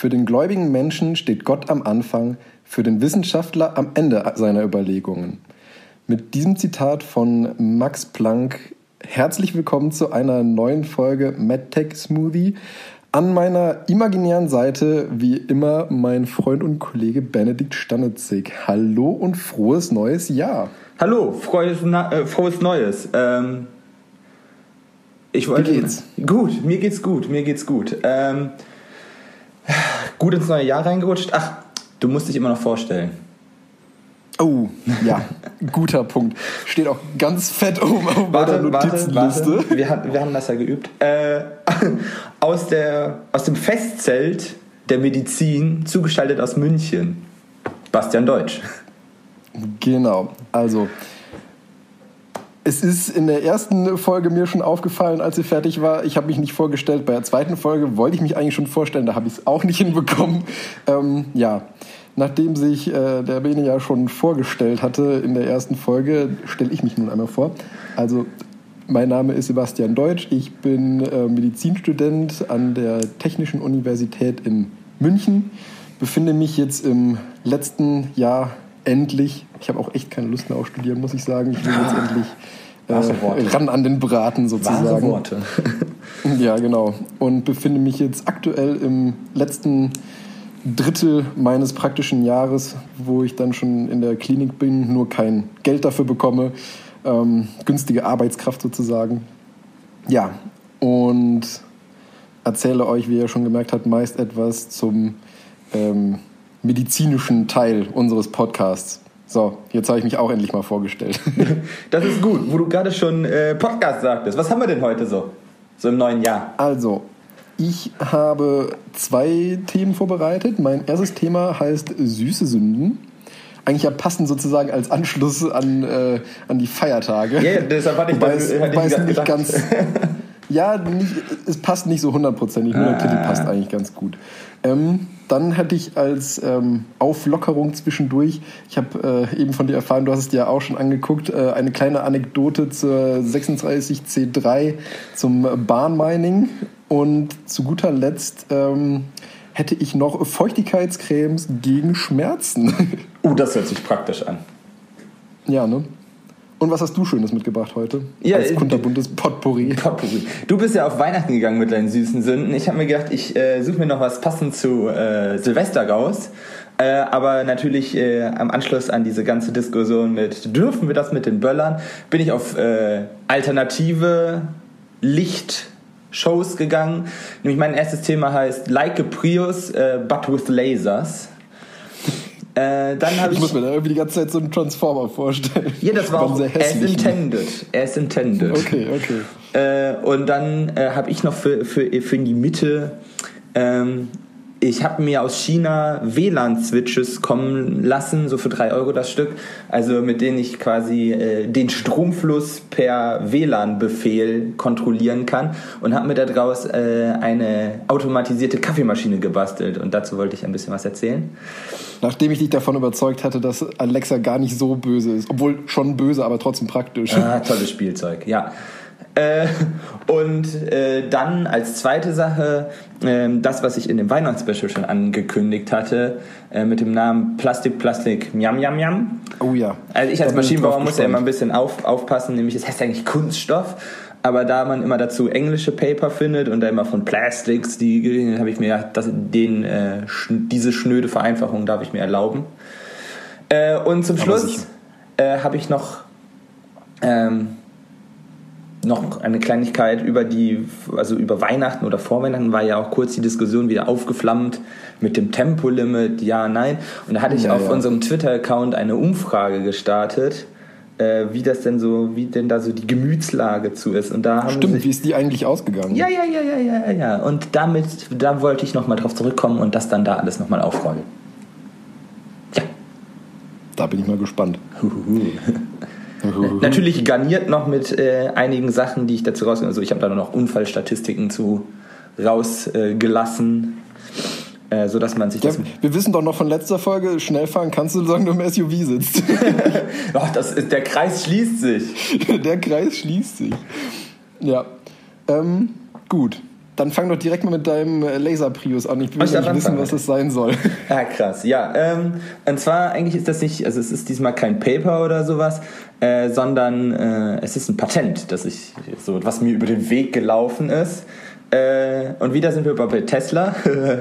Für den gläubigen Menschen steht Gott am Anfang, für den Wissenschaftler am Ende seiner Überlegungen. Mit diesem Zitat von Max Planck herzlich willkommen zu einer neuen Folge MedTech Smoothie. An meiner imaginären Seite, wie immer, mein Freund und Kollege Benedikt Stanitzig. Hallo und frohes neues Jahr. Hallo, frohes Neues. Wie geht's? Gut, mir geht's gut. Gut ins neue Jahr reingerutscht. Ach, du musst dich immer noch vorstellen. Oh, ja, guter Punkt. Steht auch ganz fett oben auf meiner Notizenliste. Warte. Wir haben das ja geübt. Aus dem Festzelt der Medizin, zugeschaltet aus München, Bastian Deutsch. Genau, also es ist in der ersten Folge mir schon aufgefallen, als sie fertig war. Ich habe mich nicht vorgestellt. Bei der zweiten Folge wollte ich mich eigentlich schon vorstellen, da habe ich es auch nicht hinbekommen. Nachdem sich der Bene ja schon vorgestellt hatte in der ersten Folge, stelle ich mich nun einmal vor. Also, mein Name ist Sebastian Deutsch. Ich bin Medizinstudent an der Technischen Universität in München. Befinde mich jetzt im letzten Jahr endlich. Ich habe auch echt keine Lust mehr auf Studieren, muss ich sagen. Ich will jetzt endlich ran an den Braten sozusagen. Wahre Worte. Ja, genau. Und befinde mich jetzt aktuell im letzten Drittel meines praktischen Jahres, wo ich dann schon in der Klinik bin, nur kein Geld dafür bekomme. Günstige Arbeitskraft sozusagen. Ja, und erzähle euch, wie ihr schon gemerkt habt, meist etwas zum medizinischen Teil unseres Podcasts. So, jetzt habe ich mich auch endlich mal vorgestellt. Das ist gut, wo du gerade schon Podcast sagtest. Was haben wir denn heute so im neuen Jahr? Also, ich habe 2 Themen vorbereitet. Mein erstes Thema heißt süße Sünden. Eigentlich ja passend sozusagen als Anschluss an die Feiertage. Ja, deshalb hatte ich das nicht ganz. Ja, es passt nicht so 100%. Nur der Titel passt eigentlich ganz gut. Dann hätte ich als Auflockerung zwischendurch, ich habe eben von dir erfahren, du hast es dir ja auch schon angeguckt, eine kleine Anekdote zur 36C3 zum Bahnmining. Und zu guter Letzt hätte ich noch Feuchtigkeitscremes gegen Schmerzen. Das hört sich praktisch an. Ja, ne? Und was hast du Schönes mitgebracht heute? Ja, als kunterbuntes Potpourri. Du bist ja auf Weihnachten gegangen mit deinen süßen Sünden. Ich habe mir gedacht, ich suche mir noch was passend zu Silvester raus. Aber natürlich am Anschluss an diese ganze Diskussion mit, dürfen wir das mit den Böllern, bin ich auf alternative Lichtshows gegangen. Nämlich mein erstes Thema heißt Like a Prius, but with lasers. Ich muss mir da irgendwie die ganze Zeit so einen Transformer vorstellen. Ja, das war auch as intended. Okay. Und dann habe ich noch für die Mitte, ich habe mir aus China WLAN-Switches kommen lassen, so für 3 Euro das Stück, also mit denen ich quasi den Stromfluss per WLAN-Befehl kontrollieren kann, und habe mir daraus eine automatisierte Kaffeemaschine gebastelt, und dazu wollte ich ein bisschen was erzählen. Nachdem ich dich davon überzeugt hatte, dass Alexa gar nicht so böse ist, obwohl schon böse, aber trotzdem praktisch. Tolles Spielzeug, ja. Und dann als zweite Sache das, was ich in dem Weihnachtsspecial schon angekündigt hatte, mit dem Namen Plastik, Miam, Miam, Miam. Oh ja. Also ich als Maschinenbauer muss ja immer ein bisschen aufpassen, nämlich es heißt eigentlich Kunststoff, aber da man immer dazu englische Paper findet und da immer von Plastics, habe ich mir gedacht, diese schnöde Vereinfachung darf ich mir erlauben. Und zum Schluss habe ich noch eine Kleinigkeit über Weihnachten oder vor Weihnachten war ja auch kurz die Diskussion wieder aufgeflammt mit dem Tempolimit, ja, nein. Und da hatte ich auf unserem Twitter-Account eine Umfrage gestartet, wie denn da so die Gemütslage zu ist. Und da wie ist die eigentlich ausgegangen? Ja. Und da wollte ich nochmal drauf zurückkommen und das dann da alles nochmal aufräumen. Ja. Da bin ich mal gespannt. Natürlich garniert noch mit einigen Sachen, die ich dazu rausgehe. Also ich habe da noch Unfallstatistiken zu rausgelassen, sodass man sich das... Wir wissen doch noch von letzter Folge, schnell fahren kannst du, solange du im SUV sitzt. Doch, der Kreis schließt sich. Der Kreis schließt sich. Ja, gut. Dann fang doch direkt mal mit deinem Laser-Prius an. Ich will nicht wissen, was das sein soll. Ja, krass. Ja, und zwar eigentlich ist das nicht, also es ist diesmal kein Paper oder sowas, sondern es ist ein Patent, was mir über den Weg gelaufen ist. Und wieder sind wir bei Tesla.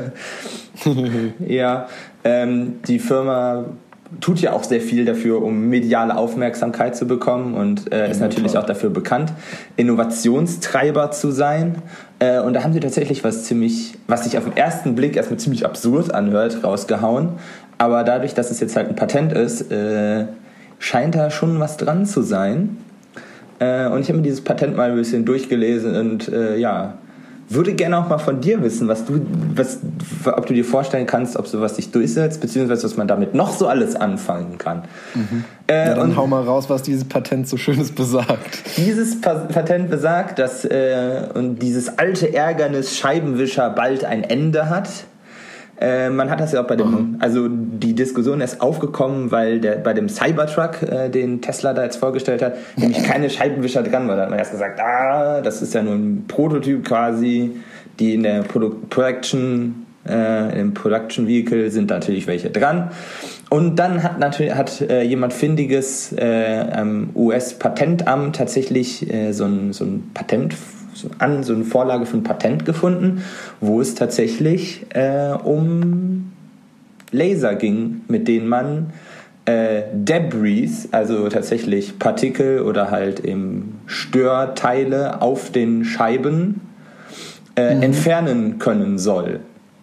Ja, die Firma tut ja auch sehr viel dafür, um mediale Aufmerksamkeit zu bekommen und ist natürlich auch dafür bekannt, Innovationstreiber zu sein. Und da haben sie tatsächlich was sich auf den ersten Blick erstmal ziemlich absurd anhört, rausgehauen. Aber dadurch, dass es jetzt halt ein Patent ist, scheint da schon was dran zu sein. Und ich habe mir dieses Patent mal ein bisschen durchgelesen und würde gerne auch mal von dir wissen, ob du dir vorstellen kannst, ob sowas sich durchsetzt, beziehungsweise was man damit noch so alles anfangen kann. Dann hau mal raus, was dieses Patent so Schönes besagt. Dieses Patent besagt, dass dieses alte Ärgernis Scheibenwischer bald ein Ende hat. Man hat das ja auch also die Diskussion ist aufgekommen, weil bei dem Cybertruck, den Tesla da jetzt vorgestellt hat, nämlich keine Scheibenwischer dran war. Da hat man erst gesagt, das ist ja nur ein Prototyp quasi, die in der Production Vehicle sind natürlich welche dran. Und dann hat jemand Findiges am US-Patentamt tatsächlich so eine Vorlage für ein Patent gefunden, wo es tatsächlich um Laser ging, mit denen man Debris, also tatsächlich Partikel oder halt eben Störteile auf den Scheiben entfernen können soll.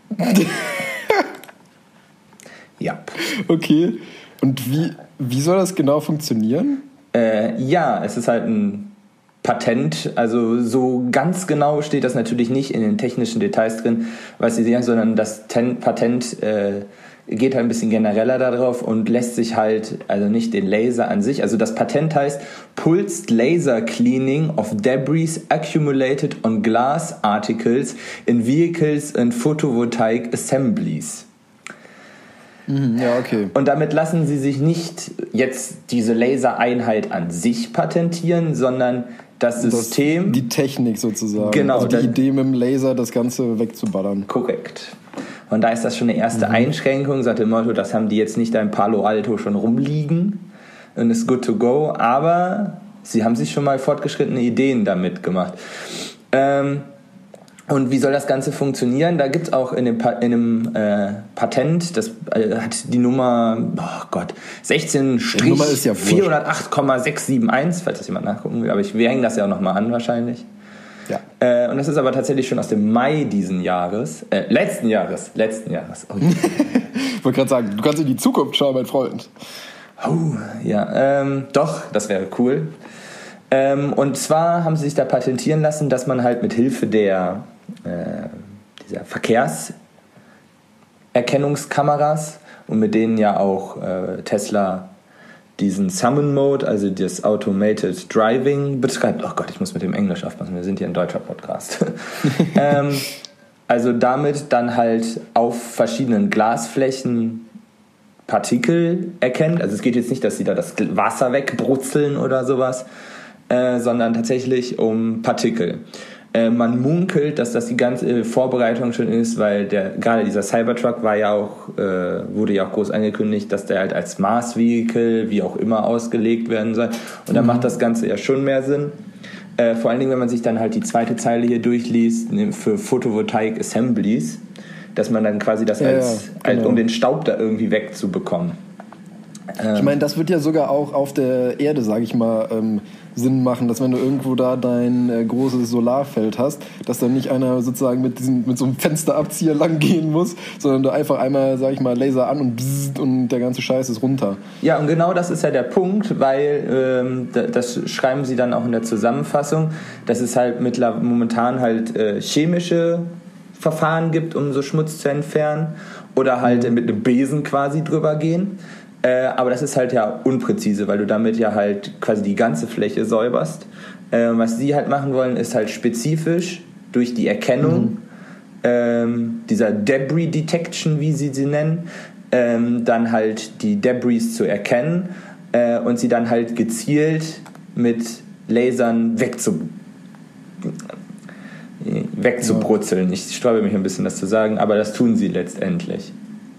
Ja. Okay. Und wie soll das genau funktionieren? Es ist halt ein Patent, also so ganz genau steht das natürlich nicht in den technischen Details drin, was sie sehen, sondern das Patent geht halt ein bisschen genereller darauf und lässt sich halt, also nicht den Laser an sich, also das Patent heißt Pulsed Laser Cleaning of Debris Accumulated on Glass Articles in Vehicles and Photovoltaic Assemblies. Ja, okay. Und damit lassen sie sich nicht jetzt diese Lasereinheit an sich patentieren, sondern das System... Die Technik sozusagen. Genau. Also die Idee mit dem Laser, das Ganze wegzuballern. Korrekt. Und da ist das schon eine erste Einschränkung, sagt dem Motto, das haben die jetzt nicht da in Palo Alto schon rumliegen und ist good to go, aber sie haben sich schon mal fortgeschrittene Ideen damit gemacht. Und wie soll das Ganze funktionieren? Da gibt es auch in dem Patent, das hat die Nummer 16-408,671, falls das jemand nachgucken will, aber wir hängen das ja auch nochmal an wahrscheinlich. Ja. Und das ist aber tatsächlich schon aus dem Mai letzten Jahres. Oh. Ich wollte gerade sagen, du kannst in die Zukunft schauen, mein Freund. Doch, das wäre cool. Und zwar haben sie sich da patentieren lassen, dass man halt mit Hilfe dieser Verkehrserkennungskameras und mit denen ja auch Tesla diesen Summon Mode, also das Automated Driving betreibt. Oh Gott, ich muss mit dem Englisch aufpassen, wir sind hier ein deutscher Podcast. Also damit dann halt auf verschiedenen Glasflächen Partikel erkennt. Also es geht jetzt nicht, dass sie da das Wasser wegbrutzeln oder sowas, sondern tatsächlich um Partikel. Man munkelt, dass das die ganze Vorbereitung schon ist, weil gerade dieser Cybertruck wurde ja auch groß angekündigt, dass der halt als Mars-Vehicle, wie auch immer, ausgelegt werden soll. Und dann macht das Ganze ja schon mehr Sinn. Vor allen Dingen, wenn man sich dann halt die zweite Zeile hier durchliest, für Photovoltaic Assemblies, dass man dann quasi das um den Staub da irgendwie wegzubekommen. Ich meine, das wird ja sogar auch auf der Erde, sage ich mal, Sinn machen, dass wenn du irgendwo da dein großes Solarfeld hast, dass dann nicht einer sozusagen mit so einem Fensterabzieher lang gehen muss, sondern du einfach einmal, sage ich mal, Laser an und bzzzt und der ganze Scheiß ist runter. Ja, und genau das ist ja der Punkt, weil das schreiben sie dann auch in der Zusammenfassung, dass es halt momentan halt chemische Verfahren gibt, um so Schmutz zu entfernen oder halt mit einem Besen quasi drüber gehen. Aber das ist halt ja unpräzise, weil du damit ja halt quasi die ganze Fläche säuberst. Was sie halt machen wollen, ist halt spezifisch durch die Erkennung dieser Debris Detection, wie sie nennen, dann halt die Debris zu erkennen und sie dann halt gezielt mit Lasern wegzubrutzeln. Ich sträube mich ein bisschen, das zu sagen, aber das tun sie letztendlich.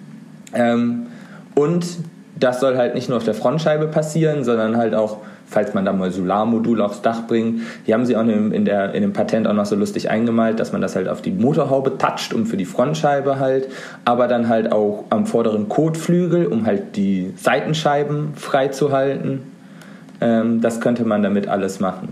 Und das soll halt nicht nur auf der Frontscheibe passieren, sondern halt auch, falls man da mal Solarmodule aufs Dach bringt. Die haben sie auch in dem Patent auch noch so lustig eingemalt, dass man das halt auf die Motorhaube toucht, um für die Frontscheibe halt, aber dann halt auch am vorderen Kotflügel, um halt die Seitenscheiben frei zu halten. Das könnte man damit alles machen.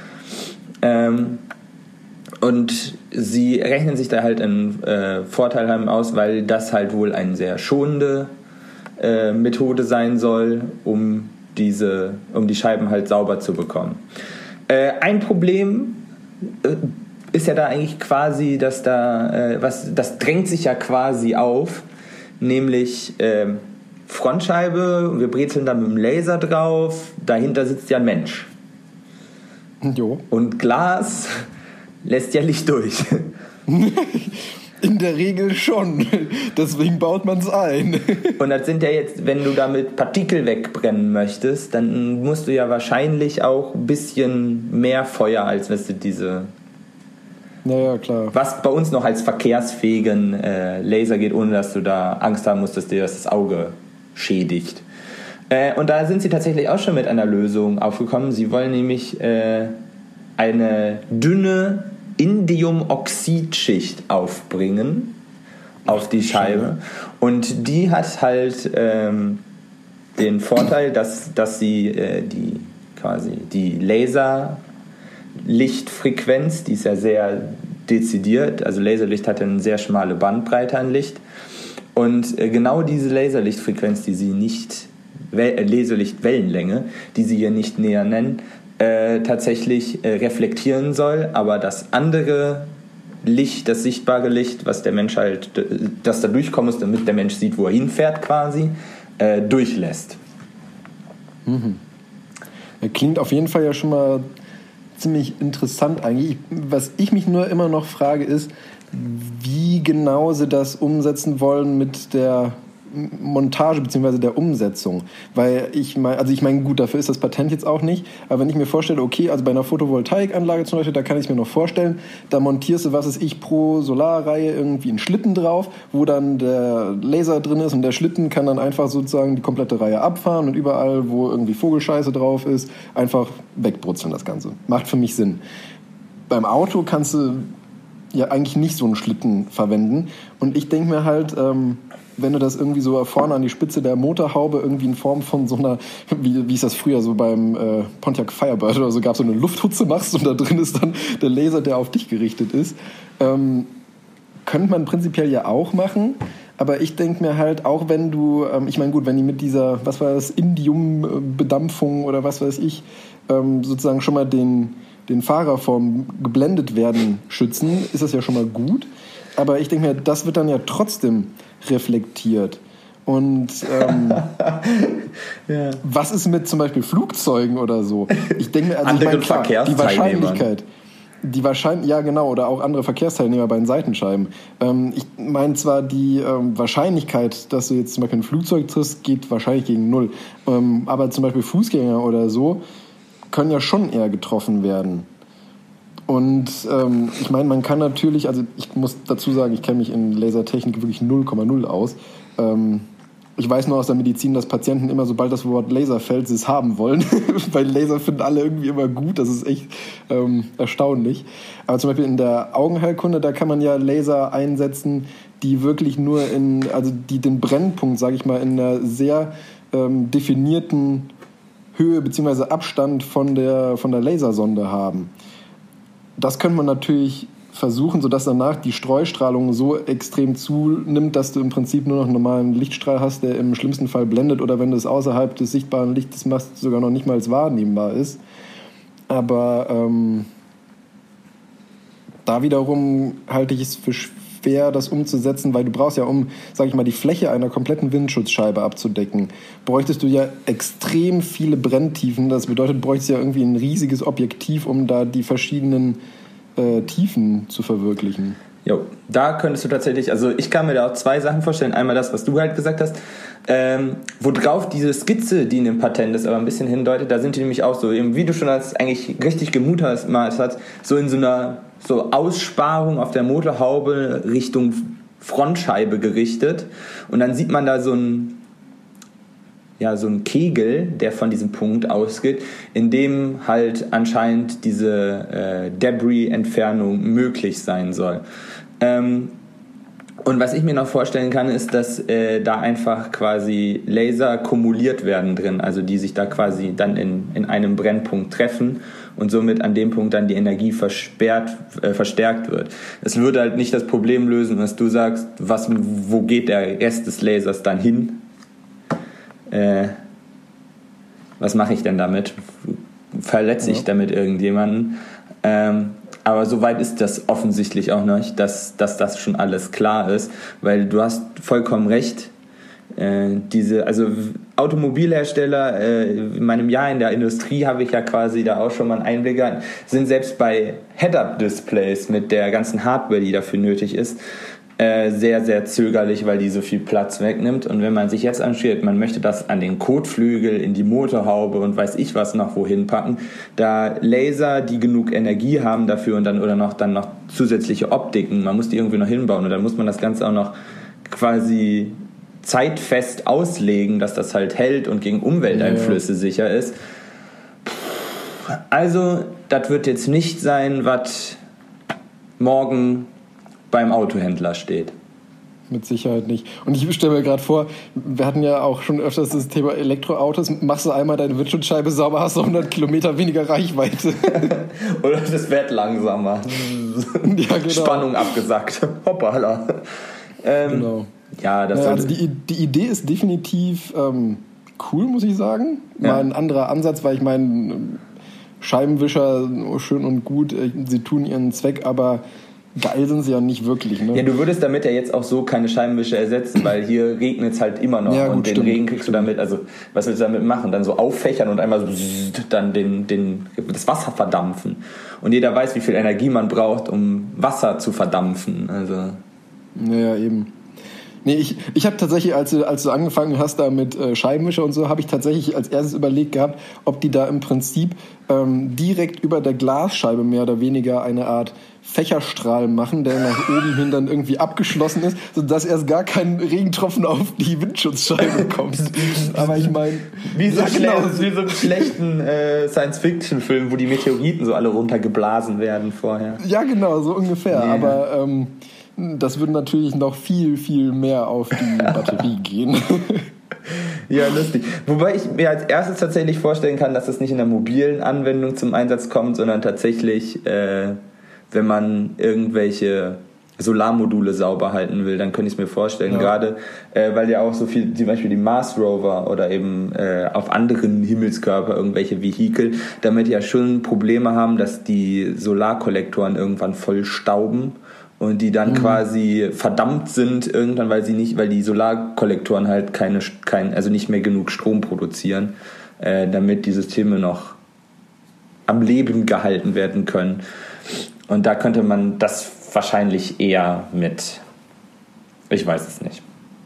Und sie rechnen sich da halt einen Vorteil haben aus, weil das halt wohl eine sehr schonende Methode sein soll, um die Scheiben halt sauber zu bekommen. Ein Problem ist ja da eigentlich quasi, dass das drängt sich ja quasi auf, nämlich Frontscheibe, wir brezeln da mit dem Laser drauf, dahinter sitzt ja ein Mensch. Jo. Und Glas lässt ja Licht durch. In der Regel schon. Deswegen baut man es ein. Und das sind ja jetzt, wenn du damit Partikel wegbrennen möchtest, dann musst du ja wahrscheinlich auch ein bisschen mehr Feuer, als wenn du diese... Naja, klar. Was bei uns noch als verkehrsfähigen Laser geht, ohne dass du da Angst haben musst, dass dir das Auge schädigt. Und da sind sie tatsächlich auch schon mit einer Lösung aufgekommen. Sie wollen nämlich eine dünne Indiumoxidschicht aufbringen auf die Scheibe. Und die hat halt den Vorteil, dass sie die Laserlichtfrequenz, die ist ja sehr dezidiert, also Laserlicht hat eine sehr schmale Bandbreite an Licht. Und genau diese Laserlichtfrequenz, die sie nicht, Laserlichtwellenlänge, die sie hier nicht näher nennen, tatsächlich reflektieren soll, aber das andere Licht, das sichtbare Licht, was der Mensch halt, das da durchkommen muss, damit der Mensch sieht, wo er hinfährt quasi, durchlässt. Mhm. Klingt auf jeden Fall ja schon mal ziemlich interessant eigentlich. Was ich mich nur immer noch frage ist, wie genau sie das umsetzen wollen mit der Montage bzw. der Umsetzung. Weil ich meine, gut, dafür ist das Patent jetzt auch nicht, aber wenn ich mir vorstelle, okay, also bei einer Photovoltaikanlage zum Beispiel, da kann ich es mir noch vorstellen, da montierst du, pro Solarreihe irgendwie einen Schlitten drauf, wo dann der Laser drin ist und der Schlitten kann dann einfach sozusagen die komplette Reihe abfahren und überall, wo irgendwie Vogelscheiße drauf ist, einfach wegbrutzeln das Ganze. Macht für mich Sinn. Beim Auto kannst du ja eigentlich nicht so einen Schlitten verwenden und ich denke mir halt, wenn du das irgendwie so vorne an die Spitze der Motorhaube irgendwie in Form von so einer, wie ist das früher so beim Pontiac Firebird oder so, gab so eine Lufthutze machst und da drin ist dann der Laser, der auf dich gerichtet ist, könnte man prinzipiell ja auch machen, aber ich denke mir halt, auch wenn du, ich meine gut, wenn die mit dieser, was war das, Indiumbedampfung oder was weiß ich, sozusagen schon mal den Fahrer vom geblendet werden schützen, ist das ja schon mal gut. Aber ich denke mir, das wird dann ja trotzdem reflektiert. Und ja. Was ist mit zum Beispiel Flugzeugen oder so? Ich denke mir, also andere Verkehrsteilnehmer. Die Wahrscheinlichkeit, ja genau, oder auch andere Verkehrsteilnehmer bei den Seitenscheiben. Ich meine zwar, die Wahrscheinlichkeit, dass du jetzt zum Beispiel ein Flugzeug triffst, geht wahrscheinlich gegen 0. Aber zum Beispiel Fußgänger oder so können ja schon eher getroffen werden. Und ich meine, man kann natürlich, also ich muss dazu sagen, ich kenne mich in Lasertechnik wirklich 0,0 aus. Ich weiß nur aus der Medizin, dass Patienten immer, sobald das Wort Laser fällt, sie es haben wollen. Weil Laser finden alle irgendwie immer gut, das ist echt erstaunlich. Aber zum Beispiel in der Augenheilkunde, da kann man ja Laser einsetzen, die wirklich nur die den Brennpunkt, sage ich mal, in einer sehr definierten Höhe bzw. Abstand von der Lasersonde haben. Das könnte man natürlich versuchen, sodass danach die Streustrahlung so extrem zunimmt, dass du im Prinzip nur noch einen normalen Lichtstrahl hast, der im schlimmsten Fall blendet oder wenn du es außerhalb des sichtbaren Lichtes machst, sogar noch nicht mal wahrnehmbar ist. Aber da wiederum halte ich es für schwer, das umzusetzen, weil du brauchst ja, um, sag ich mal, die Fläche einer kompletten Windschutzscheibe abzudecken, bräuchtest du ja extrem viele Brenntiefen. Das bedeutet, du bräuchtest ja irgendwie ein riesiges Objektiv, um da die verschiedenen Tiefen zu verwirklichen. Jo, da könntest du tatsächlich, also ich kann mir da auch zwei Sachen vorstellen. Einmal das, was du halt gesagt hast, worauf diese Skizze, die in dem Patent ist, aber ein bisschen hindeutet, da sind die nämlich auch so, eben, wie du schon als eigentlich richtig gemutmaßt hast, so in so einer so Aussparung auf der Motorhaube Richtung Frontscheibe gerichtet. Und dann sieht man da so ein Kegel, der von diesem Punkt ausgeht, in dem halt anscheinend diese Debris-Entfernung möglich sein soll. Und was ich mir noch vorstellen kann, ist, dass da einfach quasi Laser kumuliert werden drin, also die sich da quasi dann in einem Brennpunkt treffen und somit an dem Punkt dann die Energie verstärkt wird. Es würde halt nicht das Problem lösen, was du sagst, wo geht der Rest des Lasers dann hin? Was mache ich denn damit? Verletze ich damit irgendjemanden? Aber soweit ist das offensichtlich auch noch nicht, dass das schon alles klar ist, weil du hast vollkommen recht. Also Automobilhersteller, in meinem Jahr in der Industrie habe ich ja quasi da auch schon mal einen Einblick gehabt, sind selbst bei Head-Up-Displays mit der ganzen Hardware, die dafür nötig ist, sehr, sehr zögerlich, weil die so viel Platz wegnimmt. Und wenn man sich jetzt anschaut, man möchte das an den Kotflügel, in die Motorhaube und weiß ich was noch wohin packen, da Laser, die genug Energie haben dafür und dann noch zusätzliche Optiken, man muss die irgendwie noch hinbauen und dann muss man das Ganze auch noch quasi zeitfest auslegen, dass das halt hält und gegen Umwelteinflüsse sicher ist. Also, das wird jetzt nicht sein, was morgen beim Autohändler steht. Mit Sicherheit nicht. Und ich stelle mir gerade vor, wir hatten ja auch schon öfters das Thema Elektroautos. Machst du einmal deine Windschutzscheibe sauber, hast du 100 Kilometer weniger Reichweite. Oder das wird langsamer. Ja, genau. Spannung abgesackt. Hoppala. Genau. Ja, also die Idee ist definitiv cool, muss ich sagen. Mal ein anderer Ansatz, weil ich meine, Scheibenwischer, schön und gut, sie tun ihren Zweck, aber geil sind sie ja nicht wirklich. Ne? Ja, du würdest damit ja jetzt auch so keine Scheibenwischer ersetzen, weil hier regnet es halt immer noch und den Regen kriegst du damit, also was willst du damit machen? Dann so auffächern und einmal so dann das Wasser verdampfen. Und jeder weiß, wie viel Energie man braucht, um Wasser zu verdampfen. Also. Ja, eben. Nee, ich habe tatsächlich, als du angefangen hast da mit Scheibenwischer und so, habe ich tatsächlich als erstes überlegt gehabt, ob die da im Prinzip direkt über der Glasscheibe mehr oder weniger eine Art Fächerstrahl machen, der nach oben hin dann irgendwie abgeschlossen ist, sodass erst gar kein Regentropfen auf die Windschutzscheibe kommt. Aber ich meine... Wie so einen schlechten Science-Fiction-Film, wo die Meteoriten so alle runtergeblasen werden vorher. Ja, genau, so ungefähr. Yeah. Aber das würde natürlich noch viel, viel mehr auf die Batterie gehen. Ja, lustig. Wobei ich mir als erstes tatsächlich vorstellen kann, dass das nicht in der mobilen Anwendung zum Einsatz kommt, sondern tatsächlich, wenn man irgendwelche Solarmodule sauber halten will, dann könnte ich es mir vorstellen. Ja. Gerade, weil ja auch so viel, zum Beispiel die Mars Rover oder eben auf anderen Himmelskörper irgendwelche Vehikel, damit ja schon Probleme haben, dass die Solarkollektoren irgendwann voll stauben. Und die dann quasi verdammt sind irgendwann, weil die Solarkollektoren halt also nicht mehr genug Strom produzieren, damit die Systeme noch am Leben gehalten werden können. Und da könnte man das wahrscheinlich eher mit, ich weiß es nicht.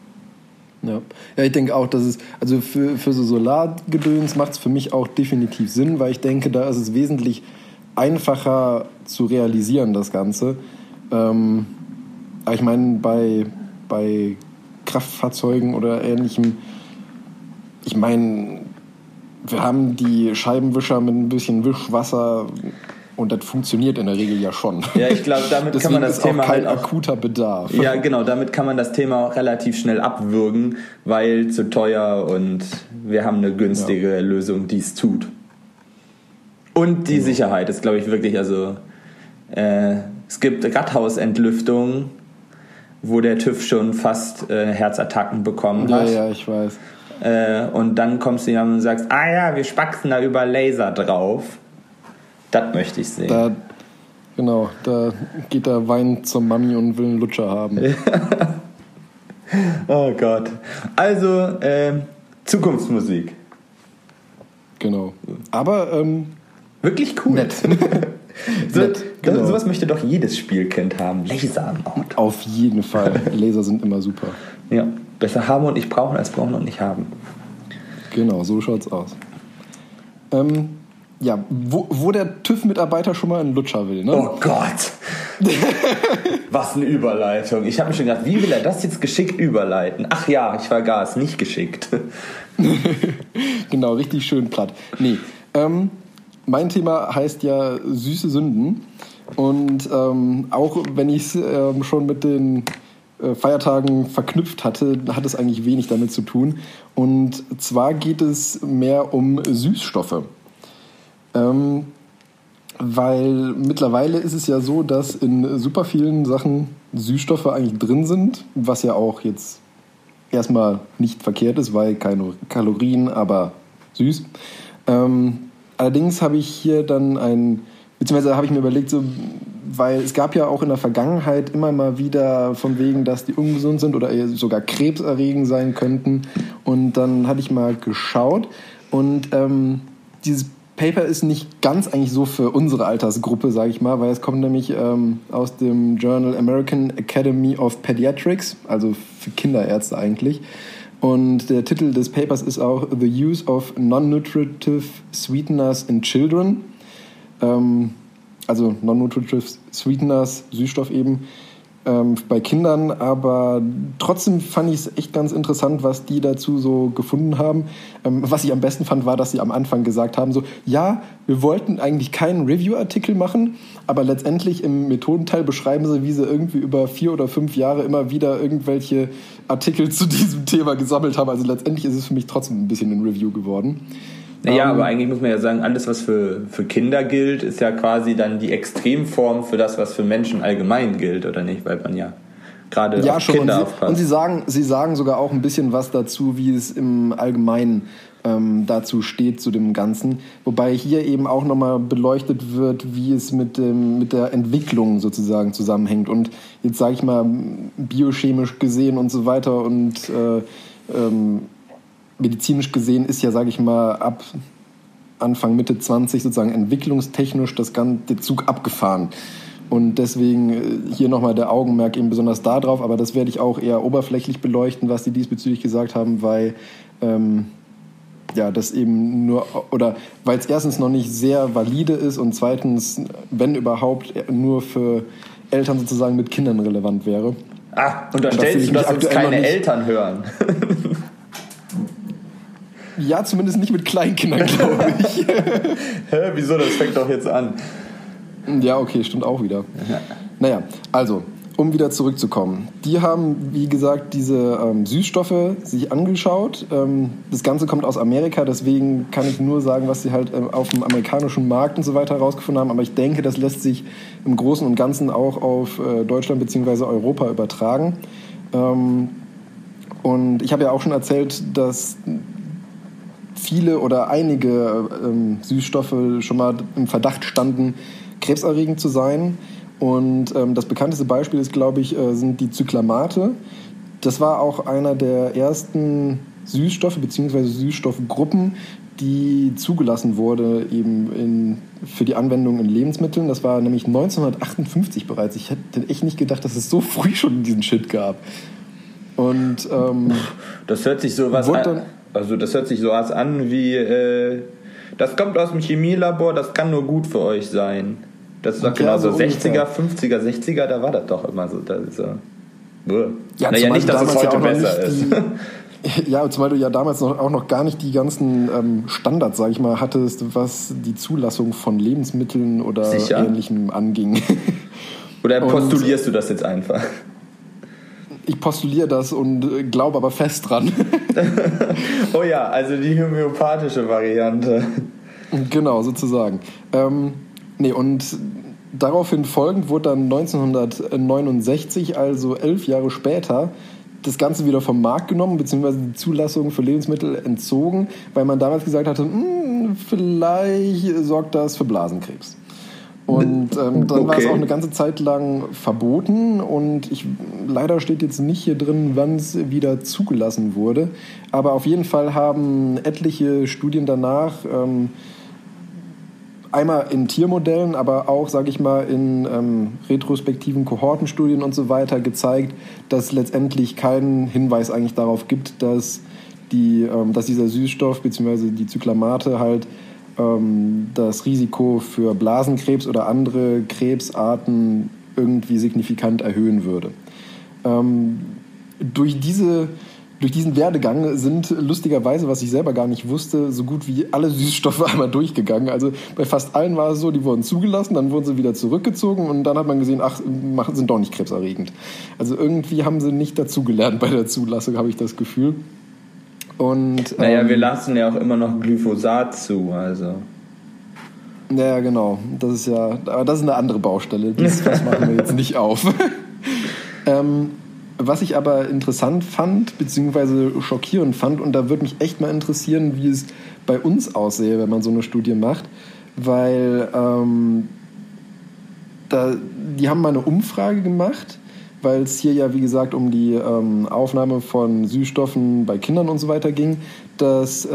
Ja, ich denke auch, dass es, also für so Solargedöns macht es für mich auch definitiv Sinn, weil ich denke, da ist es wesentlich einfacher zu realisieren, das Ganze. Aber ich meine, bei Kraftfahrzeugen oder Ähnlichem, ich meine, wir haben die Scheibenwischer mit ein bisschen Wischwasser und das funktioniert in der Regel ja schon. Ja, ich glaube, damit kann man das Thema auch kein akuter Bedarf. Ja, genau, damit kann man das Thema auch relativ schnell abwürgen, weil zu teuer und wir haben eine günstige Lösung, die es tut. Und die Sicherheit ist, glaube ich, wirklich, also es gibt Rathausentlüftungen, wo der TÜV schon fast Herzattacken bekommen hat. Ja, ich weiß. Und dann kommst du hier und sagst, wir spaxen da über Laser drauf. Das möchte ich sehen. Da geht der Wein zur Mami und will einen Lutscher haben. Oh Gott. Also, Zukunftsmusik. Genau. Aber wirklich cool. Nett. Sowas möchte doch jedes Spielkind haben. Laser am Auto. Auf jeden Fall. Laser sind immer super. Ja, besser haben und nicht brauchen, als brauchen und nicht haben. Genau, so schaut's aus. Wo der TÜV-Mitarbeiter schon mal einen Lutscher will, ne? Oh Gott. Was eine Überleitung. Ich habe mir schon gedacht, wie will er das jetzt geschickt überleiten? Ach ja, ich vergaß, nicht geschickt. Genau, richtig schön platt. Nee, mein Thema heißt ja süße Sünden. Und auch wenn ich es schon mit den Feiertagen verknüpft hatte, hat es eigentlich wenig damit zu tun. Und zwar geht es mehr um Süßstoffe. Weil mittlerweile ist es ja so, dass in super vielen Sachen Süßstoffe eigentlich drin sind, was ja auch jetzt erstmal nicht verkehrt ist, weil keine Kalorien, aber süß. Allerdings habe ich hier dann beziehungsweise habe ich mir überlegt, so, weil es gab ja auch in der Vergangenheit immer mal wieder von wegen, dass die ungesund sind oder sogar krebserregend sein könnten. Und dann hatte ich mal geschaut und dieses Paper ist nicht ganz eigentlich so für unsere Altersgruppe, sage ich mal, weil es kommt nämlich aus dem Journal American Academy of Pediatrics, also für Kinderärzte eigentlich. Und der Titel des Papers ist auch The Use of Non-Nutritive Sweeteners in Children. Also Non-Nutritive Sweeteners, Süßstoff eben, bei Kindern. Aber trotzdem fand ich es echt ganz interessant, was die dazu so gefunden haben. Was ich am besten fand, war, dass sie am Anfang gesagt haben, so, ja, wir wollten eigentlich keinen Review-Artikel machen, aber letztendlich im Methodenteil beschreiben sie, wie sie irgendwie über 4 oder 5 Jahre immer wieder irgendwelche Artikel zu diesem Thema gesammelt haben. Also letztendlich ist es für mich trotzdem ein bisschen ein Review geworden. Ja, aber eigentlich muss man ja sagen, alles, was für Kinder gilt, ist ja quasi dann die Extremform für das, was für Menschen allgemein gilt, oder nicht? Weil man ja gerade auf schon. Kinder aufpasst. Und sie sagen sogar auch ein bisschen was dazu, wie es im Allgemeinen dazu steht, zu dem Ganzen. Wobei hier eben auch nochmal beleuchtet wird, wie es mit der Entwicklung sozusagen zusammenhängt. Und jetzt sage ich mal, biochemisch gesehen und so weiter und medizinisch gesehen ist ja, sage ich mal, ab Anfang, Mitte 20 sozusagen entwicklungstechnisch der Zug abgefahren. Und deswegen hier nochmal der Augenmerk eben besonders da drauf. Aber das werde ich auch eher oberflächlich beleuchten, was die diesbezüglich gesagt haben, weil das eben weil es erstens noch nicht sehr valide ist und zweitens, wenn überhaupt, nur für Eltern sozusagen mit Kindern relevant wäre. Unterstellst du, dass uns keine Eltern hören? Ja, zumindest nicht mit Kleinkindern, glaube ich. Hä, wieso? Das fängt doch jetzt an. Ja, okay, stimmt auch wieder. Ja. Naja, also, um wieder zurückzukommen. Die haben, wie gesagt, diese Süßstoffe sich angeschaut. Das Ganze kommt aus Amerika, deswegen kann ich nur sagen, was sie halt auf dem amerikanischen Markt und so weiter herausgefunden haben. Aber ich denke, das lässt sich im Großen und Ganzen auch auf Deutschland bzw. Europa übertragen. Und ich habe ja auch schon erzählt, dass viele oder einige Süßstoffe schon mal im Verdacht standen, krebserregend zu sein. Und das bekannteste Beispiel ist, glaube ich, sind die Cyclamate. Das war auch einer der ersten Süßstoffe bzw. Süßstoffgruppen, die zugelassen wurde eben für die Anwendung in Lebensmitteln. Das war nämlich 1958 bereits. Ich hätte echt nicht gedacht, dass es so früh schon diesen Shit gab. Und das hört sich sowas an. Also das hört sich so was an wie, das kommt aus dem Chemielabor, das kann nur gut für euch sein. Das ist doch genau so 60er, 50er, 60er, da war das doch immer so. Das ist so. Ja, naja, nicht, dass es heute besser ist. Ja, zumal du ja damals auch noch gar nicht die ganzen Standards, sag ich mal, hattest, was die Zulassung von Lebensmitteln oder Ähnlichem anging. Oder postulierst du das jetzt einfach? Ich postuliere das und glaube aber fest dran. Oh ja, also die homöopathische Variante. Genau, sozusagen. Und daraufhin folgend wurde dann 1969, also 11 Jahre später, das Ganze wieder vom Markt genommen, beziehungsweise die Zulassung für Lebensmittel entzogen, weil man damals gesagt hatte, vielleicht sorgt das für Blasenkrebs. Und dann war es auch eine ganze Zeit lang verboten und leider steht jetzt nicht hier drin, wann es wieder zugelassen wurde. Aber auf jeden Fall haben etliche Studien danach, einmal in Tiermodellen, aber auch, sage ich mal, in retrospektiven Kohortenstudien und so weiter gezeigt, dass letztendlich keinen Hinweis eigentlich darauf gibt, dass dieser Süßstoff bzw. die Cyclamate halt das Risiko für Blasenkrebs oder andere Krebsarten irgendwie signifikant erhöhen würde. Durch diesen Werdegang sind lustigerweise, was ich selber gar nicht wusste, so gut wie alle Süßstoffe einmal durchgegangen. Also bei fast allen war es so, die wurden zugelassen, dann wurden sie wieder zurückgezogen und dann hat man gesehen, sind doch nicht krebserregend. Also irgendwie haben sie nicht dazugelernt bei der Zulassung, habe ich das Gefühl. Und, wir lassen ja auch immer noch Glyphosat zu, also. Ja, genau. Das ist eine andere Baustelle. Das machen wir jetzt nicht auf. Was ich aber interessant fand, beziehungsweise schockierend fand, und da würde mich echt mal interessieren, wie es bei uns aussähe, wenn man so eine Studie macht, weil die haben mal eine Umfrage gemacht, weil es hier ja, wie gesagt, um die Aufnahme von Süßstoffen bei Kindern und so weiter ging, dass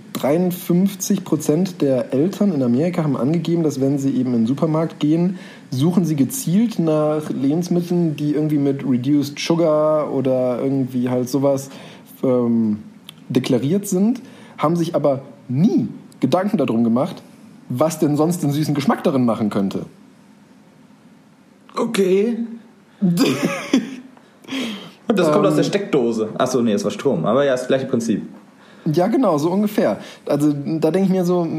53% der Eltern in Amerika haben angegeben, dass wenn sie eben in den Supermarkt gehen, suchen sie gezielt nach Lebensmitteln, die irgendwie mit Reduced Sugar oder irgendwie halt sowas deklariert sind, haben sich aber nie Gedanken darum gemacht, was denn sonst den süßen Geschmack darin machen könnte. Okay. Und das kommt aus der Steckdose. Achso, nee, das war Strom. Aber ja, das gleiche Prinzip. Ja, genau, so ungefähr. Also da denke ich mir so,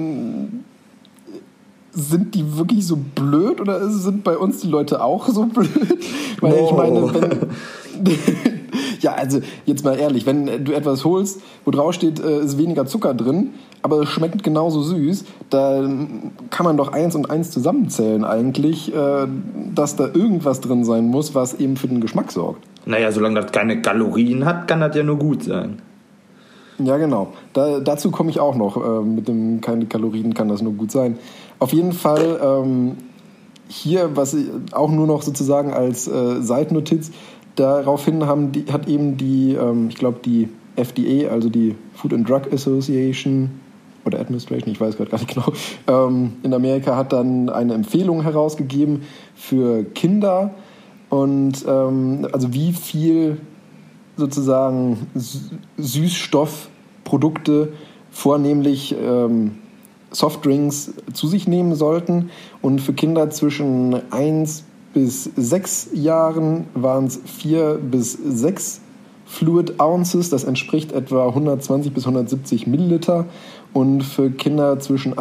sind die wirklich so blöd oder sind bei uns die Leute auch so blöd? Weil ich meine, ja, also jetzt mal ehrlich, wenn du etwas holst, wo drauf steht, ist weniger Zucker drin, aber es schmeckt genauso süß, da kann man doch 1 und 1 zusammenzählen eigentlich, dass da irgendwas drin sein muss, was eben für den Geschmack sorgt. Naja, solange das keine Kalorien hat, kann das ja nur gut sein. Ja, genau. Dazu komme ich auch noch. Mit dem keine Kalorien kann das nur gut sein. Auf jeden Fall hier, was auch nur noch sozusagen als Seitennotiz, daraufhin hat eben die, ich glaube die FDA, also die Food and Drug Association oder Administration, ich weiß gerade gar nicht genau, in Amerika hat dann eine Empfehlung herausgegeben für Kinder und also wie viel sozusagen Süßstoffprodukte, vornehmlich Softdrinks, zu sich nehmen sollten. Und für Kinder zwischen 1 bis 6 Jahren waren es 4 bis 6 Fluid Ounces. Das entspricht etwa 120 bis 170 Milliliter. Und für Kinder zwischen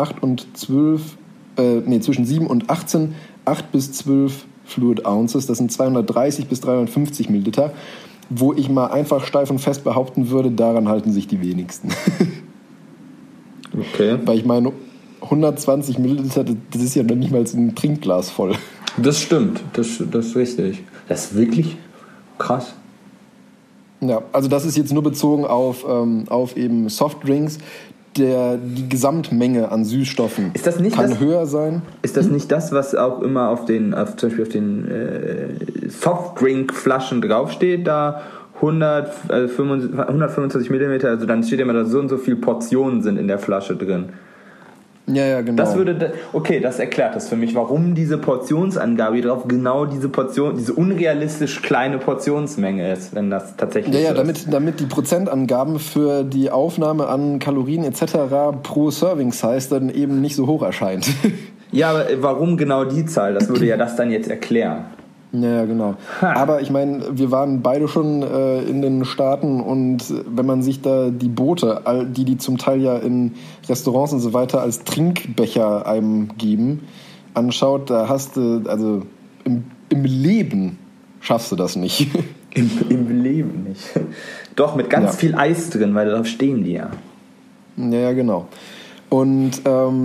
7 und 18, 8 bis 12 Fluid Ounces. Das sind 230 bis 350 Milliliter. Wo ich mal einfach steif und fest behaupten würde, daran halten sich die wenigsten. Okay. Weil ich meine, 120 Milliliter, das ist ja noch nicht mal ein Trinkglas voll. Das stimmt, das ist richtig. Das ist wirklich krass. Ja, also das ist jetzt nur bezogen auf eben Softdrinks. Die Gesamtmenge an Süßstoffen kann höher sein. Ist das nicht das, was auch immer zum Beispiel auf den Softdrinkflaschen draufsteht, da 125 Milliliter, also dann steht immer, dass so und so viele Portionen sind in der Flasche drin. Ja, genau. Das erklärt das für mich, warum diese Portionsangabe hier drauf genau diese unrealistisch kleine Portionsmenge ist, wenn das tatsächlich so ist. Damit die Prozentangaben für die Aufnahme an Kalorien etc. pro Serving Size dann eben nicht so hoch erscheint. Ja, aber warum genau die Zahl? Das würde ja das dann jetzt erklären. Ja, genau. Aber ich meine, wir waren beide schon in den Staaten und wenn man sich da die Boote, die zum Teil ja in Restaurants und so weiter als Trinkbecher einem geben, anschaut, da hast du, also im Leben schaffst du das nicht. Im Leben nicht. Doch, mit ganz viel Eis drin, weil darauf stehen die ja. Ja, genau. Und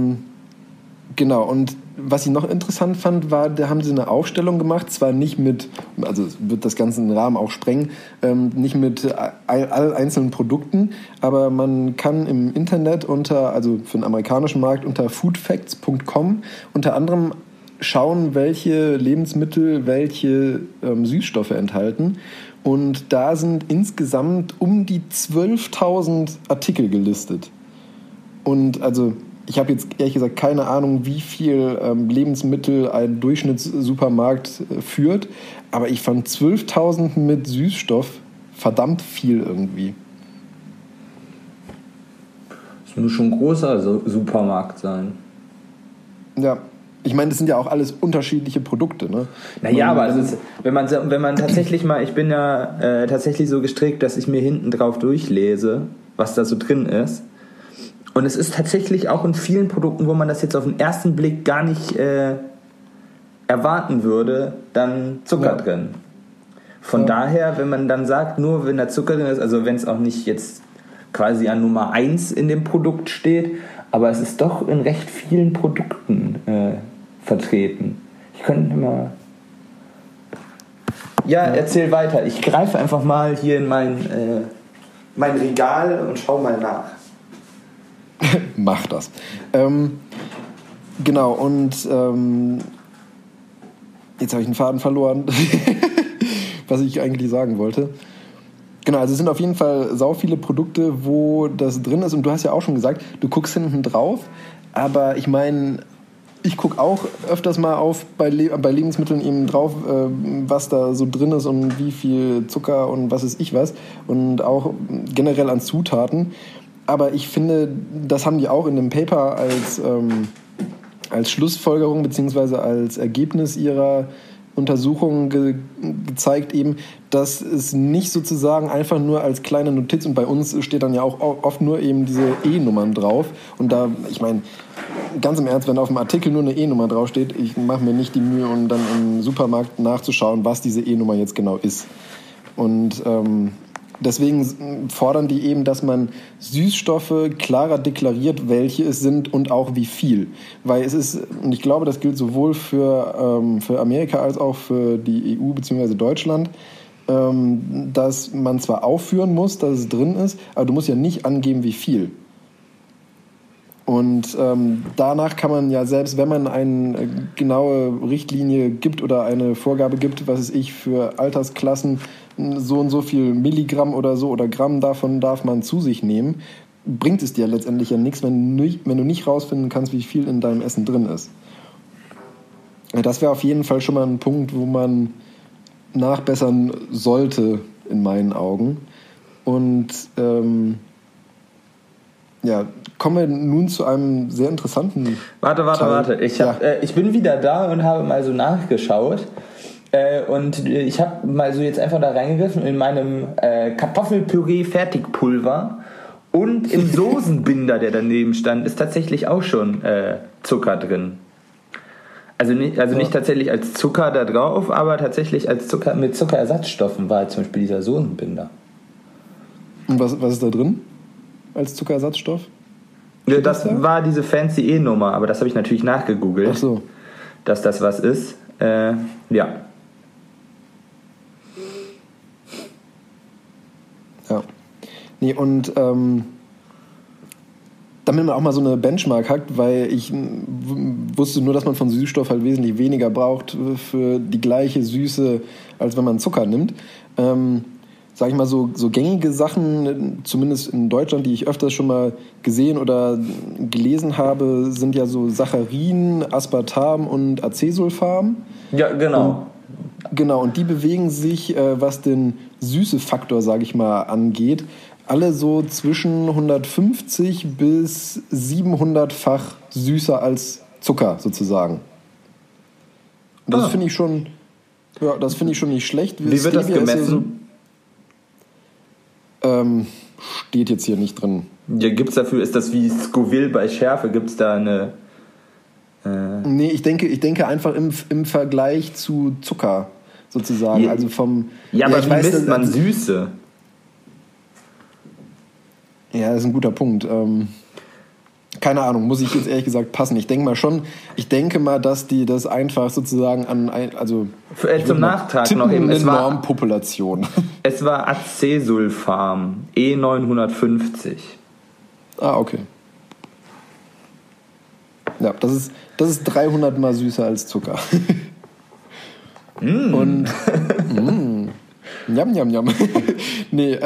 und was ich noch interessant fand, war, da haben sie eine Aufstellung gemacht, zwar nicht mit, also wird das Ganze den Rahmen auch sprengen, nicht mit all einzelnen Produkten, aber man kann im Internet also für den amerikanischen Markt unter foodfacts.com unter anderem schauen, welche Lebensmittel welche Süßstoffe enthalten. Und da sind insgesamt um die 12.000 Artikel gelistet. Und also ich habe jetzt ehrlich gesagt keine Ahnung, wie viel Lebensmittel ein Durchschnittssupermarkt führt, aber ich fand 12.000 mit Süßstoff verdammt viel irgendwie. Das muss schon ein großer Supermarkt sein. Ja, ich meine, das sind ja auch alles unterschiedliche Produkte, ne? Naja, aber es ist, wenn man tatsächlich mal, ich bin ja tatsächlich so gestrickt, dass ich mir hinten drauf durchlese, was da so drin ist. Und es ist tatsächlich auch in vielen Produkten, wo man das jetzt auf den ersten Blick gar nicht erwarten würde, dann Zucker drin. Von daher, wenn man dann sagt, nur wenn da Zucker drin ist, also wenn es auch nicht jetzt quasi an Nummer 1 in dem Produkt steht, aber es ist doch in recht vielen Produkten vertreten. Ich könnte mal... Ja, erzähl weiter. Ich greife einfach mal hier in mein Regal und schau mal nach. Mach das. Genau, und jetzt habe ich den Faden verloren, was ich eigentlich sagen wollte. Genau, also es sind auf jeden Fall sau viele Produkte, wo das drin ist. Und du hast ja auch schon gesagt, du guckst hinten drauf. Aber ich meine, ich gucke auch öfters mal bei Lebensmitteln eben drauf, was da so drin ist und wie viel Zucker und was ist ich was. Und auch generell an Zutaten. Aber ich finde, das haben die auch in dem Paper als Schlussfolgerung bzw. als Ergebnis ihrer Untersuchungen gezeigt eben, dass es nicht sozusagen einfach nur als kleine Notiz, und bei uns steht dann ja auch oft nur eben diese E-Nummern drauf. Und da, ich meine, ganz im Ernst, wenn auf dem Artikel nur eine E-Nummer draufsteht, ich mache mir nicht die Mühe, um dann im Supermarkt nachzuschauen, was diese E-Nummer jetzt genau ist. Und deswegen fordern die eben, dass man Süßstoffe klarer deklariert, welche es sind und auch wie viel. Weil es ist, und ich glaube, das gilt sowohl für Amerika als auch für die EU bzw. Deutschland, dass man zwar aufführen muss, dass es drin ist, aber du musst ja nicht angeben, wie viel. Und danach kann man ja, selbst wenn man eine genaue Richtlinie gibt oder eine Vorgabe gibt, was weiß ich, für Altersklassen, so und so viel Milligramm oder so oder Gramm davon darf man zu sich nehmen, bringt es dir letztendlich ja nichts, wenn du nicht rausfinden kannst, wie viel in deinem Essen drin ist. Das wäre auf jeden Fall schon mal ein Punkt, wo man nachbessern sollte, in meinen Augen. Und kommen wir nun zu einem sehr interessanten Warte. Ich bin wieder da und habe mal so nachgeschaut. Und ich habe mal so jetzt einfach da reingegriffen in meinem Kartoffelpüree-Fertigpulver. Und im Soßenbinder, der daneben stand, ist tatsächlich auch schon Zucker drin. Also nicht tatsächlich als Zucker da drauf, aber tatsächlich als Zucker mit Zuckerersatzstoffen war zum Beispiel dieser Soßenbinder. Und was ist da drin als Zuckerersatzstoff? Ja, das war diese fancy E-Nummer, aber das habe ich natürlich nachgegoogelt. Ach so. Dass das was ist. Ja. Ja. Nee, und damit man auch mal so eine Benchmark hat, weil ich wusste nur, dass man von Süßstoff halt wesentlich weniger braucht für die gleiche Süße, als wenn man Zucker nimmt. Sag ich mal, so gängige Sachen, zumindest in Deutschland, die ich öfters schon mal gesehen oder gelesen habe, sind ja so Saccharin, Aspartam und Acesulfam. Ja, genau. Und die bewegen sich, was den Süßefaktor, sage ich mal, angeht, alle so zwischen 150 bis 700-fach süßer als Zucker sozusagen. Und das finde ich schon, nicht schlecht. Wie wird das gemessen? Steht jetzt hier nicht drin. Ja, gibt's dafür, ist das wie Scoville bei Schärfe? Gibt's da eine... Nee, ich denke einfach im Vergleich zu Zucker sozusagen. Ja. Also vom... Ja, aber wie misst man Süße? Ja, das ist ein guter Punkt. Keine Ahnung, muss ich jetzt ehrlich gesagt passen. Ich denke mal, dass die das einfach sozusagen zum Nachtrag noch eben. Es war Normpopulation. Es war Acesulfam E950. Ah, okay. Ja, das ist 300 mal süßer als Zucker. Und Njam. Nee,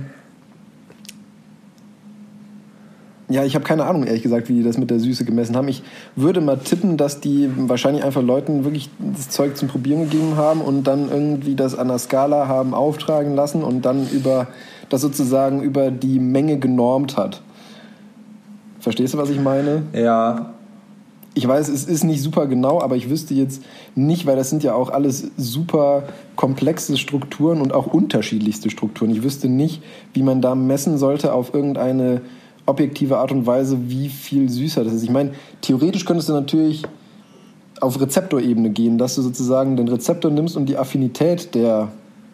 ja, ich habe keine Ahnung, ehrlich gesagt, wie die das mit der Süße gemessen haben. Ich würde mal tippen, dass die wahrscheinlich einfach Leuten wirklich das Zeug zum Probieren gegeben haben und dann irgendwie das an der Skala haben auftragen lassen und dann über die Menge genormt hat. Verstehst du, was ich meine? Ja. ich weiß, es ist nicht super genau, aber ich wüsste jetzt nicht, weil das sind ja auch alles super komplexe Strukturen und auch unterschiedlichste Strukturen. Ich wüsste nicht, wie man da messen sollte auf irgendeine objektive Art und Weise, wie viel süßer das ist. Ich meine, theoretisch könntest du natürlich auf Rezeptorebene gehen, dass du sozusagen den Rezeptor nimmst und die Affinität der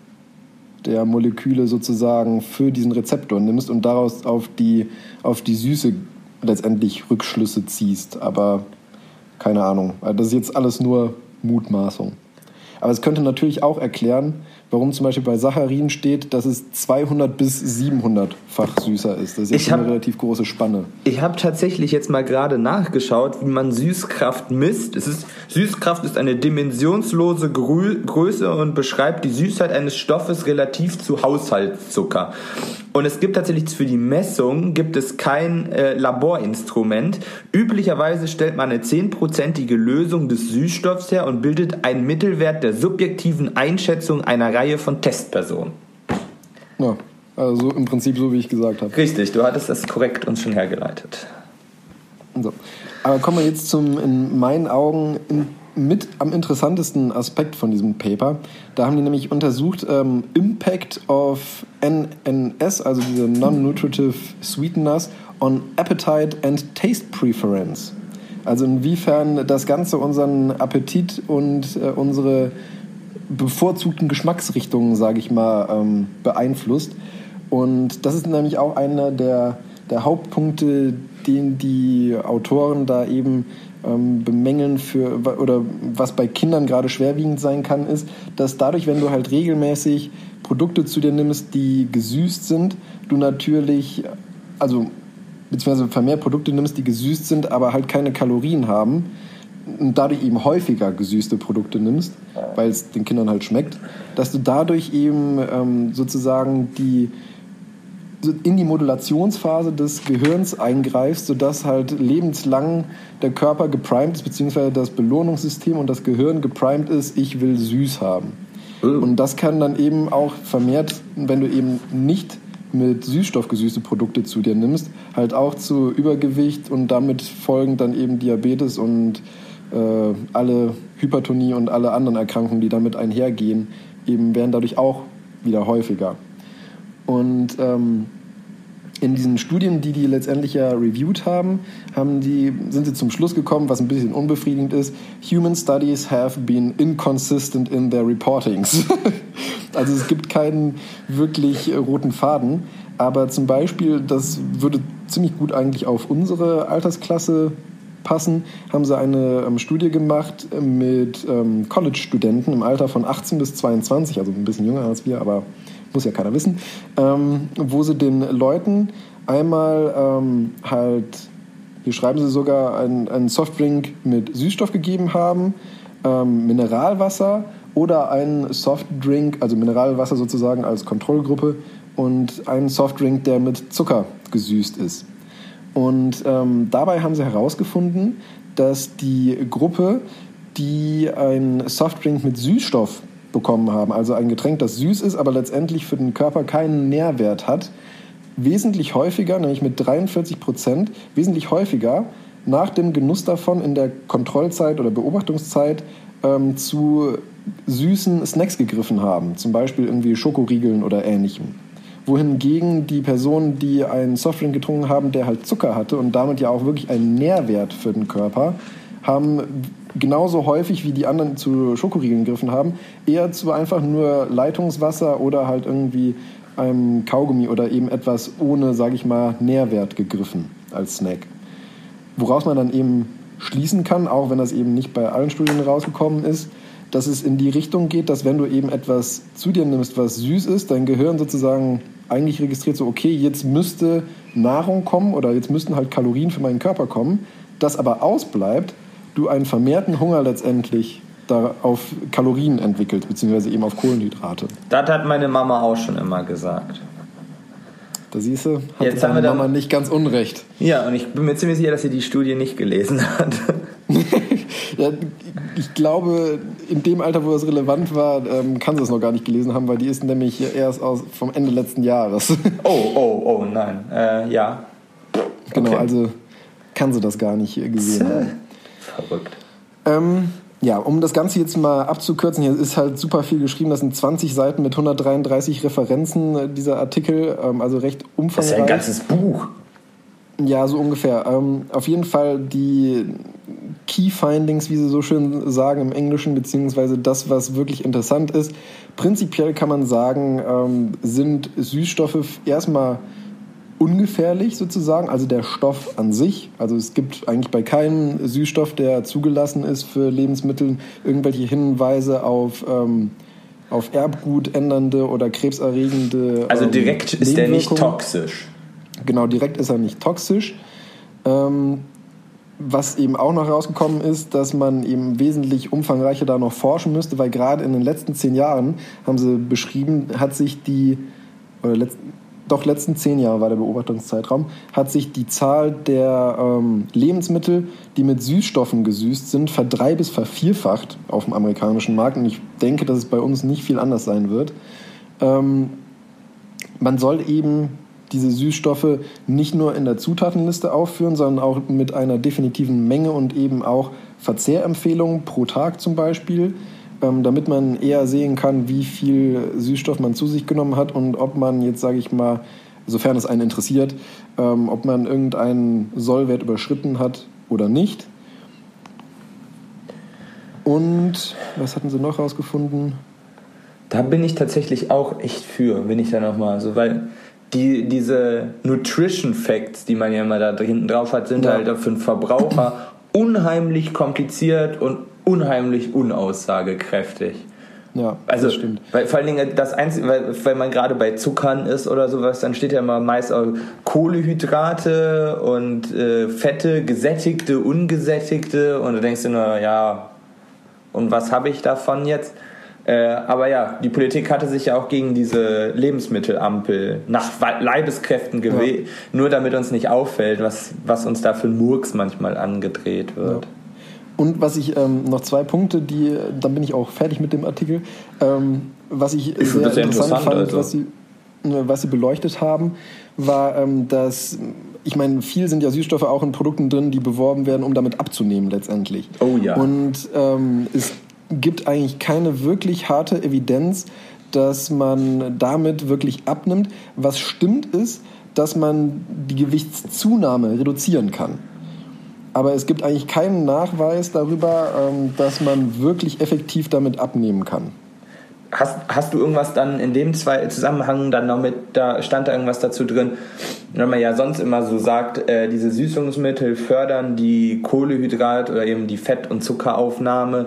Moleküle sozusagen für diesen Rezeptor nimmst und daraus auf die Süße letztendlich Rückschlüsse ziehst. Aber keine Ahnung. Das ist jetzt alles nur Mutmaßung. Aber es könnte natürlich auch erklären, warum zum Beispiel bei Saccharin steht, dass es 200 bis 700-fach süßer ist. Das ist jetzt eine relativ große Spanne. Ich habe tatsächlich jetzt mal gerade nachgeschaut, wie man Süßkraft misst. Süßkraft ist eine dimensionslose Größe und beschreibt die Süßheit eines Stoffes relativ zu Haushaltszucker. Und es gibt tatsächlich für die Messung kein Laborinstrument. Üblicherweise stellt man eine 10%ige Lösung des Süßstoffs her und bildet einen Mittelwert der subjektiven Einschätzung einer Reihe von Testpersonen. Ja, also im Prinzip so, wie ich gesagt habe. Richtig, du hattest das korrekt uns schon hergeleitet. So. Aber kommen wir jetzt zum, in meinen Augen, mit am interessantesten Aspekt von diesem Paper. Da haben die nämlich untersucht Impact of NNS, also diese Non-Nutritive Sweeteners, on Appetite and Taste Preference. Also inwiefern das Ganze unseren Appetit und unsere bevorzugten Geschmacksrichtungen, sage ich mal, beeinflusst. Und das ist nämlich auch einer der Hauptpunkte, den die Autoren da eben bemängeln oder was bei Kindern gerade schwerwiegend sein kann, ist, dass dadurch, wenn du halt regelmäßig Produkte zu dir nimmst, die gesüßt sind, du natürlich, beziehungsweise vermehrt Produkte nimmst, die gesüßt sind, aber halt keine Kalorien haben und dadurch eben häufiger gesüßte Produkte nimmst, weil es den Kindern halt schmeckt, dass du dadurch eben sozusagen in die Modulationsphase des Gehirns eingreifst, sodass halt lebenslang der Körper geprimed ist, beziehungsweise das Belohnungssystem und das Gehirn geprimed ist, ich will süß haben. Und das kann dann eben auch vermehrt, wenn du eben nicht mit Süßstoff gesüßte Produkte zu dir nimmst, halt auch zu Übergewicht und damit folgend dann eben Diabetes und alle Hypertonie und alle anderen Erkrankungen, die damit einhergehen, eben werden dadurch auch wieder häufiger. Und in diesen Studien, die letztendlich ja reviewed haben, sind sie zum Schluss gekommen, was ein bisschen unbefriedigend ist, human studies have been inconsistent in their reportings. Also es gibt keinen wirklich roten Faden, aber zum Beispiel, das würde ziemlich gut eigentlich auf unsere Altersklasse passen, haben sie eine Studie gemacht mit College-Studenten im Alter von 18 bis 22, also ein bisschen jünger als wir, aber muss ja keiner wissen, wo sie den Leuten einmal hier schreiben sie sogar, einen Softdrink mit Süßstoff gegeben haben, Mineralwasser oder einen Softdrink, also Mineralwasser sozusagen als Kontrollgruppe und einen Softdrink, der mit Zucker gesüßt ist. Und dabei haben sie herausgefunden, dass die Gruppe, die einen Softdrink mit Süßstoff bekommen haben, also ein Getränk, das süß ist, aber letztendlich für den Körper keinen Nährwert hat, wesentlich häufiger, nämlich mit 43%, wesentlich häufiger nach dem Genuss davon in der Kontrollzeit oder Beobachtungszeit zu süßen Snacks gegriffen haben, zum Beispiel irgendwie Schokoriegeln oder Ähnlichem. Wohingegen die Personen, die einen Softdrink getrunken haben, der halt Zucker hatte und damit ja auch wirklich einen Nährwert für den Körper, haben genauso häufig wie die anderen zu Schokoriegeln gegriffen haben, eher zu einfach nur Leitungswasser oder halt irgendwie einem Kaugummi oder eben etwas ohne, sage ich mal, Nährwert gegriffen als Snack. Woraus man dann eben schließen kann, auch wenn das eben nicht bei allen Studien rausgekommen ist, dass es in die Richtung geht, dass wenn du eben etwas zu dir nimmst, was süß ist, dein Gehirn sozusagen eigentlich registriert so, okay, jetzt müsste Nahrung kommen oder jetzt müssten halt Kalorien für meinen Körper kommen, das aber ausbleibt, du einen vermehrten Hunger letztendlich da auf Kalorien entwickelst, beziehungsweise eben auf Kohlenhydrate. Das hat meine Mama auch schon immer gesagt. Da siehst du, hat deine Mama nicht ganz unrecht. Ja, und ich bin mir ziemlich sicher, dass sie die Studie nicht gelesen hat. Ja, ich glaube, in dem Alter, wo es relevant war, kann sie es noch gar nicht gelesen haben, weil die ist nämlich erst vom Ende letzten Jahres. Oh, nein. Ja. Genau, okay. Also kann sie das gar nicht gesehen haben. Verrückt. Ja, um das Ganze jetzt mal abzukürzen, hier ist halt super viel geschrieben, das sind 20 Seiten mit 133 Referenzen, dieser Artikel, also recht umfangreich. Das ist ja ein ganzes Buch. Ja, so ungefähr. Auf jeden Fall die Key Findings, wie sie so schön sagen im Englischen, beziehungsweise das, was wirklich interessant ist. Prinzipiell kann man sagen, sind Süßstoffe erstmal ungefährlich sozusagen, also der Stoff an sich. Also es gibt eigentlich bei keinem Süßstoff, der zugelassen ist für Lebensmittel, irgendwelche Hinweise auf Erbgut ändernde oder krebserregende Also direkt ist der nicht toxisch. Genau, direkt ist er nicht toxisch. Was eben auch noch rausgekommen ist, dass man eben wesentlich umfangreicher da noch forschen müsste, weil gerade in den letzten 10 Jahren, haben sie beschrieben, hat sich letzten 10 Jahre war der Beobachtungszeitraum, hat sich die Zahl der Lebensmittel, die mit Süßstoffen gesüßt sind, ver-3- bis ver-4-facht auf dem amerikanischen Markt. Und ich denke, dass es bei uns nicht viel anders sein wird. Man soll eben diese Süßstoffe nicht nur in der Zutatenliste aufführen, sondern auch mit einer definitiven Menge und eben auch Verzehrempfehlungen pro Tag zum Beispiel, damit man eher sehen kann, wie viel Süßstoff man zu sich genommen hat und ob man jetzt, sage ich mal, sofern es einen interessiert, ob man irgendeinen Sollwert überschritten hat oder nicht. Und was hatten sie noch rausgefunden? Da bin ich tatsächlich auch echt für, bin ich da nochmal so, weil diese Nutrition Facts, die man ja immer da hinten drauf hat, sind halt für den Verbraucher unheimlich kompliziert und unheimlich unaussagekräftig. Ja, also, das stimmt. Weil, vor allen Dingen das Einzige, weil man gerade bei Zuckern ist oder sowas, dann steht ja mal meist auch Kohlenhydrate und Fette, gesättigte, ungesättigte, und du denkst dir nur, ja, und was habe ich davon jetzt? Aber ja, die Politik hatte sich ja auch gegen diese Lebensmittelampel nach Leibeskräften gewählt, nur damit uns nicht auffällt, was uns da für ein Murks manchmal angedreht wird. Ja. Und was ich, noch 2 Punkte, dann bin ich auch fertig mit dem Artikel, was ich sehr interessant fand, also. was sie beleuchtet haben, war, dass, ich meine, viel sind ja Süßstoffe auch in Produkten drin, die beworben werden, um damit abzunehmen letztendlich. Oh ja. Und es gibt eigentlich keine wirklich harte Evidenz, dass man damit wirklich abnimmt. Was stimmt ist, dass man die Gewichtszunahme reduzieren kann. Aber es gibt eigentlich keinen Nachweis darüber, dass man wirklich effektiv damit abnehmen kann. Hast du irgendwas dann in dem Zusammenhang dann noch da stand da irgendwas dazu drin, wenn man ja sonst immer so sagt, diese Süßungsmittel fördern die Kohlehydrat- oder eben die Fett- und Zuckeraufnahme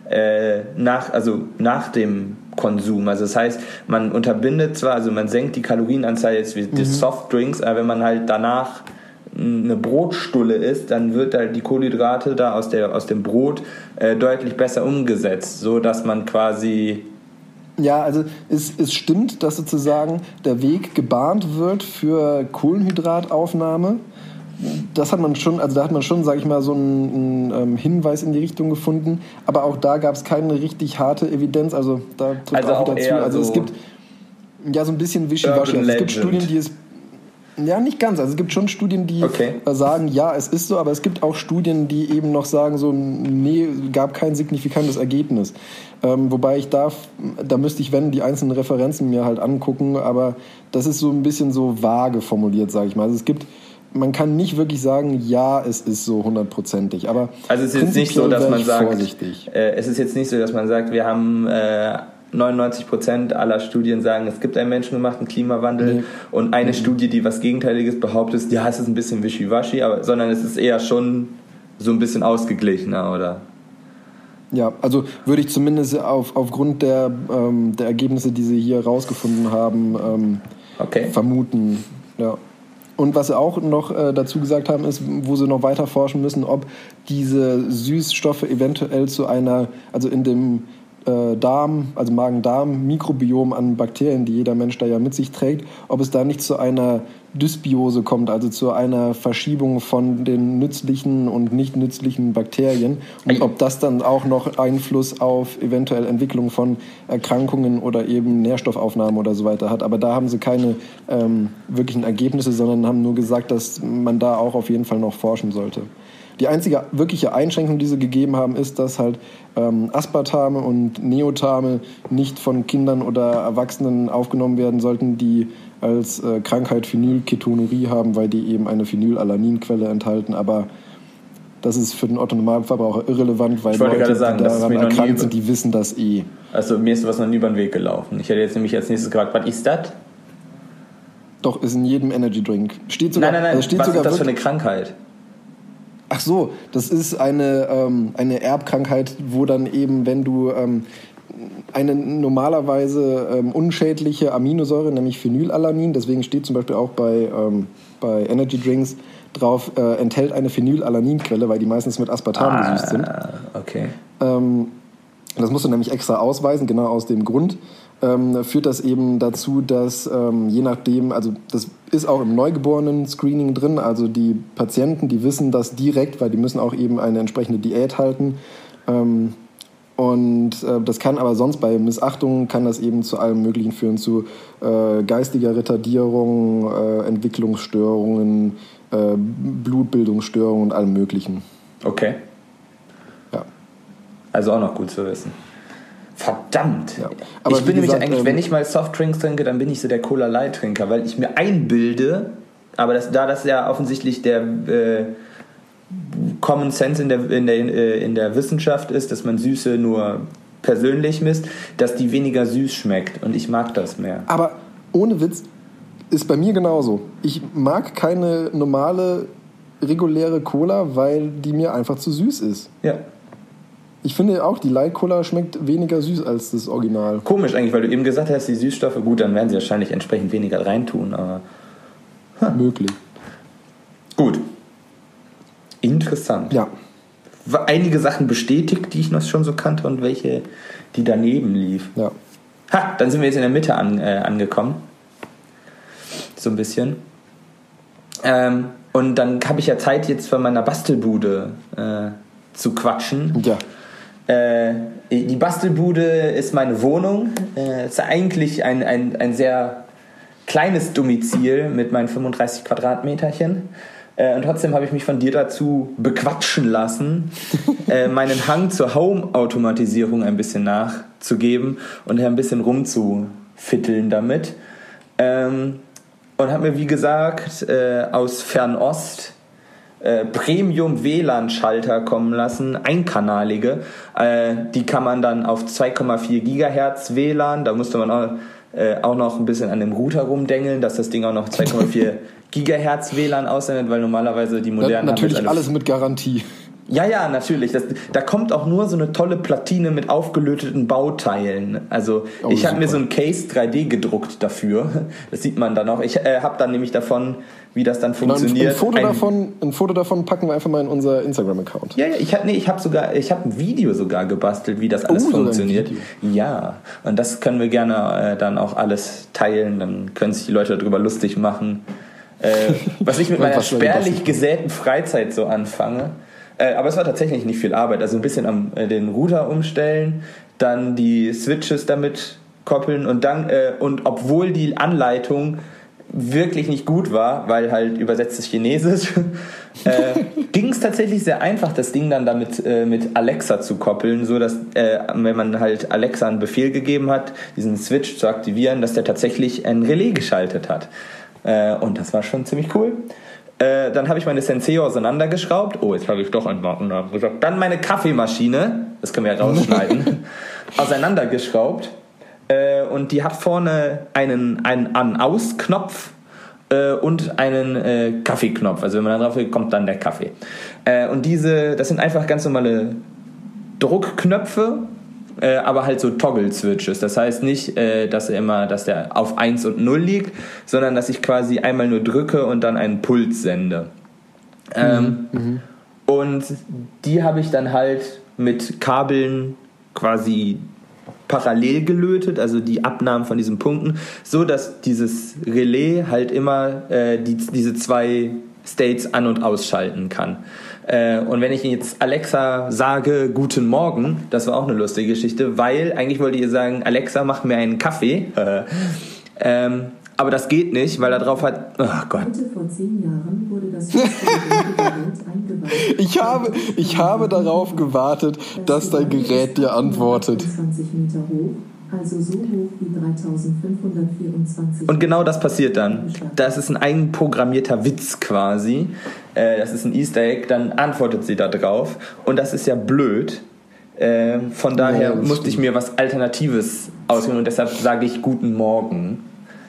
nach dem Konsum. Also das heißt, man unterbindet zwar, also man senkt die Kalorienanzahl jetzt wie die Softdrinks, aber wenn man halt danach eine Brotstulle isst, dann wird halt die Kohlenhydrate da aus dem Brot deutlich besser umgesetzt, so dass man quasi... Ja, also es stimmt, dass sozusagen der Weg gebahnt wird für Kohlenhydrataufnahme. Das hat man schon, also da hat man schon, sage ich mal, so einen Hinweis in die Richtung gefunden. Aber auch da gab es keine richtig harte Evidenz. Also da trifft auch wieder zu. Also es gibt ja so ein bisschen Wischiwaschi. Also es gibt Studien, die es... Ja, nicht ganz. Also es gibt schon Studien, die sagen, ja, es ist so, aber es gibt auch Studien, die eben noch sagen, so, nee, gab kein signifikantes Ergebnis. Wobei da müsste ich, wenn, die einzelnen Referenzen mir halt angucken, aber das ist so ein bisschen so vage formuliert, sage ich mal. Also man kann nicht wirklich sagen, ja, es ist so 100%ig, aber also es ist jetzt nicht so, dass man sagt, vorsichtig. Es ist jetzt nicht so, dass man sagt, wir haben 99% aller Studien sagen, es gibt einen menschengemachten Klimawandel und eine Studie, die was Gegenteiliges behauptet, ja, es ist ein bisschen wischiwaschi, sondern es ist eher schon so ein bisschen ausgeglichener, oder? Ja, also würde ich zumindest aufgrund der Ergebnisse, die sie hier rausgefunden haben, vermuten. Ja. Und was sie auch noch dazu gesagt haben, ist, wo sie noch weiter forschen müssen, ob diese Süßstoffe eventuell zu einer, also in dem Darm, also Magen-Darm-Mikrobiom an Bakterien, die jeder Mensch da ja mit sich trägt, ob es da nicht zu einer Dysbiose kommt, also zu einer Verschiebung von den nützlichen und nicht nützlichen Bakterien und ob das dann auch noch Einfluss auf eventuell Entwicklung von Erkrankungen oder eben Nährstoffaufnahmen oder so weiter hat. Aber da haben sie keine wirklichen Ergebnisse, sondern haben nur gesagt, dass man da auch auf jeden Fall noch forschen sollte. Die einzige wirkliche Einschränkung, die sie gegeben haben, ist, dass halt Aspartame und Neotame nicht von Kindern oder Erwachsenen aufgenommen werden sollten, die als Krankheit Phenylketonurie haben, weil die eben eine Phenylalaninquelle enthalten. Aber das ist für den Otto-Normalverbraucher irrelevant, weil Leute, sagen, die daran erkrankt sind, die wissen das eh. Also mir ist was noch nie über den Weg gelaufen. Ich hätte jetzt nämlich als nächstes gefragt, was ist das? Doch, ist in jedem Energy Drink. Steht sogar, nein. Also steht was sogar ist das für eine Krankheit? Ach so, das ist eine Erbkrankheit, wo dann eben, wenn du eine normalerweise unschädliche Aminosäure, nämlich Phenylalanin, deswegen steht zum Beispiel auch bei Energy Drinks drauf, enthält eine Phenylalaninquelle, weil die meistens mit Aspartam gesüßt sind. Okay. Das musst du nämlich extra ausweisen, genau aus dem Grund. Führt das eben dazu, dass je nachdem, also das ist auch im Neugeborenen-Screening drin, also die Patienten, die wissen das direkt, weil die müssen auch eben eine entsprechende Diät halten. Und das kann aber sonst bei Missachtungen, kann das eben zu allem Möglichen führen, zu geistiger Retardierung, Entwicklungsstörungen, Blutbildungsstörungen und allem Möglichen. Okay. Ja. Also auch noch gut zu wissen. Verdammt. Ja. Aber ich bin nämlich gesagt, eigentlich, wenn ich mal Softdrinks trinke, dann bin ich so der Cola-Light-Trinker, weil ich mir einbilde, aber da das ja offensichtlich der Common Sense in der Wissenschaft ist, dass man Süße nur persönlich misst, dass die weniger süß schmeckt und ich mag das mehr. Aber ohne Witz ist bei mir genauso. Ich mag keine normale, reguläre Cola, weil die mir einfach zu süß ist. Ja. Ich finde auch, die Light Cola schmeckt weniger süß als das Original. Komisch eigentlich, weil du eben gesagt hast, die Süßstoffe, gut, dann werden sie wahrscheinlich entsprechend weniger reintun, aber... Möglich. Gut. Interessant. Ja. Einige Sachen bestätigt, die ich noch schon so kannte und welche, die daneben lief. Ja. Ha, dann sind wir jetzt in der Mitte angekommen. So ein bisschen. Und dann habe ich ja Zeit, jetzt von meiner Bastelbude zu quatschen. Ja. Die Bastelbude ist meine Wohnung. Ist eigentlich ein sehr kleines Domizil mit meinen 35 Quadratmeterchen. Und trotzdem habe ich mich von dir dazu bequatschen lassen, meinen Hang zur Home-Automatisierung ein bisschen nachzugeben und ein bisschen rumzufitteln damit. Und habe mir, wie gesagt, aus Fernost Premium-WLAN-Schalter kommen lassen, einkanalige. Die kann man dann auf 2,4 Gigahertz WLAN, da musste man auch noch ein bisschen an dem Router rumdengeln, dass das Ding auch noch 2,4 Gigahertz WLAN aussendet, weil normalerweise die modernen... Natürlich alles mit Garantie. Ja, natürlich. Da kommt auch nur so eine tolle Platine mit aufgelöteten Bauteilen. Also ich habe mir so ein Case 3D gedruckt dafür. Das sieht man dann auch. Ich habe dann nämlich davon, wie das dann funktioniert. Ein Foto davon packen wir einfach mal in unser Instagram-Account. Ja, ich habe ein Video sogar gebastelt, wie das alles funktioniert. Ja, und das können wir gerne dann auch alles teilen. Dann können sich die Leute darüber lustig machen. Was ich mit meiner spärlich gesäten Freizeit so anfange. Aber es war tatsächlich nicht viel Arbeit. Also ein bisschen den Router umstellen, dann die Switches damit koppeln und dann, und obwohl die Anleitung wirklich nicht gut war, weil halt übersetztes Chinesisch, ging es tatsächlich sehr einfach, das Ding dann damit mit Alexa zu koppeln, so dass wenn man halt Alexa einen Befehl gegeben hat, diesen Switch zu aktivieren, dass der tatsächlich ein Relais geschaltet hat. Und das war schon ziemlich cool. Dann habe ich meine Senseo auseinandergeschraubt. Oh, jetzt habe ich doch einen Markennamen gesagt. Dann meine Kaffeemaschine, das können wir ja rausschneiden, auseinandergeschraubt. Und die hat vorne einen An-Aus-Knopf und einen Kaffeeknopf. Also wenn man da drauf will, kommt dann der Kaffee. Und das sind einfach ganz normale Druckknöpfe, aber halt so Toggle-Switches. Das heißt nicht, dass der auf 1 und 0 liegt, sondern dass ich quasi einmal nur drücke und dann einen Puls sende. Und die habe ich dann halt mit Kabeln quasi parallel gelötet, also die Abnahmen von diesen Punkten, so dass dieses Relais halt immer diese zwei States an- und ausschalten kann. Und wenn ich jetzt Alexa sage, guten Morgen, das war auch eine lustige Geschichte, weil eigentlich wollte ihr sagen, Alexa, mach mir einen Kaffee. Aber das geht nicht, weil da drauf hat... Oh Gott. Heute vor 10 Jahren wurde das höchste Gerät der Welt eingeweiht. Ich habe darauf gewartet, dass dein Gerät dir antwortet. 20 Meter hoch, also so hoch wie 3524. Und genau das passiert dann. Das ist ein eigenprogrammierter Witz quasi. Das ist ein Easter Egg, dann antwortet sie da drauf. Und das ist ja blöd. Von daher musste ich mir was Alternatives auswählen und deshalb sage ich Guten Morgen.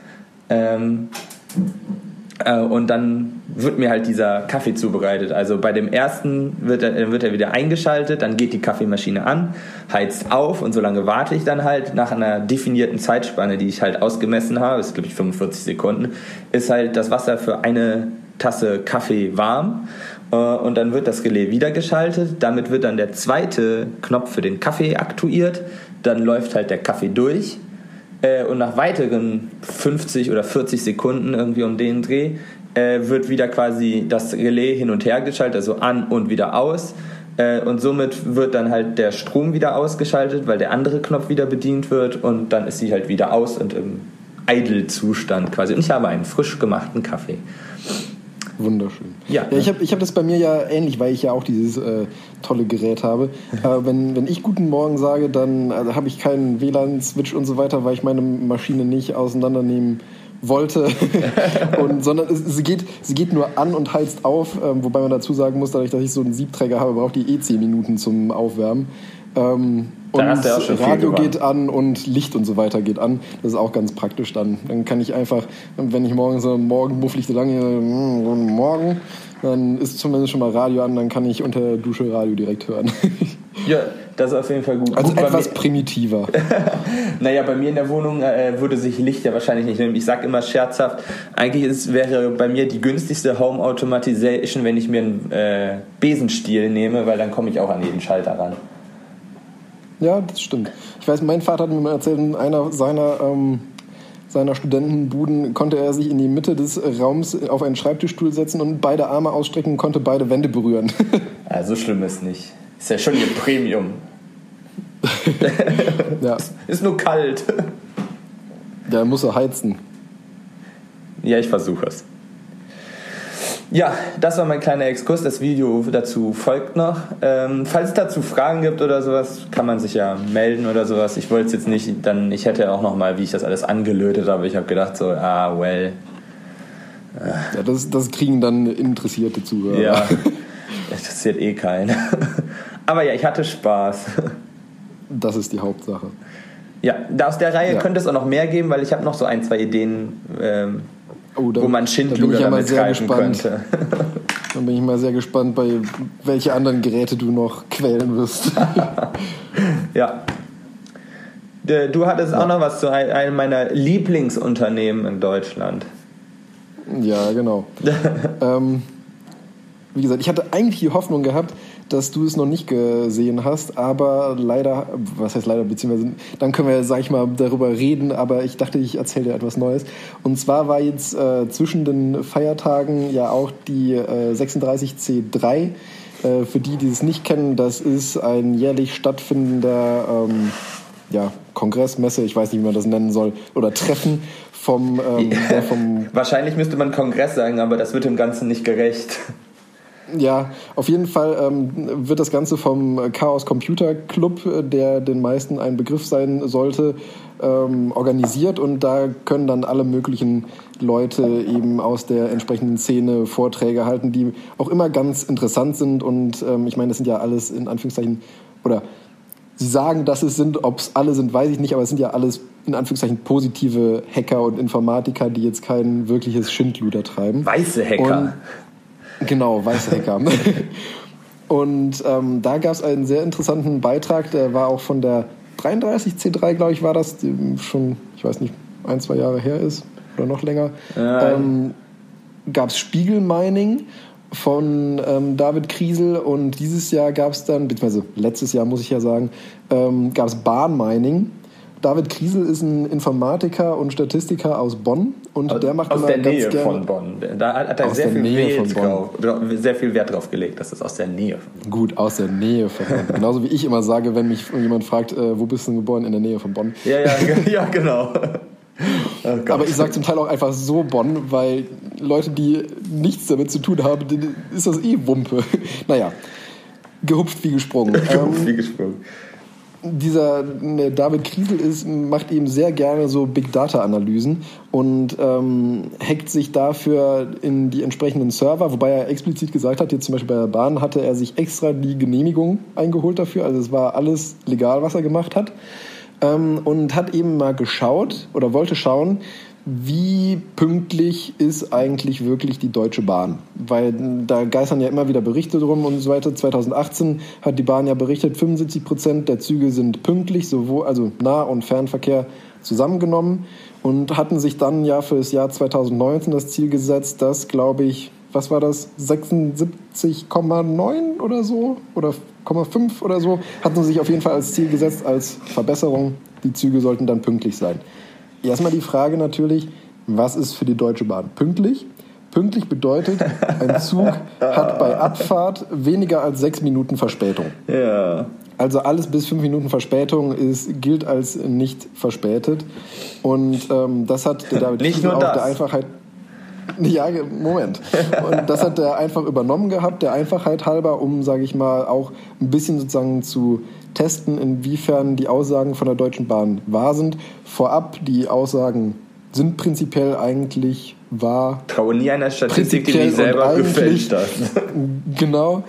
Und dann wird mir halt dieser Kaffee zubereitet. Also bei dem ersten wird er wieder eingeschaltet, dann geht die Kaffeemaschine an, heizt auf und so lange warte ich dann halt nach einer definierten Zeitspanne, die ich halt ausgemessen habe, das ist glaube ich 45 Sekunden, ist halt das Wasser für eine Tasse Kaffee warm und dann wird das Relais wieder geschaltet. Damit wird dann der zweite Knopf für den Kaffee aktiviert, dann läuft halt der Kaffee durch. Und nach weiteren 50 oder 40 Sekunden irgendwie um den Dreh wird wieder quasi das Relais hin und her geschaltet, also an und wieder aus. Und somit wird dann halt der Strom wieder ausgeschaltet, weil der andere Knopf wieder bedient wird und dann ist sie halt wieder aus und im Idle-Zustand quasi. Und ich habe einen frisch gemachten Kaffee. Wunderschön. Ja, ich hab das bei mir ja ähnlich, weil ich ja auch dieses tolle Gerät habe. Wenn ich Guten Morgen sage, dann habe ich keinen WLAN-Switch und so weiter, weil ich meine Maschine nicht auseinandernehmen wollte. Sondern sie geht nur an und heizt auf, wobei man dazu sagen muss, dadurch, dass ich so einen Siebträger habe, braucht die 10 Minuten zum Aufwärmen. Und Radio geht an und Licht und so weiter geht an. Das ist auch ganz praktisch dann. Dann kann ich einfach, wenn ich morgens so Morgenmufflichte lange, guten Morgen, dann ist zumindest schon mal Radio an, dann kann ich unter der Dusche Radio direkt hören. Ja, das ist auf jeden Fall gut. Also gut, etwas primitiver. Naja, bei mir in der Wohnung würde sich Licht ja wahrscheinlich nicht nehmen. Ich sage immer scherzhaft, eigentlich wäre bei mir die günstigste Home Automatization, wenn ich mir einen Besenstiel nehme, weil dann komme ich auch an jeden Schalter ran. Ja, das stimmt. Ich weiß, mein Vater hat mir mal erzählt, in einer seiner Studentenbuden konnte er sich in die Mitte des Raums auf einen Schreibtischstuhl setzen und beide Arme ausstrecken und konnte beide Wände berühren. Ja, so schlimm ist nicht. Ist ja schon ihr Premium. Ja. Ist nur kalt. Ja, muss er heizen. Ja, ich versuche es. Ja, das war mein kleiner Exkurs. Das Video dazu folgt noch. Falls es dazu Fragen gibt oder sowas, kann man sich ja melden oder sowas. Ich wollte es jetzt nicht, ich hätte auch noch mal, wie ich das alles angelötet habe. Ich habe gedacht so, well. Ja, das kriegen dann interessierte Zuhörer. Ja, interessiert eh keinen. Aber ja, ich hatte Spaß. Das ist die Hauptsache. Ja, aus der Reihe könnte es auch noch mehr geben, weil ich habe noch so 1, 2 Ideen, wo man Schindluder damit treiben könnte. Dann bin ich mal sehr gespannt, bei welche anderen Geräte du noch quälen wirst. Ja. Du hattest auch noch was zu einem meiner Lieblingsunternehmen in Deutschland. Ja, genau. Wie gesagt, ich hatte eigentlich die Hoffnung gehabt, dass du es noch nicht gesehen hast, aber leider, was heißt leider, beziehungsweise dann können wir, sag ich mal, darüber reden, aber ich dachte, ich erzähle dir etwas Neues. Und zwar war jetzt zwischen den Feiertagen ja auch die 36C3. Für die es nicht kennen, das ist ein jährlich stattfindender Kongress, Messe, ich weiß nicht, wie man das nennen soll, oder Treffen vom Wahrscheinlich müsste man Kongress sagen, aber das wird dem Ganzen nicht gerecht. Ja, auf jeden Fall wird das Ganze vom Chaos Computer Club, der den meisten ein Begriff sein sollte, organisiert, und da können dann alle möglichen Leute eben aus der entsprechenden Szene Vorträge halten, die auch immer ganz interessant sind, und ich meine, das sind ja alles in Anführungszeichen, oder sie sagen, dass es sind, ob es alle sind, weiß ich nicht, aber es sind ja alles in Anführungszeichen positive Hacker und Informatiker, die jetzt kein wirkliches Schindluder treiben. Weiße Hacker. Genau, weiße Hacker. Und da gab es einen sehr interessanten Beitrag, der war auch von der 33C3, glaube ich, war das, die schon, ich weiß nicht, 1, 2 Jahre her ist oder noch länger. Gab es Spiegelmining von David Kriesel, und dieses Jahr gab es dann, beziehungsweise letztes Jahr muss ich ja sagen, gab es Bahnmining. David Kriesel ist ein Informatiker und Statistiker aus Bonn, und der macht aus immer der ganz Nähe gerne von Bonn. Da hat er sehr viel Wert drauf gelegt, dass es aus der Nähe von Bonn. Gut, aus der Nähe von Bonn. Genauso wie ich immer sage, wenn mich jemand fragt, wo bist du denn geboren? In der Nähe von Bonn. Ja, genau. Oh Gott. Aber ich sage zum Teil auch einfach so Bonn, weil Leute, die nichts damit zu tun haben, denen ist das eh Wumpe. Naja, gehupft wie gesprungen. Wie gesprungen. Dieser David Kriesel macht eben sehr gerne so Big-Data-Analysen und hackt sich dafür in die entsprechenden Server, wobei er explizit gesagt hat, jetzt zum Beispiel bei der Bahn hatte er sich extra die Genehmigung eingeholt dafür, also es war alles legal, was er gemacht hat, und hat eben mal geschaut oder wollte schauen, wie pünktlich ist eigentlich wirklich die Deutsche Bahn? Weil da geistern ja immer wieder Berichte drum und so weiter. 2018 hat die Bahn ja berichtet, 75% der Züge sind pünktlich, sowohl also Nah- und Fernverkehr zusammengenommen, und hatten sich dann ja für das Jahr 2019 das Ziel gesetzt, dass, glaube ich, was war das, 76,9 oder so oder 0,5 oder so, hatten sich auf jeden Fall als Ziel gesetzt, als Verbesserung, die Züge sollten dann pünktlich sein. Erstmal die Frage natürlich, was ist für die Deutsche Bahn pünktlich? Pünktlich bedeutet, ein Zug hat bei Abfahrt weniger als 6 Minuten Verspätung. Ja. Also alles bis 5 Minuten Verspätung gilt als nicht verspätet. Und das hat der David Nicht nur auch das. der Einfachheit... Ja, Moment. Und das hat er einfach übernommen gehabt, der Einfachheit halber, um, sage ich mal, auch ein bisschen sozusagen zu testen, inwiefern die Aussagen von der Deutschen Bahn wahr sind. Vorab, die Aussagen sind prinzipiell eigentlich wahr. Traue nie einer Statistik, die dich selber gefälscht hat. Genau.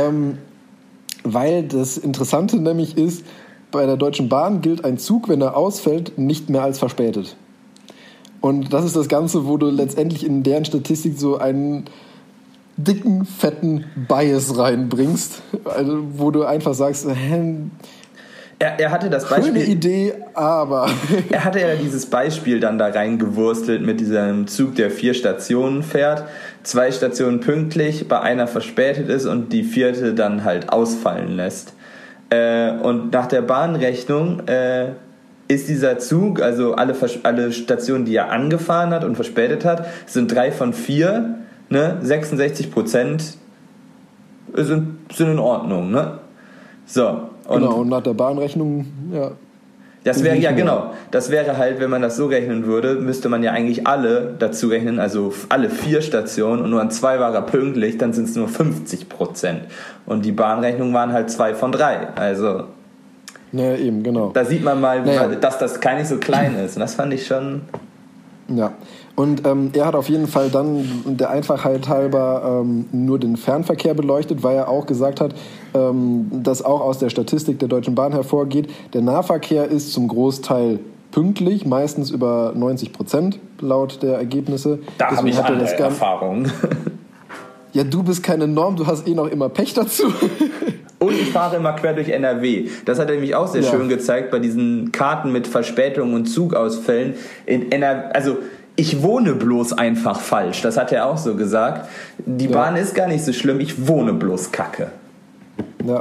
Weil das Interessante nämlich ist, bei der Deutschen Bahn gilt ein Zug, wenn er ausfällt, nicht mehr als verspätet. Und das ist das Ganze, wo du letztendlich in deren Statistik so einen dicken, fetten Bias reinbringst. Also, wo du einfach sagst, Er hatte das Beispiel. schöne Idee, aber. Er hatte ja dieses Beispiel dann da reingewurstelt mit diesem Zug, der 4 Stationen fährt, 2 Stationen pünktlich, bei einer verspätet ist und die 4. dann halt ausfallen lässt. Und nach der Bahnrechnung ist dieser Zug, also alle Stationen, die er angefahren hat und verspätet hat, sind 3 von 4, ne? 66% sind in Ordnung, ne? So. Und nach der Bahnrechnung, ja. Das wäre, ja genau, das wäre halt, wenn man das so rechnen würde, müsste man ja eigentlich alle dazu rechnen, also alle 4 Stationen, und nur an 2 war er pünktlich, dann sind es nur 50%. Und die Bahnrechnung waren halt 2 von 3, also... Ja, eben, genau. Da sieht man mal, dass das gar nicht so klein ist. Und das fand ich schon... Ja, und er hat auf jeden Fall dann der Einfachheit halber nur den Fernverkehr beleuchtet, weil er auch gesagt hat, dass auch aus der Statistik der Deutschen Bahn hervorgeht, der Nahverkehr ist zum Großteil pünktlich, meistens über 90% laut der Ergebnisse. Da habe ich andere Erfahrungen. Ja, du bist keine Norm, du hast eh noch immer Pech dazu. Und ich fahre immer quer durch NRW. Das hat er nämlich auch sehr schön gezeigt bei diesen Karten mit Verspätungen und Zugausfällen. In NRW, also ich wohne bloß einfach falsch. Das hat er auch so gesagt. Die Bahn ist gar nicht so schlimm, ich wohne bloß kacke. Ja.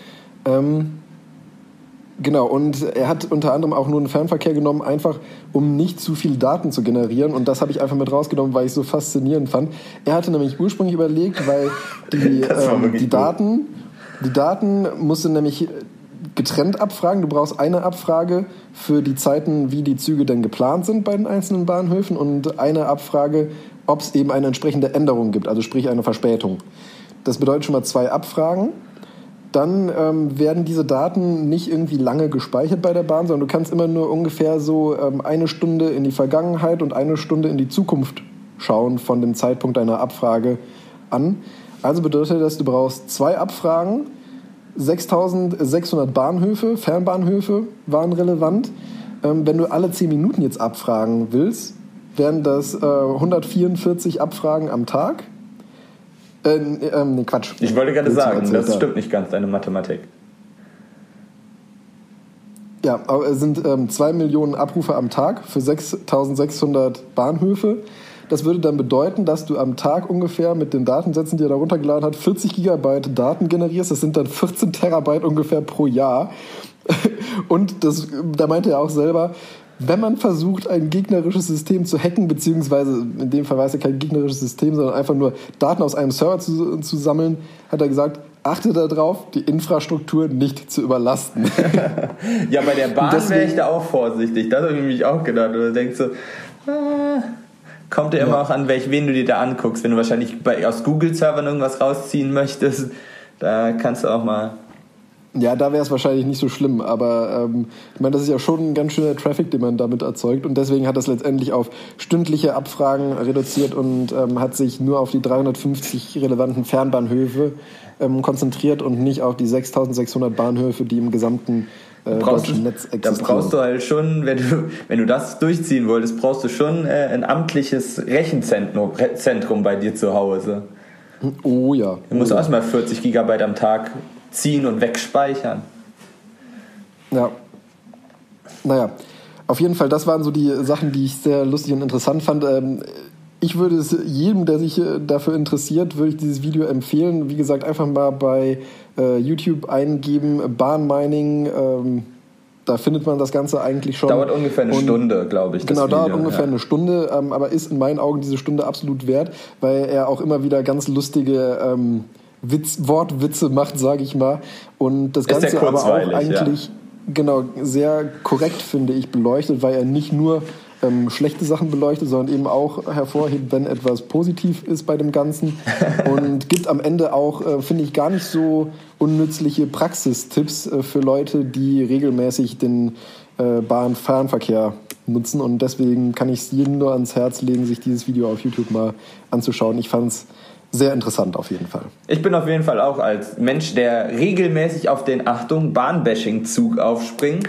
Genau, und er hat unter anderem auch nur den Fernverkehr genommen, einfach um nicht zu viel Daten zu generieren. Und das habe ich einfach mit rausgenommen, weil ich es so faszinierend fand. Er hatte nämlich ursprünglich überlegt, weil die Daten musst du nämlich getrennt abfragen. Du brauchst eine Abfrage für die Zeiten, wie die Züge denn geplant sind bei den einzelnen Bahnhöfen, und eine Abfrage, ob es eben eine entsprechende Änderung gibt, also sprich eine Verspätung. Das bedeutet schon mal 2 Abfragen. Dann werden diese Daten nicht irgendwie lange gespeichert bei der Bahn, sondern du kannst immer nur ungefähr so 1 Stunde in die Vergangenheit und 1 Stunde in die Zukunft schauen von dem Zeitpunkt deiner Abfrage an. Also bedeutet das, du brauchst 2 Abfragen, 6.600 Bahnhöfe, Fernbahnhöfe waren relevant. Wenn du alle 10 Minuten jetzt abfragen willst, wären das 144 Abfragen am Tag. Nee, Quatsch. Ich wollte gerade sagen, das stimmt nicht ganz, deine Mathematik. Ja, aber es sind 2 Millionen Abrufe am Tag für 6.600 Bahnhöfe. Das würde dann bedeuten, dass du am Tag ungefähr mit den Datensätzen, die er da runtergeladen hat, 40 Gigabyte Daten generierst. Das sind dann 14 Terabyte ungefähr pro Jahr. Und da meinte er auch selber, wenn man versucht, ein gegnerisches System zu hacken, beziehungsweise in dem Fall war es ja kein gegnerisches System, sondern einfach nur Daten aus einem Server zu sammeln, hat er gesagt, achte darauf, die Infrastruktur nicht zu überlasten. Ja, bei der Bahn wäre ich da auch vorsichtig. Das habe ich mich auch gedacht. Und du denkst so, kommt ja immer auch an, wen du dir da anguckst. Wenn du wahrscheinlich aus Google-Servern irgendwas rausziehen möchtest, da kannst du auch mal... Ja, da wäre es wahrscheinlich nicht so schlimm, aber ich meine, das ist ja schon ein ganz schöner Traffic, den man damit erzeugt und deswegen hat das letztendlich auf stündliche Abfragen reduziert und hat sich nur auf die 350 relevanten Fernbahnhöfe konzentriert und nicht auf die 6600 Bahnhöfe, die im gesamten deutschen Netz existieren. Da brauchst du halt schon, wenn du das durchziehen wolltest, brauchst du schon ein amtliches Rechenzentrum bei dir zu Hause. Oh ja. Du musst erstmal 40 Gigabyte am Tag ziehen und wegspeichern. Ja. Naja, auf jeden Fall, das waren so die Sachen, die ich sehr lustig und interessant fand. Ich würde es jedem, der sich dafür interessiert, würde ich dieses Video empfehlen. Wie gesagt, einfach mal bei YouTube eingeben, Bahnmining, da findet man das Ganze eigentlich schon. Dauert ungefähr eine Stunde, glaube ich. Genau, dauert ungefähr eine Stunde, aber ist in meinen Augen diese Stunde absolut wert, weil er auch immer wieder ganz lustige Wortwitze macht, sage ich mal. Und das Ganze aber auch eigentlich genau sehr korrekt, finde ich, beleuchtet, weil er nicht nur schlechte Sachen beleuchtet, sondern eben auch hervorhebt, wenn etwas positiv ist bei dem Ganzen und gibt am Ende auch, finde ich, gar nicht so unnützliche Praxistipps für Leute, die regelmäßig den Bahnfernverkehr nutzen und deswegen kann ich es jedem nur ans Herz legen, sich dieses Video auf YouTube mal anzuschauen. Ich fand es sehr interessant auf jeden Fall. Ich bin auf jeden Fall auch als Mensch, der regelmäßig auf den, Achtung, Bahnbashing-Zug aufspringt.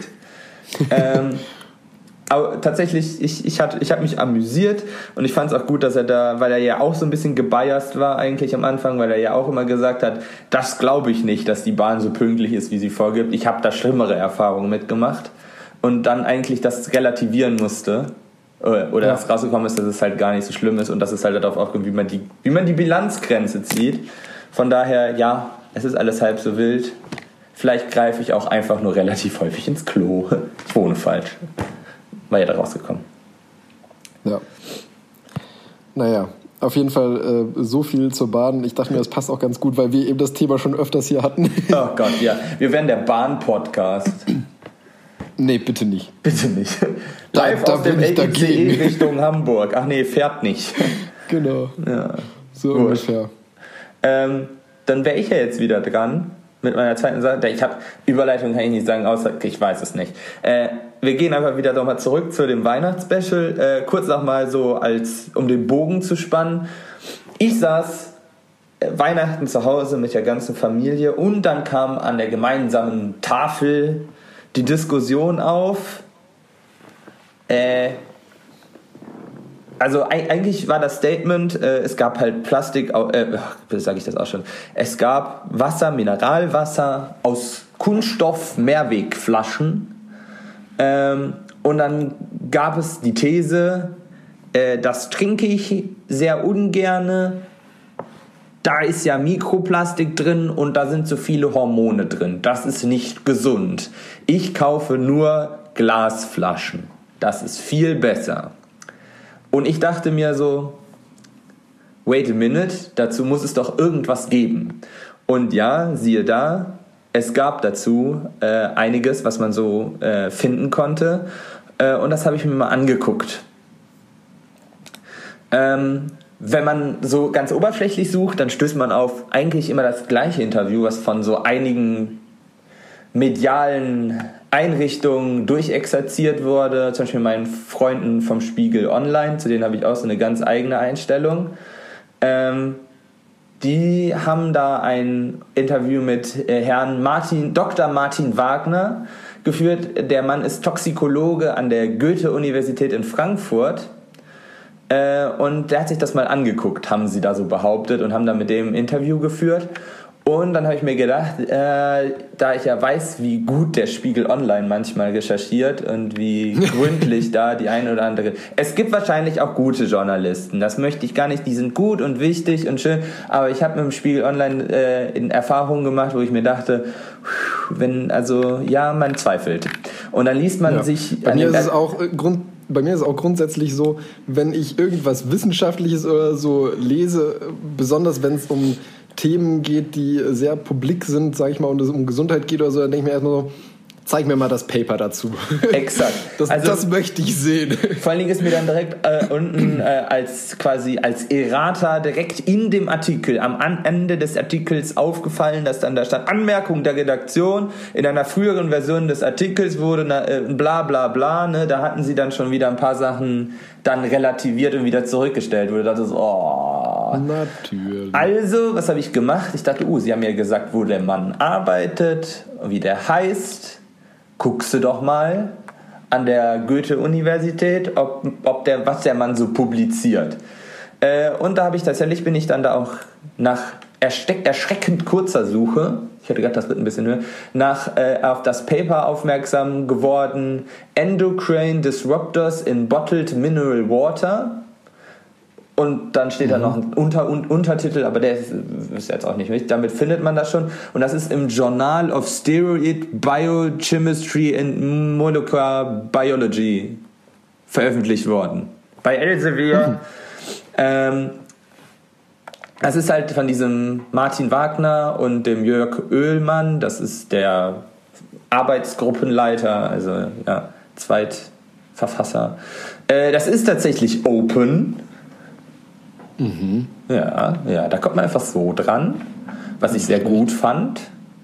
Aber tatsächlich, ich habe mich amüsiert und ich fand es auch gut, dass er da, weil er ja auch so ein bisschen gebiased war eigentlich am Anfang, weil er ja auch immer gesagt hat, das glaube ich nicht, dass die Bahn so pünktlich ist, wie sie vorgibt. Ich habe da schlimmere Erfahrungen mitgemacht und dann eigentlich das relativieren musste. Oder dass rausgekommen ist, dass es halt gar nicht so schlimm ist und dass es halt darauf aufkommt, wie man die Bilanzgrenze zieht. Von daher, ja, es ist alles halb so wild. Vielleicht greife ich auch einfach nur relativ häufig ins Klo. Ich wohne falsch. War ja da rausgekommen. Ja. Naja, auf jeden Fall so viel zur Bahn. Ich dachte mir, das passt auch ganz gut, weil wir eben das Thema schon öfters hier hatten. Oh Gott, ja. Wir wären der Bahn-Podcast. Nee, bitte nicht. Bitte nicht. Live aus dem LICE Richtung Hamburg. Ach nee, fährt nicht. Genau. Ja. So gut. Ungefähr. Dann wäre ich ja jetzt wieder dran mit meiner zweiten Seite. Ich habe Überleitung, kann ich nicht sagen, außer ich weiß es nicht. Wir gehen einfach wieder nochmal zurück zu dem Weihnachtsspecial. Kurz nochmal so, um den Bogen zu spannen. Ich saß Weihnachten zu Hause mit der ganzen Familie und dann kam an der gemeinsamen Tafel die Diskussion auf. Also eigentlich war das Statement, es gab halt Plastik, sage ich das auch schon, es gab Wasser, Mineralwasser aus Kunststoff, Mehrwegflaschen und dann gab es die These, das trinke ich sehr ungerne, da ist ja Mikroplastik drin und da sind so viele Hormone drin, das ist nicht gesund. Ich kaufe nur Glasflaschen, das ist viel besser. Und ich dachte mir so, wait a minute, dazu muss es doch irgendwas geben. Und ja, siehe da, es gab dazu einiges, was man so finden konnte. Und das habe ich mir mal angeguckt. Wenn man so ganz oberflächlich sucht, dann stößt man auf eigentlich immer das gleiche Interview, was von so einigen medialen Einrichtungen durchexerziert wurde, zum Beispiel meinen Freunden vom Spiegel Online, zu denen habe ich auch so eine ganz eigene Einstellung. Die haben da ein Interview mit Herrn Dr. Martin Wagner geführt. Der Mann ist Toxikologe an der Goethe-Universität in Frankfurt. Und der hat sich das mal angeguckt, haben sie da so behauptet, und haben da mit dem Interview geführt. Und dann habe ich mir gedacht, da ich ja weiß, wie gut der Spiegel Online manchmal recherchiert und wie gründlich da die eine oder andere... Es gibt wahrscheinlich auch gute Journalisten, das möchte ich gar nicht, die sind gut und wichtig und schön, aber ich habe mit dem Spiegel Online in Erfahrungen gemacht, wo ich mir dachte, man zweifelt. Und dann liest man sich... Bei mir ist es auch grundsätzlich so, wenn ich irgendwas Wissenschaftliches oder so lese, besonders wenn es um Themen geht, die sehr publik sind, sage ich mal, und es um Gesundheit geht oder so, dann denke ich mir erstmal so, zeig mir mal das Paper dazu. Exakt. Das möchte ich sehen. Vor allen Dingen ist mir dann direkt unten als Errata direkt in dem Artikel, am Ende des Artikels aufgefallen, dass dann da stand, Anmerkung der Redaktion, in einer früheren Version des Artikels wurde bla bla bla, ne, da hatten sie dann schon wieder ein paar Sachen dann relativiert und wieder zurückgestellt. Wo du dachtest, Natürlich. Also, was habe ich gemacht? Ich dachte, sie haben ja gesagt, wo der Mann arbeitet, wie der heißt. Guckst du doch mal an der Goethe-Universität, was der Mann so publiziert. Und da bin ich dann da auch nach erschreckend kurzer Suche, ich hätte gedacht, das wird ein bisschen höher, auf das Paper aufmerksam geworden, Endocrine Disruptors in Bottled Mineral Water. Und dann steht da noch ein Untertitel, aber der ist jetzt auch nicht wichtig. Damit findet man das schon. Und das ist im Journal of Steroid Biochemistry and Molecular Biology veröffentlicht worden. Bei Elsevier. Das ist halt von diesem Martin Wagner und dem Jörg Oehlmann. Das ist der Arbeitsgruppenleiter, also ja, Zweitverfasser. Das ist tatsächlich open. Ja, da kommt man einfach so dran, was ich sehr gut fand.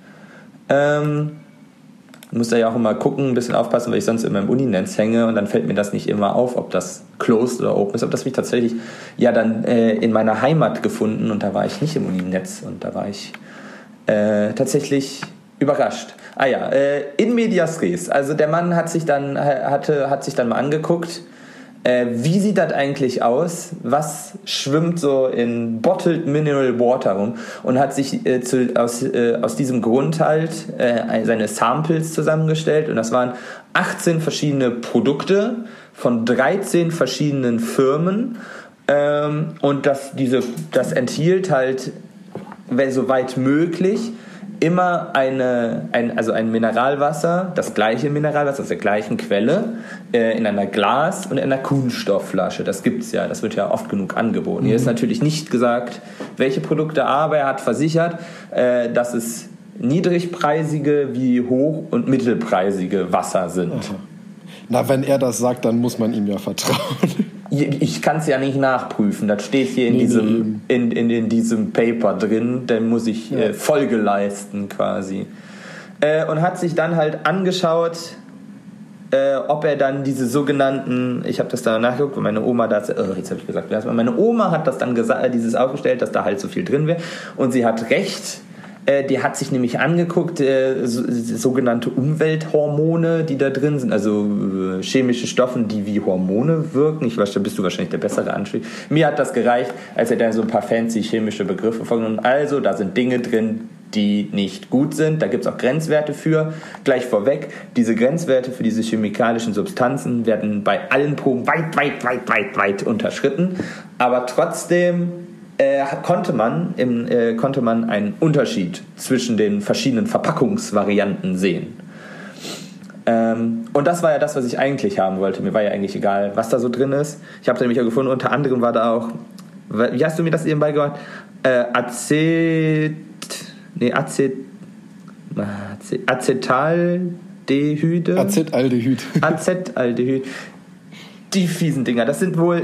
Muss da ja auch immer gucken, ein bisschen aufpassen, weil ich sonst immer im Uninetz hänge und dann fällt mir das nicht immer auf, ob das closed oder open ist. Aber das habe ich tatsächlich ja dann in meiner Heimat gefunden und da war ich nicht im Uninetz und da war ich tatsächlich überrascht. In medias res. Also der Mann hat sich dann mal angeguckt, wie sieht das eigentlich aus? Was schwimmt so in Bottled Mineral Water rum? Und hat sich aus diesem Grund halt seine Samples zusammengestellt. Und das waren 18 verschiedene Produkte von 13 verschiedenen Firmen. Und das enthielt halt, soweit möglich, immer ein Mineralwasser, das gleiche Mineralwasser aus der gleichen Quelle, in einer Glas- und in einer Kunststoffflasche. Das gibt's ja, das wird ja oft genug angeboten. Hier ist natürlich nicht gesagt, welche Produkte, aber er hat versichert, dass es niedrigpreisige wie hoch- und mittelpreisige Wasser sind. Aha. Na, wenn er das sagt, dann muss man ihm ja vertrauen. Ich kann es ja nicht nachprüfen, das steht hier in diesem Paper drin, dann muss ich Folge leisten quasi. Und hat sich dann halt angeschaut, ob er dann diese sogenannten, ich habe das da nachgeguckt, meine Oma meine Oma hat das dann dieses aufgestellt, dass da halt so viel drin wäre und sie hat recht. Die hat sich nämlich angeguckt, sogenannte Umwelthormone, die da drin sind, also chemische Stoffe, die wie Hormone wirken. Da bist du wahrscheinlich der bessere Ansprechpartner. Mir hat das gereicht, als er dann so ein paar fancy chemische Begriffe vorgenommen hat. Also, da sind Dinge drin, die nicht gut sind. Da gibt es auch Grenzwerte für. Gleich vorweg, diese Grenzwerte für diese chemikalischen Substanzen werden bei allen Proben weit unterschritten. Aber trotzdem konnte man einen Unterschied zwischen den verschiedenen Verpackungsvarianten sehen. Und das war ja das, was ich eigentlich haben wollte. Mir war ja eigentlich egal, was da so drin ist. Ich habe da nämlich auch gefunden, unter anderem war da auch, wie hast du mir das eben beigebracht? Acetaldehyd. Acetaldehyd. Die fiesen Dinger. Das sind wohl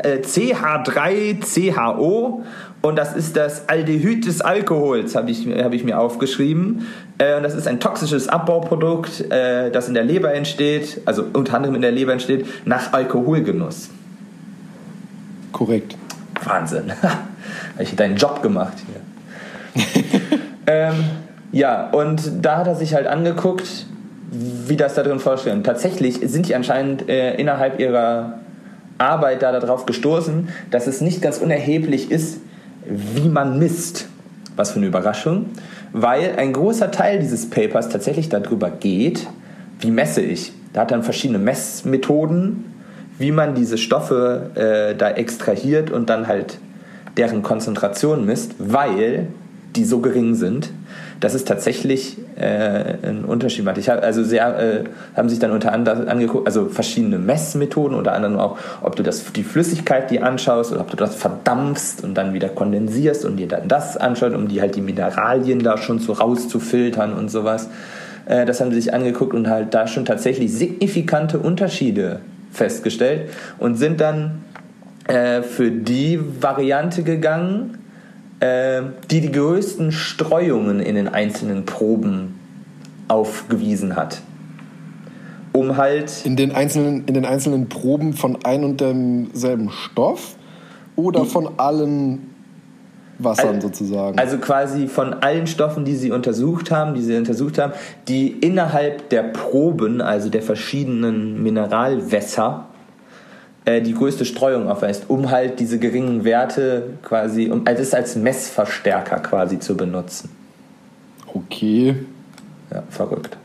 CH3CHO und das ist das Aldehyd des Alkohols, habe ich mir aufgeschrieben. Und das ist ein toxisches Abbauprodukt, das in der Leber entsteht, also unter anderem in der Leber entsteht, nach Alkoholgenuss. Korrekt. Wahnsinn. Habe ich deinen Job gemacht hier. Ja, und da hat er sich halt angeguckt, wie das da drin vorstellen. Tatsächlich sind die anscheinend innerhalb ihrer Arbeit darauf gestoßen, dass es nicht ganz unerheblich ist, wie man misst. Was für eine Überraschung. Weil ein großer Teil dieses Papers tatsächlich darüber geht, wie messe ich. Da hat dann verschiedene Messmethoden, wie man diese Stoffe da extrahiert und dann halt deren Konzentration misst, weil die so gering sind, dass es tatsächlich einen Unterschied macht. Haben sich dann unter anderem angeguckt, also verschiedene Messmethoden, unter anderem auch, ob du die Flüssigkeit dir anschaust oder ob du das verdampfst und dann wieder kondensierst und dir dann das anschaut, um die Mineralien da schon so rauszufiltern und sowas. Das haben sie sich angeguckt und halt da schon tatsächlich signifikante Unterschiede festgestellt und sind dann für die Variante gegangen, die größten Streuungen in den einzelnen Proben aufgewiesen hat. Um halt in den einzelnen Proben von ein und demselben Stoff oder von allen Wassern sozusagen? Also quasi von allen Stoffen, die sie untersucht haben, die innerhalb der Proben, also der verschiedenen Mineralwässer, die größte Streuung aufweist, um halt diese geringen Werte quasi, es als Messverstärker quasi zu benutzen. Okay. Ja, verrückt.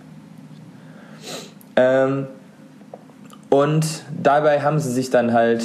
Und dabei haben sie sich dann halt,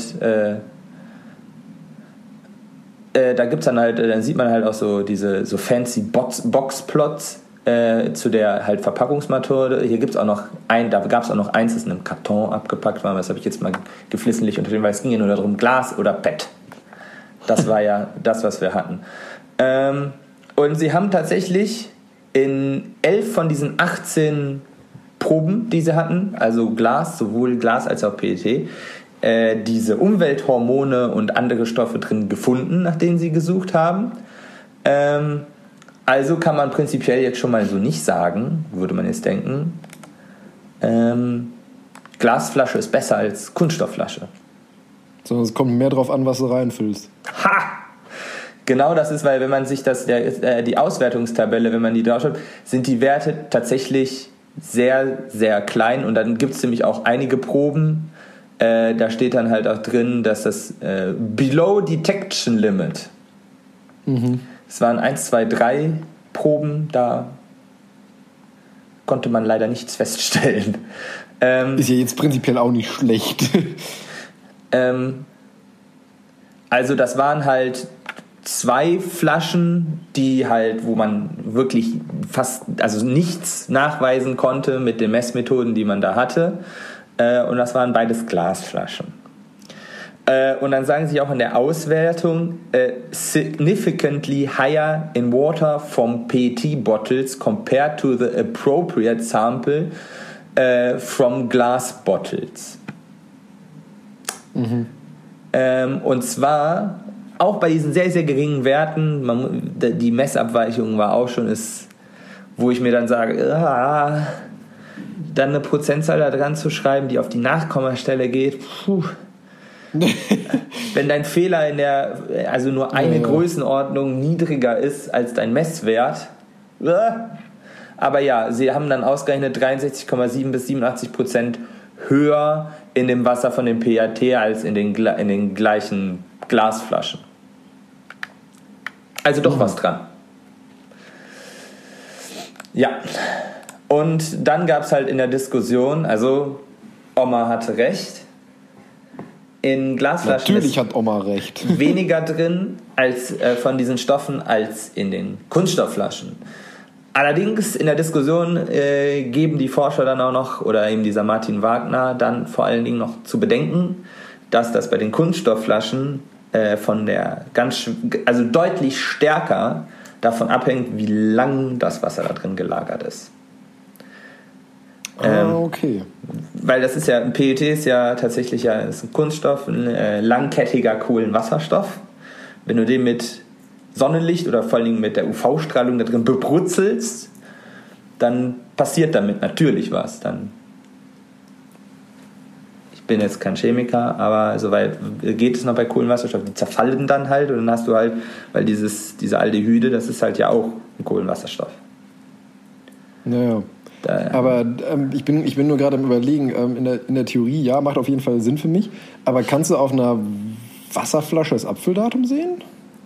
dann sieht man halt auch so diese so fancy Boxplots zu der halt Verpackungsmethode. Hier gibt's auch noch da gab es auch noch eins, das in einem Karton abgepackt war, das habe ich jetzt mal geflissentlich unterschrieben, weil es ging ja nur darum, Glas oder PET. Das war ja das, was wir hatten. Und sie haben tatsächlich in 11 von diesen 18 Proben, die sie hatten, also sowohl Glas als auch PET, diese Umwelthormone und andere Stoffe drin gefunden, nach denen sie gesucht haben. Also kann man prinzipiell jetzt schon mal so nicht sagen, würde man jetzt denken, Glasflasche ist besser als Kunststoffflasche. Sondern es kommt mehr drauf an, was du reinfüllst. Ha! Genau das ist, weil wenn man sich die Auswertungstabelle, wenn man die draufschaut, sind die Werte tatsächlich sehr, sehr klein. Und dann gibt es nämlich auch einige Proben, da steht dann halt auch drin, dass das Below Detection Limit. Es waren 1, 2, 3 Proben, da konnte man leider nichts feststellen. Ist ja jetzt prinzipiell auch nicht schlecht. Also das waren halt 2 Flaschen, die halt, wo man wirklich nichts nachweisen konnte mit den Messmethoden, die man da hatte. Und das waren beides Glasflaschen. Und dann sagen sie auch in der Auswertung, significantly higher in water from PET bottles compared to the appropriate sample from glass bottles. Und zwar auch bei diesen sehr, sehr geringen Werten, die Messabweichung war auch schon, wo ich mir dann sage, dann eine Prozentzahl da dran zu schreiben, die auf die Nachkommastelle geht, wenn dein Fehler also nur eine Größenordnung niedriger ist als dein Messwert. Aber ja, sie haben dann ausgerechnet 63,7 bis 87% höher in dem Wasser von dem PAT als in den gleichen Glasflaschen. Also doch was dran. Ja. Und dann gab es halt in der Diskussion, also Oma hatte recht, in Glasflaschen natürlich hat Oma recht. Weniger drin als von diesen Stoffen als in den Kunststoffflaschen. Allerdings in der Diskussion geben die Forscher dann auch noch, oder eben dieser Martin Wagner, dann vor allen Dingen noch zu bedenken, dass das bei den Kunststoffflaschen also deutlich stärker davon abhängt, wie lang das Wasser da drin gelagert ist. Okay. Weil das ist ja, ein PET ist ja tatsächlich ist ein Kunststoff, ein langkettiger Kohlenwasserstoff. Wenn du den mit Sonnenlicht oder vor allem mit der UV-Strahlung da drin bebrutzelst, dann passiert damit natürlich was. Ich bin jetzt kein Chemiker, aber soweit geht es noch bei Kohlenwasserstoff. Die zerfallen dann halt und dann hast du halt, weil diese Aldehyde, das ist halt ja auch ein Kohlenwasserstoff. Naja. Aber ich bin nur gerade am Überlegen, in der Theorie, ja, macht auf jeden Fall Sinn für mich, aber kannst du auf einer Wasserflasche das Apfeldatum sehen?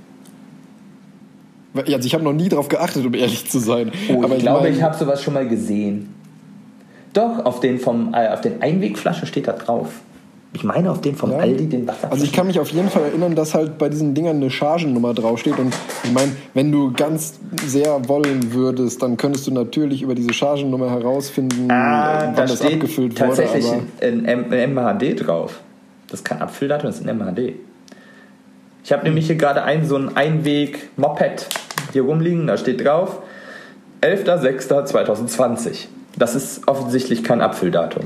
Also ich habe noch nie drauf geachtet, um ehrlich zu sein. Aber ich glaube, ich habe sowas schon mal gesehen. Doch, auf den Einwegflasche steht da drauf. Ich meine auf den vom Aldi, den Wasserflaschen. Also ich kann mich auf jeden Fall erinnern, dass halt bei diesen Dingern eine Chargennummer draufsteht. Und ich meine, wenn du ganz sehr wollen würdest, dann könntest du natürlich über diese Chargennummer herausfinden, wann da das steht abgefüllt tatsächlich wurde. ein MHD drauf. Das ist kein Abfülldatum, das ist ein MHD. Ich habe nämlich hier gerade so ein Einweg-Moped hier rumliegen, da steht drauf 11.06.2020. Das ist offensichtlich kein Abfülldatum.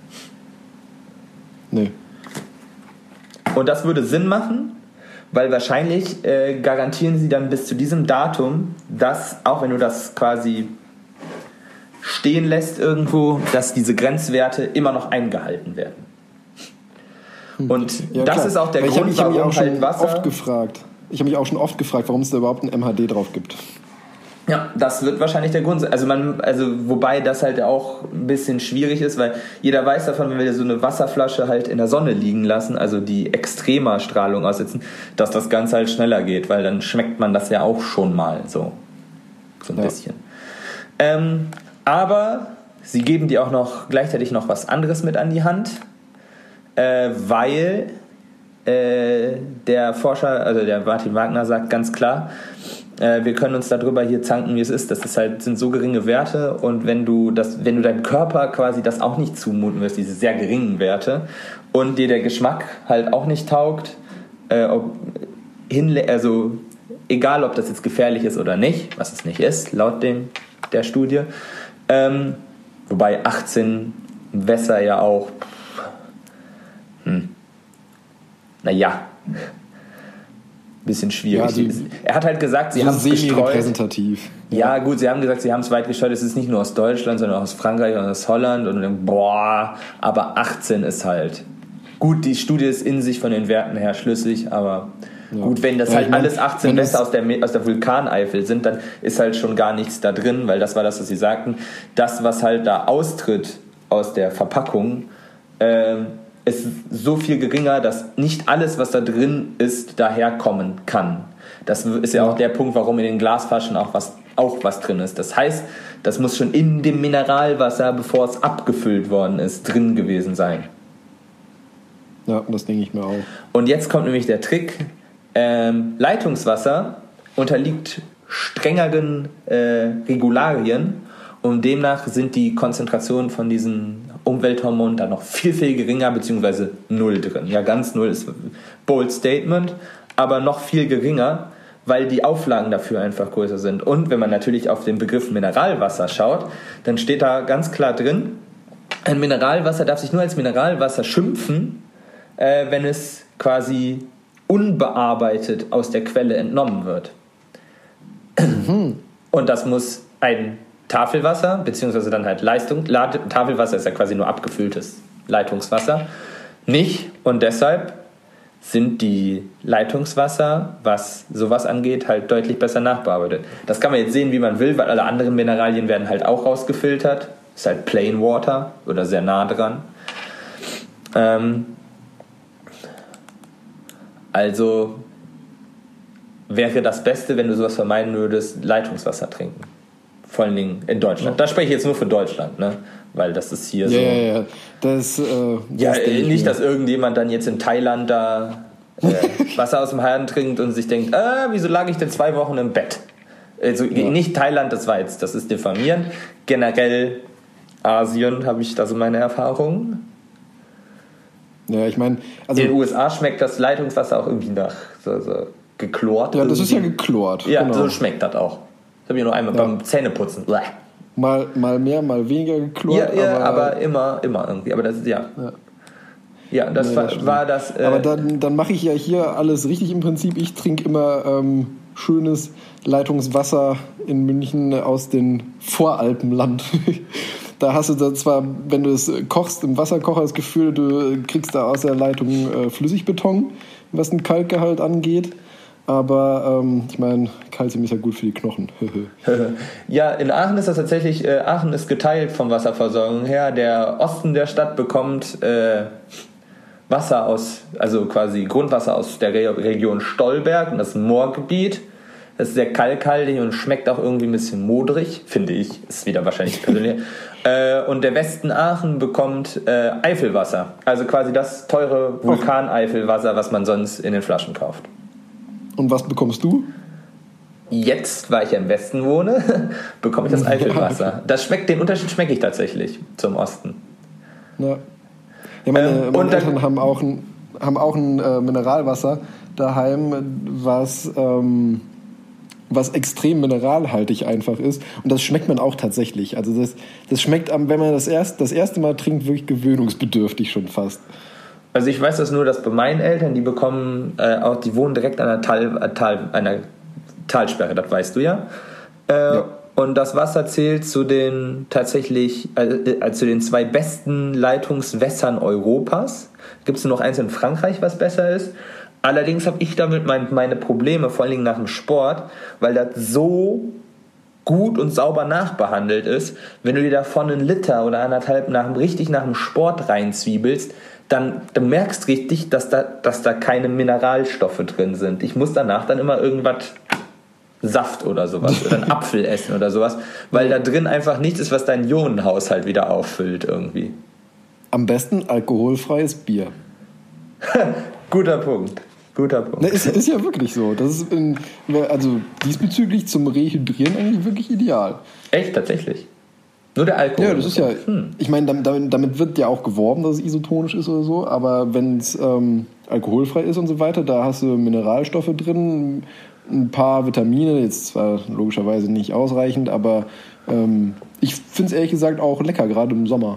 Nee. Und das würde Sinn machen, weil wahrscheinlich garantieren sie dann bis zu diesem Datum, dass, auch wenn du das quasi stehen lässt irgendwo, dass diese Grenzwerte immer noch eingehalten werden. Und Ja, das klar. ist auch der Weil Grund, ich hab mich warum auch schon halt Wasser... Ich habe mich auch schon oft gefragt, warum es da überhaupt ein MHD drauf gibt. Ja, das wird wahrscheinlich der Grund sein. Wobei das halt auch ein bisschen schwierig ist, weil jeder weiß davon, wenn wir so eine Wasserflasche halt in der Sonne liegen lassen, also die extremer Strahlung aussetzen, dass das Ganze halt schneller geht, weil dann schmeckt man das ja auch schon mal so ein bisschen. Aber sie geben dir auch noch gleichzeitig noch was anderes mit an die Hand, weil der Forscher, also der Martin Wagner sagt ganz klar, wir können uns darüber hier zanken, wie es ist. Sind so geringe Werte und wenn du deinem Körper quasi das auch nicht zumuten wirst, diese sehr geringen Werte, und dir der Geschmack halt auch nicht taugt, egal ob das jetzt gefährlich ist oder nicht, was es nicht ist, laut der Studie, wobei 18 Wässer ja auch bisschen schwierig. Ja, er hat halt gesagt, sie haben es gestreut. Repräsentativ. Ja gut, sie haben gesagt, sie haben es weit gestreut. Es ist nicht nur aus Deutschland, sondern auch aus Frankreich und aus Holland. Und dann, aber 18 ist halt... Gut, die Studie ist in sich von den Werten her schlüssig, aber gut, wenn das alles 18 Wässer aus der Vulkaneifel sind, dann ist halt schon gar nichts da drin, weil das war das, was sie sagten. Das, was halt da austritt aus der Verpackung, ist so viel geringer, dass nicht alles, was da drin ist, daherkommen kann. Das ist ja auch der Punkt, warum in den Glasflaschen auch was drin ist. Das heißt, das muss schon in dem Mineralwasser, bevor es abgefüllt worden ist, drin gewesen sein. Ja, das denke ich mir auch. Und jetzt kommt nämlich der Trick. Leitungswasser unterliegt strengeren Regularien und demnach sind die Konzentrationen von diesen Umwelthormonen dann noch viel, viel geringer, beziehungsweise null drin. Ja, ganz null ist bold Statement, aber noch viel geringer, weil die Auflagen dafür einfach größer sind. Und wenn man natürlich auf den Begriff Mineralwasser schaut, dann steht da ganz klar drin, ein Mineralwasser darf sich nur als Mineralwasser schimpfen, wenn es quasi unbearbeitet aus der Quelle entnommen wird. Und das muss ein Tafelwasser, beziehungsweise dann halt Tafelwasser ist ja quasi nur abgefülltes Leitungswasser, nicht. Und deshalb sind die Leitungswasser, was sowas angeht, halt deutlich besser nachbearbeitet. Das kann man jetzt sehen, wie man will, weil alle anderen Mineralien werden halt auch rausgefiltert. Ist halt Plain Water oder sehr nah dran. Also wäre das Beste, wenn du sowas vermeiden würdest, Leitungswasser trinken. Vor allen Dingen in Deutschland. Da spreche ich jetzt nur für Deutschland, ne? Weil das ist hier so... Ja. Das nicht, dass irgendjemand dann jetzt in Thailand da Wasser aus dem Hahn trinkt und sich denkt, wieso lag ich denn 2 Wochen im Bett? Also nicht Thailand, das ist diffamierend. Generell Asien habe ich da so meine Erfahrungen. Ja, ich meine... Also in den USA schmeckt das Leitungswasser auch irgendwie nach so geklort. Ja, das ist ja geklort. Ja, genau. So schmeckt das auch. Das habe ich nur einmal beim Zähneputzen. Mal mehr, mal weniger geklort. Ja, aber immer irgendwie. Aber das ist Ja, das war das. Aber dann mache ich ja hier alles richtig im Prinzip. Ich trinke immer schönes Leitungswasser in München aus dem Voralpenland. Da hast du da zwar, wenn du es kochst, im Wasserkocher das Gefühl, du kriegst da aus der Leitung Flüssigbeton, was den Kalkgehalt angeht. Aber ich meine, Kalzium ist ja gut für die Knochen. Ja, in Aachen ist das tatsächlich, Aachen ist geteilt vom Wasserversorgung her. Der Osten der Stadt bekommt Wasser also quasi Grundwasser aus der Region Stolberg, und das ist ein Moorgebiet. Das ist sehr kalkhaltig und schmeckt auch irgendwie ein bisschen modrig, finde ich. Ist wieder wahrscheinlich persönlich. Und der Westen Aachen bekommt Eifelwasser. Also quasi das teure Vulkaneifelwasser, was man sonst in den Flaschen kauft. Und was bekommst du? Jetzt, weil ich ja im Westen wohne, bekomme ich das Eifelwasser. Den Unterschied schmecke ich tatsächlich zum Osten. Ja, meine Eltern haben auch ein Mineralwasser daheim, was extrem mineralhaltig einfach ist. Und das schmeckt man auch tatsächlich. Also das schmeckt, wenn man das erste Mal trinkt, wirklich gewöhnungsbedürftig schon fast. Also ich weiß das nur, dass bei meinen Eltern, die wohnen direkt an einer Talsperre, das weißt du ja. Ja. Und das Wasser zählt zu den zu den 2 besten Leitungswässern Europas. Gibt es nur noch eins in Frankreich, was besser ist. Allerdings habe ich damit meine Probleme, vor allen Dingen nach dem Sport, weil das so gut und sauber nachbehandelt ist. Wenn du dir davon 1 Liter oder 1,5 nach dem Sport reinzwiebelst, dann merkst du richtig, dass da keine Mineralstoffe drin sind. Ich muss danach dann immer irgendwas Saft oder sowas oder einen Apfel essen oder sowas, weil da drin einfach nichts ist, was deinen Ionenhaushalt wieder auffüllt irgendwie. Am besten alkoholfreies Bier. Guter Punkt. Ne, ist ja wirklich so. Das ist also diesbezüglich zum Rehydrieren eigentlich wirklich ideal. Echt, tatsächlich? Nur der Alkohol? Ja, das ist ja... Ich meine, damit wird ja auch geworben, dass es isotonisch ist oder so, aber wenn es alkoholfrei ist und so weiter, da hast du Mineralstoffe drin, ein paar Vitamine, jetzt zwar logischerweise nicht ausreichend, aber ich finde es ehrlich gesagt auch lecker, gerade im Sommer.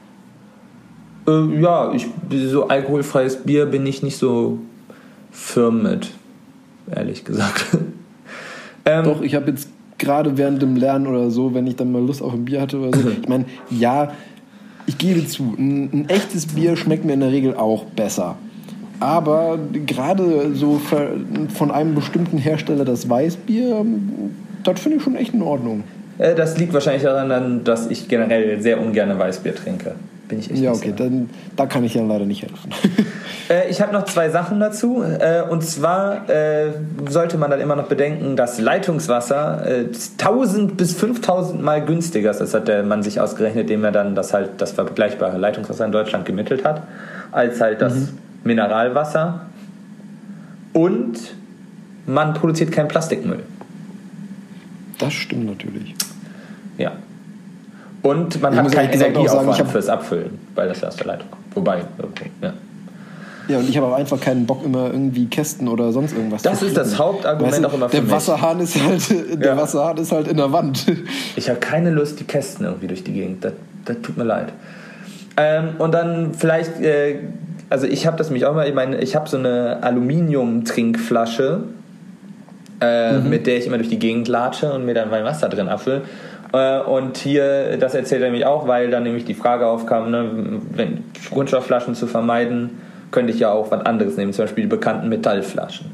Ja, so alkoholfreies Bier bin ich nicht so firm mit, ehrlich gesagt. Doch, ich habe jetzt gerade während dem Lernen oder so, wenn ich dann mal Lust auf ein Bier hatte oder so, ich meine, ja, ich gebe zu, ein echtes Bier schmeckt mir in der Regel auch besser. Aber gerade so von einem bestimmten Hersteller das Weißbier, das finde ich schon echt in Ordnung. Das liegt wahrscheinlich daran, dass ich generell sehr ungern Weißbier trinke. Bin ich echt ja, okay, dann, da kann ich ja leider nicht helfen. Ich habe noch 2 Sachen dazu. Und zwar sollte man dann immer noch bedenken, dass Leitungswasser 1000 bis 5000 Mal günstiger ist. Das hat der Mann sich ausgerechnet, indem er dann das vergleichbare Leitungswasser in Deutschland gemittelt hat, als halt das Mineralwasser. Und man produziert keinen Plastikmüll. Das stimmt natürlich. Ja. Und man hat keinen Energieaufwand fürs Abfüllen, weil das ja aus der Leitung kommt. Wobei, ja. Ja, und ich habe aber einfach keinen Bock, immer irgendwie Kästen oder sonst irgendwas zu fliegen. Das ist das Hauptargument auch immer für mich. Wasserhahn ist Wasserhahn ist halt in der Wand. Ich habe keine Lust, die Kästen irgendwie durch die Gegend. Das tut mir leid. Und dann vielleicht, also ich habe das mich auch mal, ich habe so eine Aluminium-Trinkflasche, mit der ich immer durch die Gegend latsche und mir dann mein Wasser drin abfülle. Und hier, das erzählt er mich auch, weil dann nämlich die Frage aufkam, ne, wenn Kunststoffflaschen zu vermeiden, könnte ich ja auch was anderes nehmen, zum Beispiel die bekannten Metallflaschen.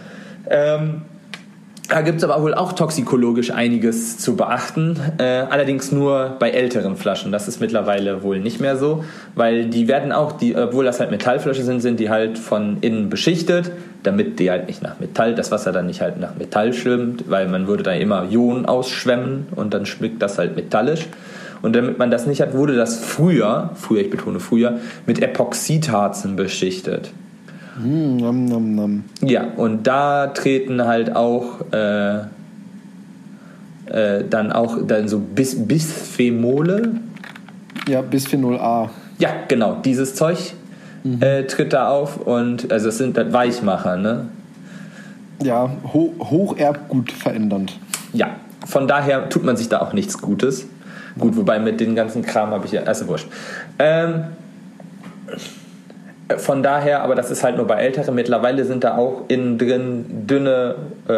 Da gibt es aber wohl auch toxikologisch einiges zu beachten, allerdings nur bei älteren Flaschen. Das ist mittlerweile wohl nicht mehr so, weil die werden auch, obwohl das halt Metallflaschen sind die halt von innen beschichtet, damit die halt nicht nach Metall, das Wasser dann nicht halt nach Metall schwimmt, weil man würde da immer Ionen ausschwemmen und dann schmeckt das halt metallisch. Und damit man das nicht hat, wurde das früher, ich betone früher, mit Epoxidharzen beschichtet. Ja, und da treten halt auch dann so Bisphemole. Ja, Bisphenol A. Ja, genau, dieses Zeug tritt da auf und also es sind halt Weichmacher, ne? Ja, hocherbgut verändernd. Ja, von daher tut man sich da auch nichts Gutes. Gut, wobei mit den ganzen Kram habe ich ja, also wurscht. Von daher, aber das ist halt nur bei Älteren. Mittlerweile sind da auch innen drin dünne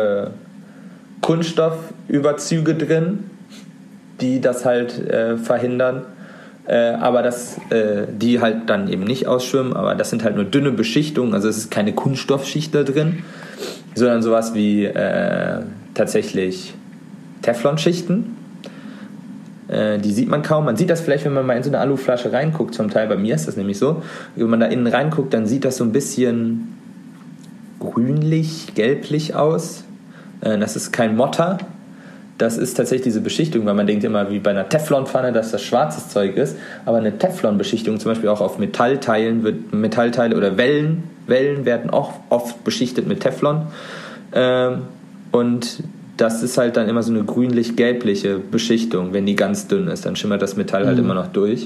Kunststoffüberzüge drin, die das halt verhindern. Aber die halt dann eben nicht ausschwimmen. Aber das sind halt nur dünne Beschichtungen. Also es ist keine Kunststoffschicht da drin, sondern sowas wie tatsächlich Teflonschichten. Die sieht man kaum. Man sieht das vielleicht, wenn man mal in so eine Aluflasche reinguckt zum Teil. Bei mir ist das nämlich so. Wenn man da innen reinguckt, dann sieht das so ein bisschen grünlich, gelblich aus. Das ist kein Motter. Das ist tatsächlich diese Beschichtung, weil man denkt immer wie bei einer Teflonpfanne, dass das schwarzes Zeug ist. Aber eine Teflonbeschichtung, zum Beispiel auch auf Metallteile oder Wellen werden auch oft beschichtet mit Teflon. Und das ist halt dann immer so eine grünlich-gelbliche Beschichtung. Wenn die ganz dünn ist, dann schimmert das Metall halt immer noch durch.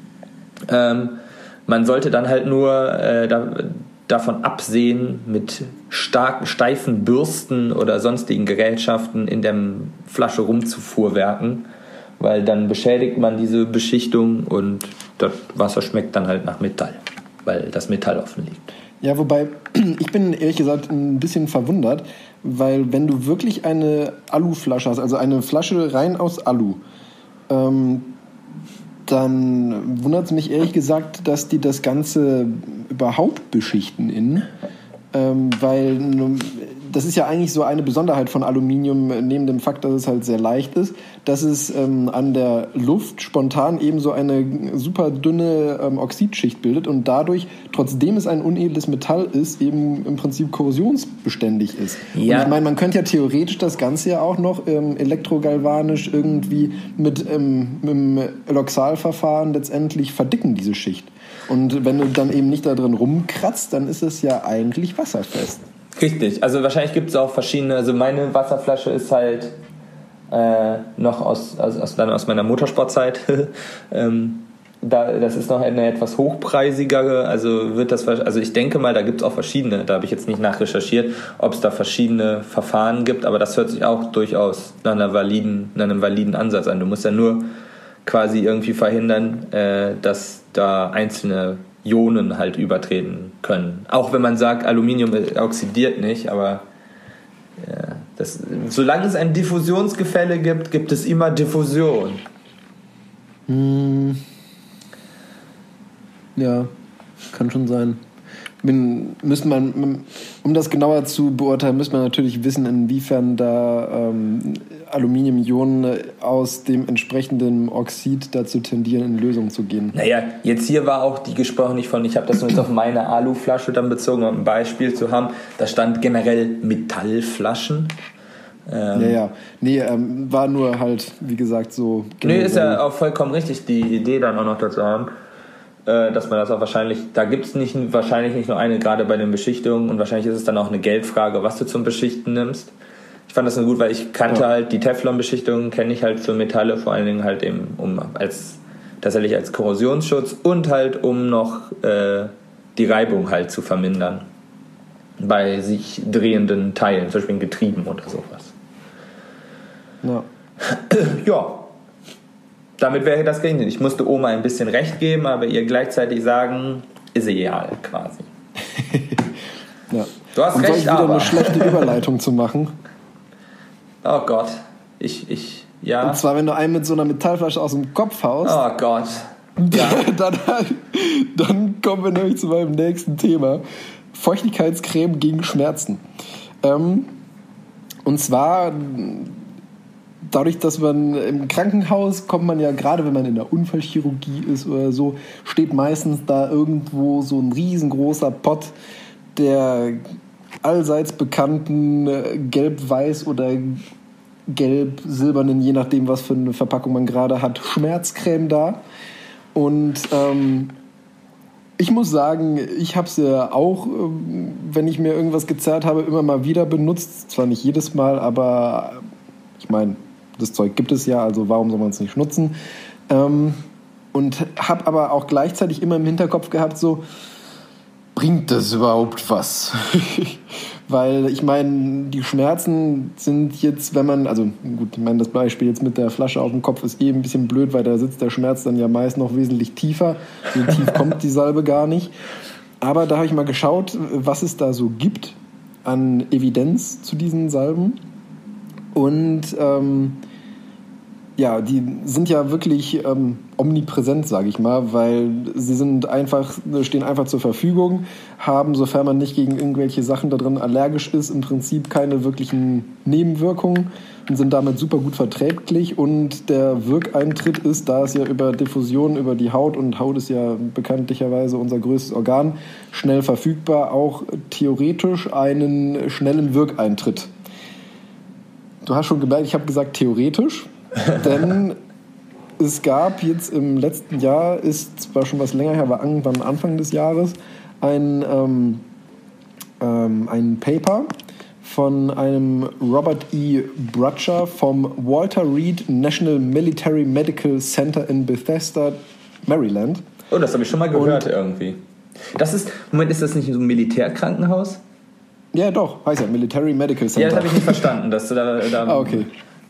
Man sollte dann halt nur davon absehen, mit steifen Bürsten oder sonstigen Gerätschaften in der Flasche rumzufuhrwerken, weil dann beschädigt man diese Beschichtung und das Wasser schmeckt dann halt nach Metall, weil das Metall offen liegt. Ja, wobei, ich bin ehrlich gesagt ein bisschen verwundert, weil wenn du wirklich eine Aluflasche hast, also eine Flasche rein aus Alu, dann wundert es mich ehrlich gesagt, dass die das Ganze überhaupt beschichten innen. Weil das ist ja eigentlich so eine Besonderheit von Aluminium, neben dem Fakt, dass es halt sehr leicht ist, dass es an der Luft spontan eben so eine super dünne Oxidschicht bildet und dadurch, trotzdem es ein unedles Metall ist, eben im Prinzip korrosionsbeständig ist. Ja. Und ich meine, man könnte ja theoretisch das Ganze ja auch noch elektrogalvanisch irgendwie mit einem Eloxalverfahren letztendlich verdicken, diese Schicht. Und wenn du dann eben nicht da drin rumkratzt, dann ist es ja eigentlich wasserfest. Richtig, also wahrscheinlich gibt es auch verschiedene, also meine Wasserflasche ist halt noch aus meiner Motorsportzeit. Das ist noch eine etwas hochpreisigere, also ich denke mal, da gibt es auch verschiedene, da habe ich jetzt nicht nachrecherchiert, ob es da verschiedene Verfahren gibt, aber das hört sich auch durchaus nach einem validen Ansatz an. Du musst ja nur quasi irgendwie verhindern, dass da einzelne Ionen halt übertreten können. Auch wenn man sagt, Aluminium oxidiert nicht, aber solange es ein Diffusionsgefälle gibt, gibt es immer Diffusion. Ja, kann schon sein. Um das genauer zu beurteilen, müsste man natürlich wissen, inwiefern da Aluminium-Ionen aus dem entsprechenden Oxid dazu tendieren, in Lösung zu gehen. Naja, jetzt hier war auch die gesprochen nicht von, ich habe das nur jetzt auf meine Aluflasche dann bezogen, um ein Beispiel zu haben. Da stand generell Metallflaschen. War nur halt, wie gesagt, so... Nee, ist ja auch vollkommen richtig, die Idee dann auch noch dazu haben. Dass man das auch wahrscheinlich, da gibt es wahrscheinlich nicht nur eine, gerade bei den Beschichtungen, und wahrscheinlich ist es dann auch eine Geldfrage, was du zum Beschichten nimmst. Ich fand das nur gut, weil ich kannte halt die Teflon-Beschichtung, kenne ich halt für Metalle, vor allen Dingen halt eben tatsächlich als Korrosionsschutz und halt um noch die Reibung halt zu vermindern bei sich drehenden Teilen, zum Beispiel Getrieben oder sowas. Ja. Damit wäre das geregnet. Ich musste Oma ein bisschen recht geben, aber ihr gleichzeitig sagen, ist egal quasi. Ja. Du hast recht, wieder aber... eine schlechte Überleitung zu machen. Oh Gott. Ja. Und zwar, wenn du einen mit so einer Metallflasche aus dem Kopf haust. Oh Gott. Ja. dann kommen wir nämlich zu meinem nächsten Thema. Feuchtigkeitscreme gegen Schmerzen. Und zwar... Dadurch, dass man im Krankenhaus kommt man ja, gerade wenn man in der Unfallchirurgie ist oder so, steht meistens da irgendwo so ein riesengroßer Pott der allseits bekannten gelb-weiß oder gelb-silbernen, je nachdem, was für eine Verpackung man gerade hat, Schmerzcreme da. Und ich muss sagen, ich habe es ja auch, wenn ich mir irgendwas gezerrt habe, immer mal wieder benutzt. Zwar nicht jedes Mal, aber ich meine, das Zeug gibt es ja, also warum soll man es nicht nutzen? Und habe aber auch gleichzeitig immer im Hinterkopf gehabt, so, bringt das überhaupt was? Weil ich meine, die Schmerzen sind jetzt, wenn man, also gut, ich meine, das Beispiel jetzt mit der Flasche auf dem Kopf ist ein bisschen blöd, weil da sitzt der Schmerz dann ja meist noch wesentlich tiefer. So tief kommt die Salbe gar nicht. Aber da habe ich mal geschaut, was es da so gibt an Evidenz zu diesen Salben. Und die sind ja wirklich omnipräsent, sage ich mal, weil sie stehen einfach zur Verfügung, haben, sofern man nicht gegen irgendwelche Sachen da drin allergisch ist, im Prinzip keine wirklichen Nebenwirkungen und sind damit super gut verträglich. Und der Wirkeintritt ist, da es ja über Diffusion über die Haut, und Haut ist ja bekanntlicherweise unser größtes Organ, schnell verfügbar, auch theoretisch einen schnellen Wirkeintritt du hast schon gemerkt, ich habe gesagt theoretisch, denn es gab jetzt im letzten Jahr, ist zwar schon was länger her, war irgendwann Anfang des Jahres, ein Paper von einem Robert E. Brutcher vom Walter Reed National Military Medical Center in Bethesda, Maryland. Oh, das habe ich schon mal gehört irgendwie. Das ist, Moment, ist das nicht so ein Militärkrankenhaus? Ja, doch, heißt ja Military Medical Center. Ja, das habe ich nicht verstanden. Dass du da okay.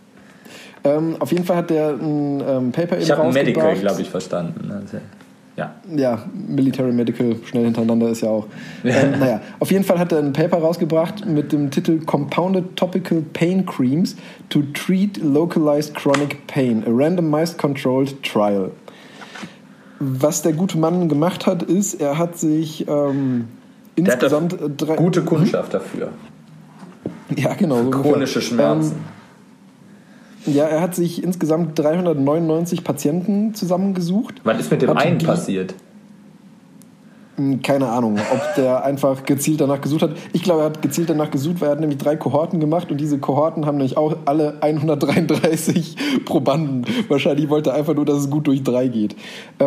Auf jeden Fall hat der ein Paper ich habe Medical, glaube ich, verstanden. Also, ja, Military Medical, schnell hintereinander ist ja auch. Naja, auf jeden Fall hat er ein Paper rausgebracht mit dem Titel Compounded Topical Pain Creams to Treat Localized Chronic Pain, a Randomized Controlled Trial. Was der gute Mann gemacht hat, ist, er hat sich insgesamt gute Kundschaft dafür. Ja, genau. So chronische Schmerzen. Ja, er hat sich insgesamt 399 Patienten zusammengesucht. Was ist mit dem einen passiert? Keine Ahnung, ob der einfach gezielt danach gesucht hat. Ich glaube, er hat gezielt danach gesucht, weil er hat nämlich 3 Kohorten gemacht und diese Kohorten haben nämlich auch alle 133 Probanden. Wahrscheinlich wollte er einfach nur, dass es gut durch 3 geht.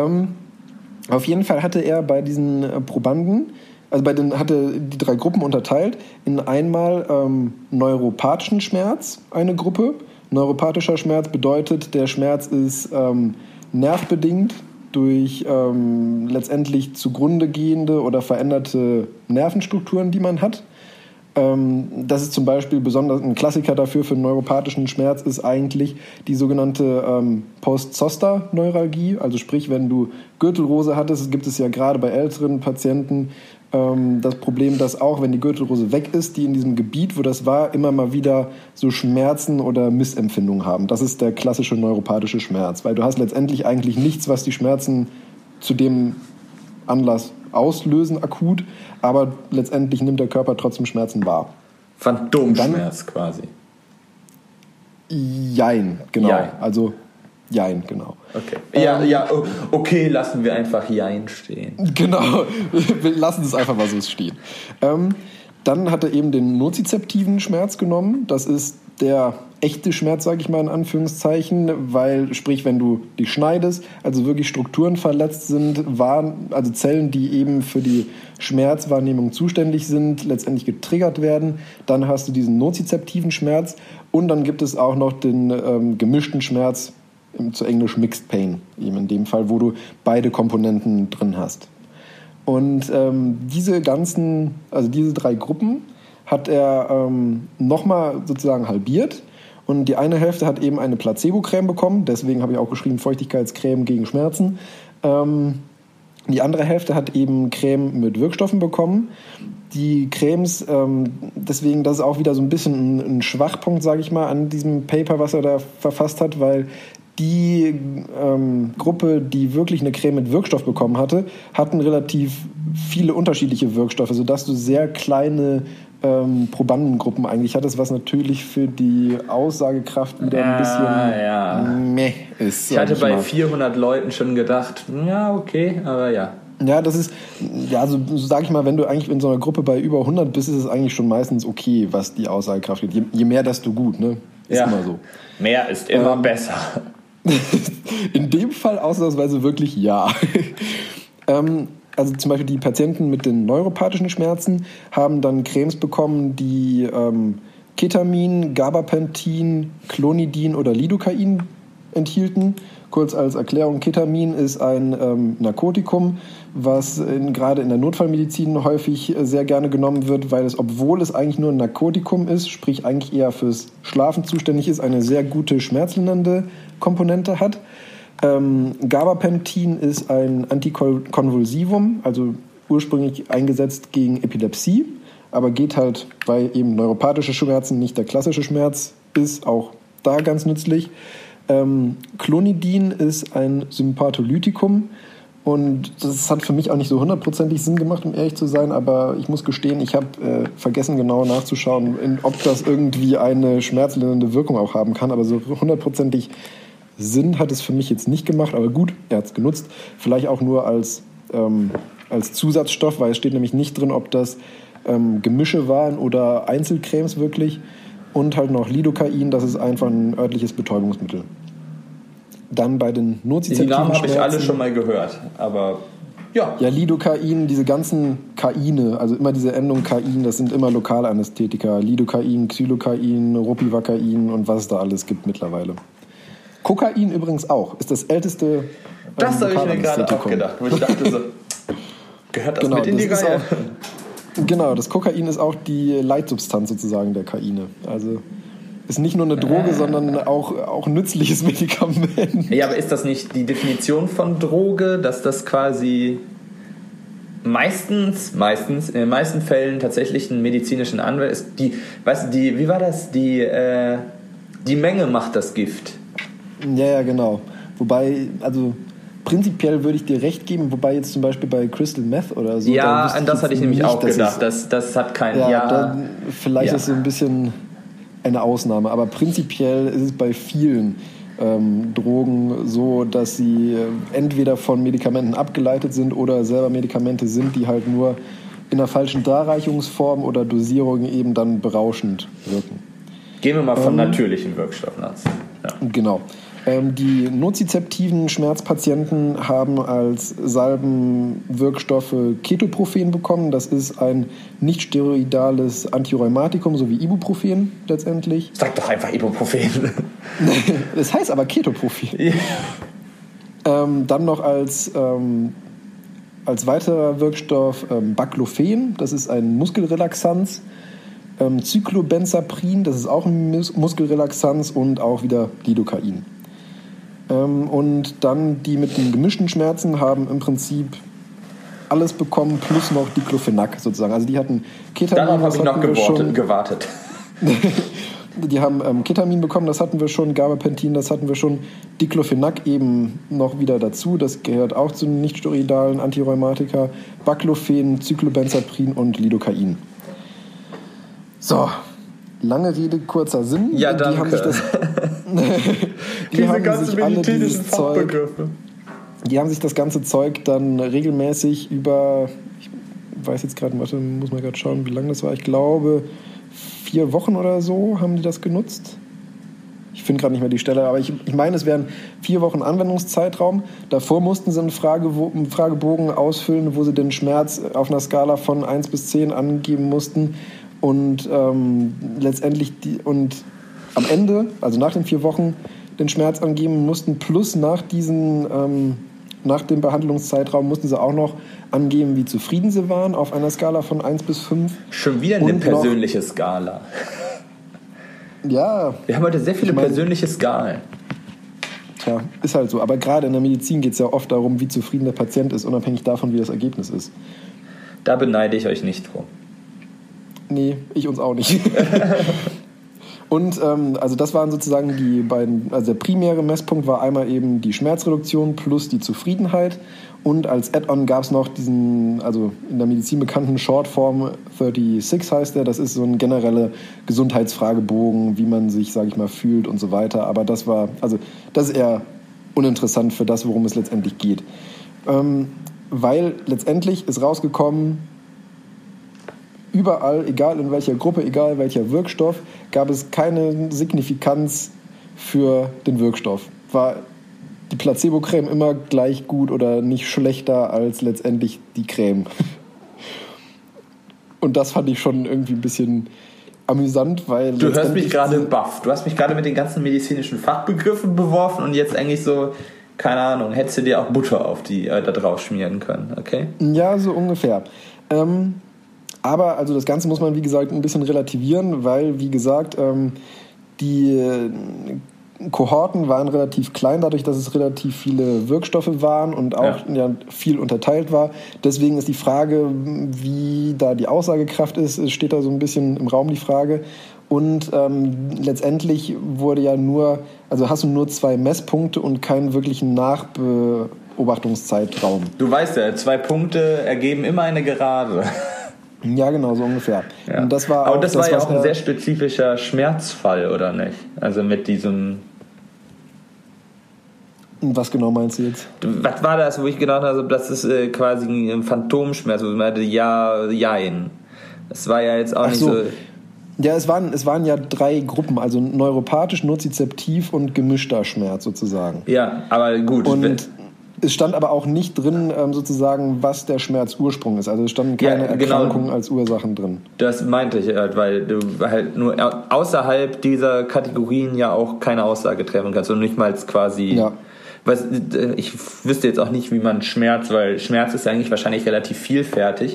Auf jeden Fall hatte er bei diesen Probanden, hatte die 3 Gruppen unterteilt, in einmal neuropathischen Schmerz, eine Gruppe. Neuropathischer Schmerz bedeutet, der Schmerz ist nervbedingt durch letztendlich zugrunde gehende oder veränderte Nervenstrukturen, die man hat. Das ist zum Beispiel besonders ein Klassiker dafür für neuropathischen Schmerz ist eigentlich die sogenannte Post-Zoster-Neuralgie. Also sprich, wenn du Gürtelrose hattest, gibt es ja gerade bei älteren Patienten das Problem, dass auch, wenn die Gürtelrose weg ist, die in diesem Gebiet, wo das war, immer mal wieder so Schmerzen oder Missempfindungen haben. Das ist der klassische neuropathische Schmerz, weil du hast letztendlich eigentlich nichts, was die Schmerzen zu dem Anlass auslösen, akut, aber letztendlich nimmt der Körper trotzdem Schmerzen wahr. Phantomschmerz quasi. Jein, genau. Jein. Also Jein, genau. Okay. Okay, lassen wir einfach Jein stehen. Genau, wir lassen es einfach mal so stehen. Dann hat er eben den nozizeptiven Schmerz genommen. Das ist der echte Schmerz, sage ich mal in Anführungszeichen, weil, sprich, wenn du dich schneidest, also wirklich Strukturen verletzt sind, also Zellen, die eben für die Schmerzwahrnehmung zuständig sind, letztendlich getriggert werden, dann hast du diesen nozizeptiven Schmerz und dann gibt es auch noch den gemischten Schmerz, zu Englisch Mixed Pain, eben in dem Fall, wo du beide Komponenten drin hast. Und diese 3 Gruppen hat er nochmal sozusagen halbiert und die eine Hälfte hat eben eine Placebo-Creme bekommen, deswegen habe ich auch geschrieben Feuchtigkeitscreme gegen Schmerzen. Die andere Hälfte hat eben Creme mit Wirkstoffen bekommen. Die Cremes, deswegen, das ist auch wieder so ein bisschen ein Schwachpunkt, sage ich mal, an diesem Paper, was er da verfasst hat, weil die Gruppe, die wirklich eine Creme mit Wirkstoff bekommen hatte, hatten relativ viele unterschiedliche Wirkstoffe, sodass du sehr kleine Probandengruppen eigentlich hattest, was natürlich für die Aussagekraft wieder ein bisschen meh ist. Ich hatte bei 400 Leuten schon gedacht, ja, okay, aber ja. Ja, das ist, ja, so sag ich mal, wenn du eigentlich in so einer Gruppe bei über 100 bist, ist es eigentlich schon meistens okay, was die Aussagekraft geht. Je mehr, desto gut, ne? Ist immer so. Mehr ist immer besser. In dem Fall ausnahmsweise wirklich ja. Also zum Beispiel die Patienten mit den neuropathischen Schmerzen haben dann Cremes bekommen, die Ketamin, Gabapentin, Clonidin oder Lidocain enthielten. Kurz als Erklärung, Ketamin ist ein Narkotikum, was gerade in der Notfallmedizin häufig sehr gerne genommen wird, weil es, obwohl es eigentlich nur ein Narkotikum ist, sprich eigentlich eher fürs Schlafen zuständig ist, eine sehr gute schmerzlindernde Komponente hat. Gabapentin ist ein Antikonvulsivum, also ursprünglich eingesetzt gegen Epilepsie, aber geht halt, weil eben neuropathische Schmerzen nicht der klassische Schmerz ist, auch da ganz nützlich. Clonidin ist ein Sympatholytikum und das hat für mich auch nicht so hundertprozentig Sinn gemacht, um ehrlich zu sein, aber ich muss gestehen, ich habe vergessen genau nachzuschauen, ob das irgendwie eine schmerzlindernde Wirkung auch haben kann, aber so hundertprozentig Sinn hat es für mich jetzt nicht gemacht, aber gut, er hat es genutzt, vielleicht auch nur als Zusatzstoff, weil es steht nämlich nicht drin, ob das Gemische waren oder Einzelcremes wirklich. Und halt noch Lidocain, das ist einfach ein örtliches Betäubungsmittel. Dann bei den nozizeptiven Die Namen habe ich alle Schmerzen- schon mal gehört, aber ja. Ja, Lidocain, diese ganzen Kaine, also immer diese Endung Kain, das sind immer Lokalanästhetika. Lidocain, Xylocain, Ropivacain und was es da alles gibt mittlerweile. Kokain übrigens auch, ist das älteste Das habe ich mir gerade Lokalanästhetikum. auch gedacht, wo ich dachte so, gehört das Genau, mit in die das ist Reihe? Genau, das Kokain ist auch die Leitsubstanz sozusagen der Kaine. Also ist nicht nur eine Droge, sondern auch ein nützliches Medikament. Ja, aber ist das nicht die Definition von Droge, dass das quasi meistens, in den meisten Fällen tatsächlich einen medizinischen Anwendung ist? Wie war das? Die Menge macht das Gift. Ja, genau. Wobei, also prinzipiell würde ich dir recht geben, wobei jetzt zum Beispiel bei Crystal Meth oder so. Ja, da wüsste an das jetzt hatte ich nämlich nicht, auch dass gedacht. Das hat keinen. vielleicht Ja. ist so ein bisschen eine Ausnahme, aber prinzipiell ist es bei vielen Drogen so, dass sie entweder von Medikamenten abgeleitet sind oder selber Medikamente sind, die halt nur in einer falschen Darreichungsform oder Dosierung eben dann berauschend wirken. Gehen wir mal von natürlichen Wirkstoffen aus. Ja. Genau. Die nozizeptiven Schmerzpatienten haben als Salbenwirkstoffe Ketoprofen bekommen. Das ist ein nicht steroidales Antirheumatikum, so wie Ibuprofen letztendlich. Sag doch einfach Ibuprofen. Das heißt aber Ketoprofen. Ja. Dann noch als weiterer Wirkstoff Baclofen. Das ist ein Muskelrelaxanz. Cyclobenzaprin, das ist auch ein Muskelrelaxanz und auch wieder Lidocain. Und dann die mit den gemischten Schmerzen haben im Prinzip alles bekommen, plus noch Diclofenac sozusagen. Also die hatten Ketamin. Darauf habe das ich noch hatten wir gewartet. Die haben Ketamin bekommen, das hatten wir schon, Gabapentin, das hatten wir schon, Diclofenac eben noch wieder dazu, das gehört auch zu den nicht-steroidalen Antirheumatika, Baclofen, Cyclobenzaprin und Lidocain. So, lange Rede, kurzer Sinn. Ja, Die haben sich das, die haben sich alle dieses Zeug, die haben sich das ganze Zeug dann regelmäßig über, ich weiß jetzt gerade, warte, muss mal gerade schauen, wie lange das war, ich glaube 4 Wochen oder so haben die das genutzt. Ich finde gerade nicht mehr die Stelle, aber ich meine, es wären 4 Wochen Anwendungszeitraum. Davor mussten sie einen Fragebogen ausfüllen, wo sie den Schmerz auf einer Skala von 1 bis 10 angeben mussten. Und letztendlich und am Ende, also nach den 4 Wochen, den Schmerz angeben mussten, plus nach dem Behandlungszeitraum mussten sie auch noch angeben, wie zufrieden sie waren auf einer Skala von 1 bis 5. Schon wieder eine persönliche Skala. Ja. Wir haben heute sehr viele persönliche Skalen. Tja, ist halt so. Aber gerade in der Medizin geht es ja oft darum, wie zufrieden der Patient ist, unabhängig davon, wie das Ergebnis ist. Da beneide ich euch nicht drum. Nee, ich uns auch nicht. Und also das waren sozusagen die beiden, also der primäre Messpunkt war einmal eben die Schmerzreduktion plus die Zufriedenheit. Und als Add-on gab es noch diesen, also in der Medizin bekannten Shortform 36 heißt der. Das ist so ein genereller Gesundheitsfragebogen, wie man sich, sage ich mal, fühlt und so weiter. Aber das ist eher uninteressant für das, worum es letztendlich geht. Weil letztendlich ist rausgekommen, überall, egal in welcher Gruppe, egal welcher Wirkstoff, gab es keine Signifikanz für den Wirkstoff. War die Placebo-Creme immer gleich gut oder nicht schlechter als letztendlich die Creme. Und das fand ich schon irgendwie ein bisschen amüsant, weil... Du hörst mich gerade baff. Du hast mich gerade mit den ganzen medizinischen Fachbegriffen beworfen und jetzt eigentlich so, keine Ahnung, hättest du dir auch Butter auf die da drauf schmieren können, okay? Ja, so ungefähr. Aber also das Ganze muss man, wie gesagt, ein bisschen relativieren, weil, wie gesagt, die Kohorten waren relativ klein, dadurch, dass es relativ viele Wirkstoffe waren und auch viel unterteilt war. Deswegen ist die Frage, wie da die Aussagekraft ist, steht da so ein bisschen im Raum, die Frage. Und letztendlich wurde ja hast du nur 2 Messpunkte und keinen wirklichen Nachbeobachtungszeitraum. Du weißt ja, 2 Punkte ergeben immer eine Gerade. Ja, genau, so ungefähr. Ja. Und das war aber das war ja auch ein sehr spezifischer Schmerzfall, oder nicht? Also mit diesem... Was genau meinst du jetzt? Was war das, wo ich gedacht habe, das ist quasi ein Phantomschmerz, wo ich meinte, ja, jein. Das war ja jetzt auch nicht so... Ja, es waren ja 3 Gruppen, also neuropathisch, nozizeptiv und gemischter Schmerz sozusagen. Ja, aber gut. Und es stand aber auch nicht drin, sozusagen, was der Schmerzursprung ist. Also es standen keine Erkrankungen als Ursachen drin. Das meinte ich halt, weil du halt nur außerhalb dieser Kategorien ja auch keine Aussage treffen kannst und nicht mal quasi... Ja. Ich wüsste jetzt auch nicht, wie man Schmerz, weil Schmerz ist eigentlich wahrscheinlich relativ vielfältig,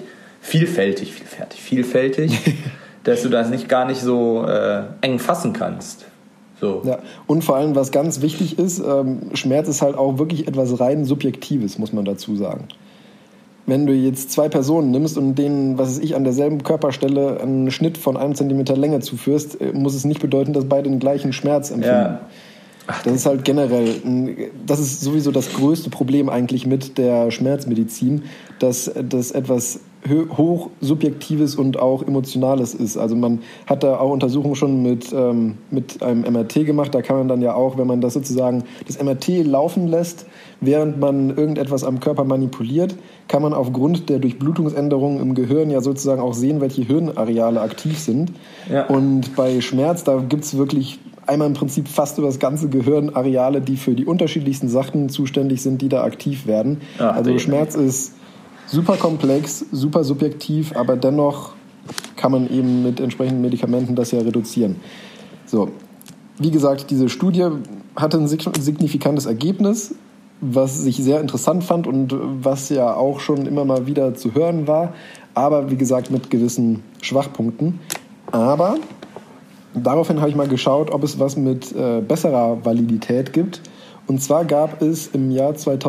dass du das gar nicht so eng fassen kannst. So. Ja, und vor allem, was ganz wichtig ist, Schmerz ist halt auch wirklich etwas rein Subjektives, muss man dazu sagen. Wenn du jetzt 2 Personen nimmst und denen, was weiß ich, an derselben Körperstelle einen Schnitt von 1 Zentimeter Länge zuführst, muss es nicht bedeuten, dass beide den gleichen Schmerz empfinden. Ja. Das ist halt generell, das ist sowieso das größte Problem eigentlich mit der Schmerzmedizin, dass das etwas hoch Subjektives und auch Emotionales ist. Also man hat da auch Untersuchungen schon mit einem MRT gemacht. Da kann man dann ja auch, wenn man das sozusagen, das MRT laufen lässt, während man irgendetwas am Körper manipuliert, kann man aufgrund der Durchblutungsänderungen im Gehirn ja sozusagen auch sehen, welche Hirnareale aktiv sind. Ja. Und bei Schmerz, da gibt's wirklich einmal im Prinzip fast über das ganze Gehirn Areale, die für die unterschiedlichsten Sachen zuständig sind, die da aktiv werden. Also Schmerz ist super komplex, super subjektiv, aber dennoch kann man eben mit entsprechenden Medikamenten das ja reduzieren. So, wie gesagt, diese Studie hatte ein signifikantes Ergebnis, was ich sehr interessant fand und was ja auch schon immer mal wieder zu hören war, aber wie gesagt mit gewissen Schwachpunkten. Aber daraufhin habe ich mal geschaut, ob es was mit besserer Validität gibt. Und zwar gab es im Jahr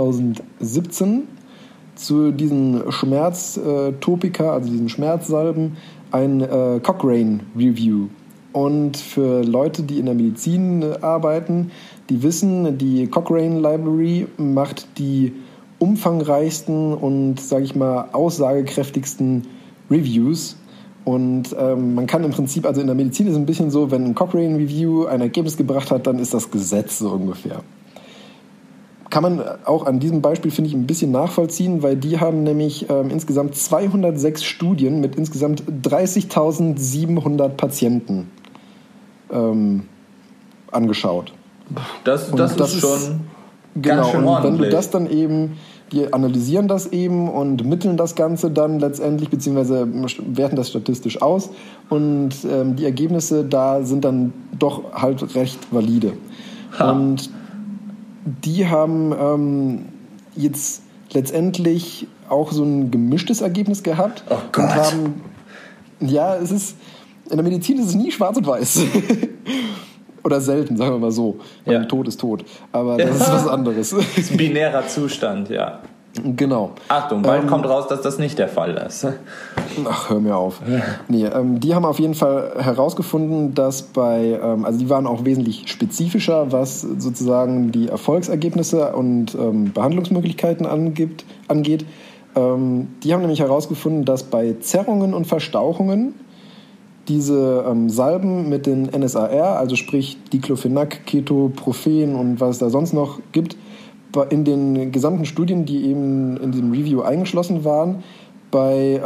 2017 zu diesen Schmerztopika, also diesen Schmerzsalben, ein Cochrane Review. Und für Leute, die in der Medizin arbeiten, die wissen, die Cochrane Library macht die umfangreichsten und, sage ich mal, aussagekräftigsten Reviews. Und man kann im Prinzip, also in der Medizin ist es ein bisschen so, wenn ein Cochrane Review ein Ergebnis gebracht hat, dann ist das Gesetz so ungefähr. Kann man auch an diesem Beispiel, finde ich, ein bisschen nachvollziehen, weil die haben nämlich insgesamt 206 Studien mit insgesamt 30.700 Patienten angeschaut. Das ist schon genau, ganz schön und ordentlich. Wenn du das dann eben, die analysieren das eben und mitteln das Ganze dann letztendlich, beziehungsweise werten das statistisch aus und die Ergebnisse da sind dann doch halt recht valide. Und die haben jetzt letztendlich auch so ein gemischtes Ergebnis gehabt. Oh Gott. Ja, es ist, in der Medizin ist es nie schwarz und weiß. Oder selten, sagen wir mal so. Ja. Tod ist tot. Aber das ist was anderes. Das ist ein binärer Zustand, ja. Genau. Achtung, bald kommt raus, dass das nicht der Fall ist. Ach, hör mir auf. Nee, die haben auf jeden Fall herausgefunden, dass also die waren auch wesentlich spezifischer, was sozusagen die Erfolgsergebnisse und Behandlungsmöglichkeiten angeht. Die haben nämlich herausgefunden, dass bei Zerrungen und Verstauchungen diese Salben mit den NSAR, also sprich Diclofenac, Ketoprofen und was es da sonst noch gibt, in den gesamten Studien, die eben in diesem Review eingeschlossen waren, bei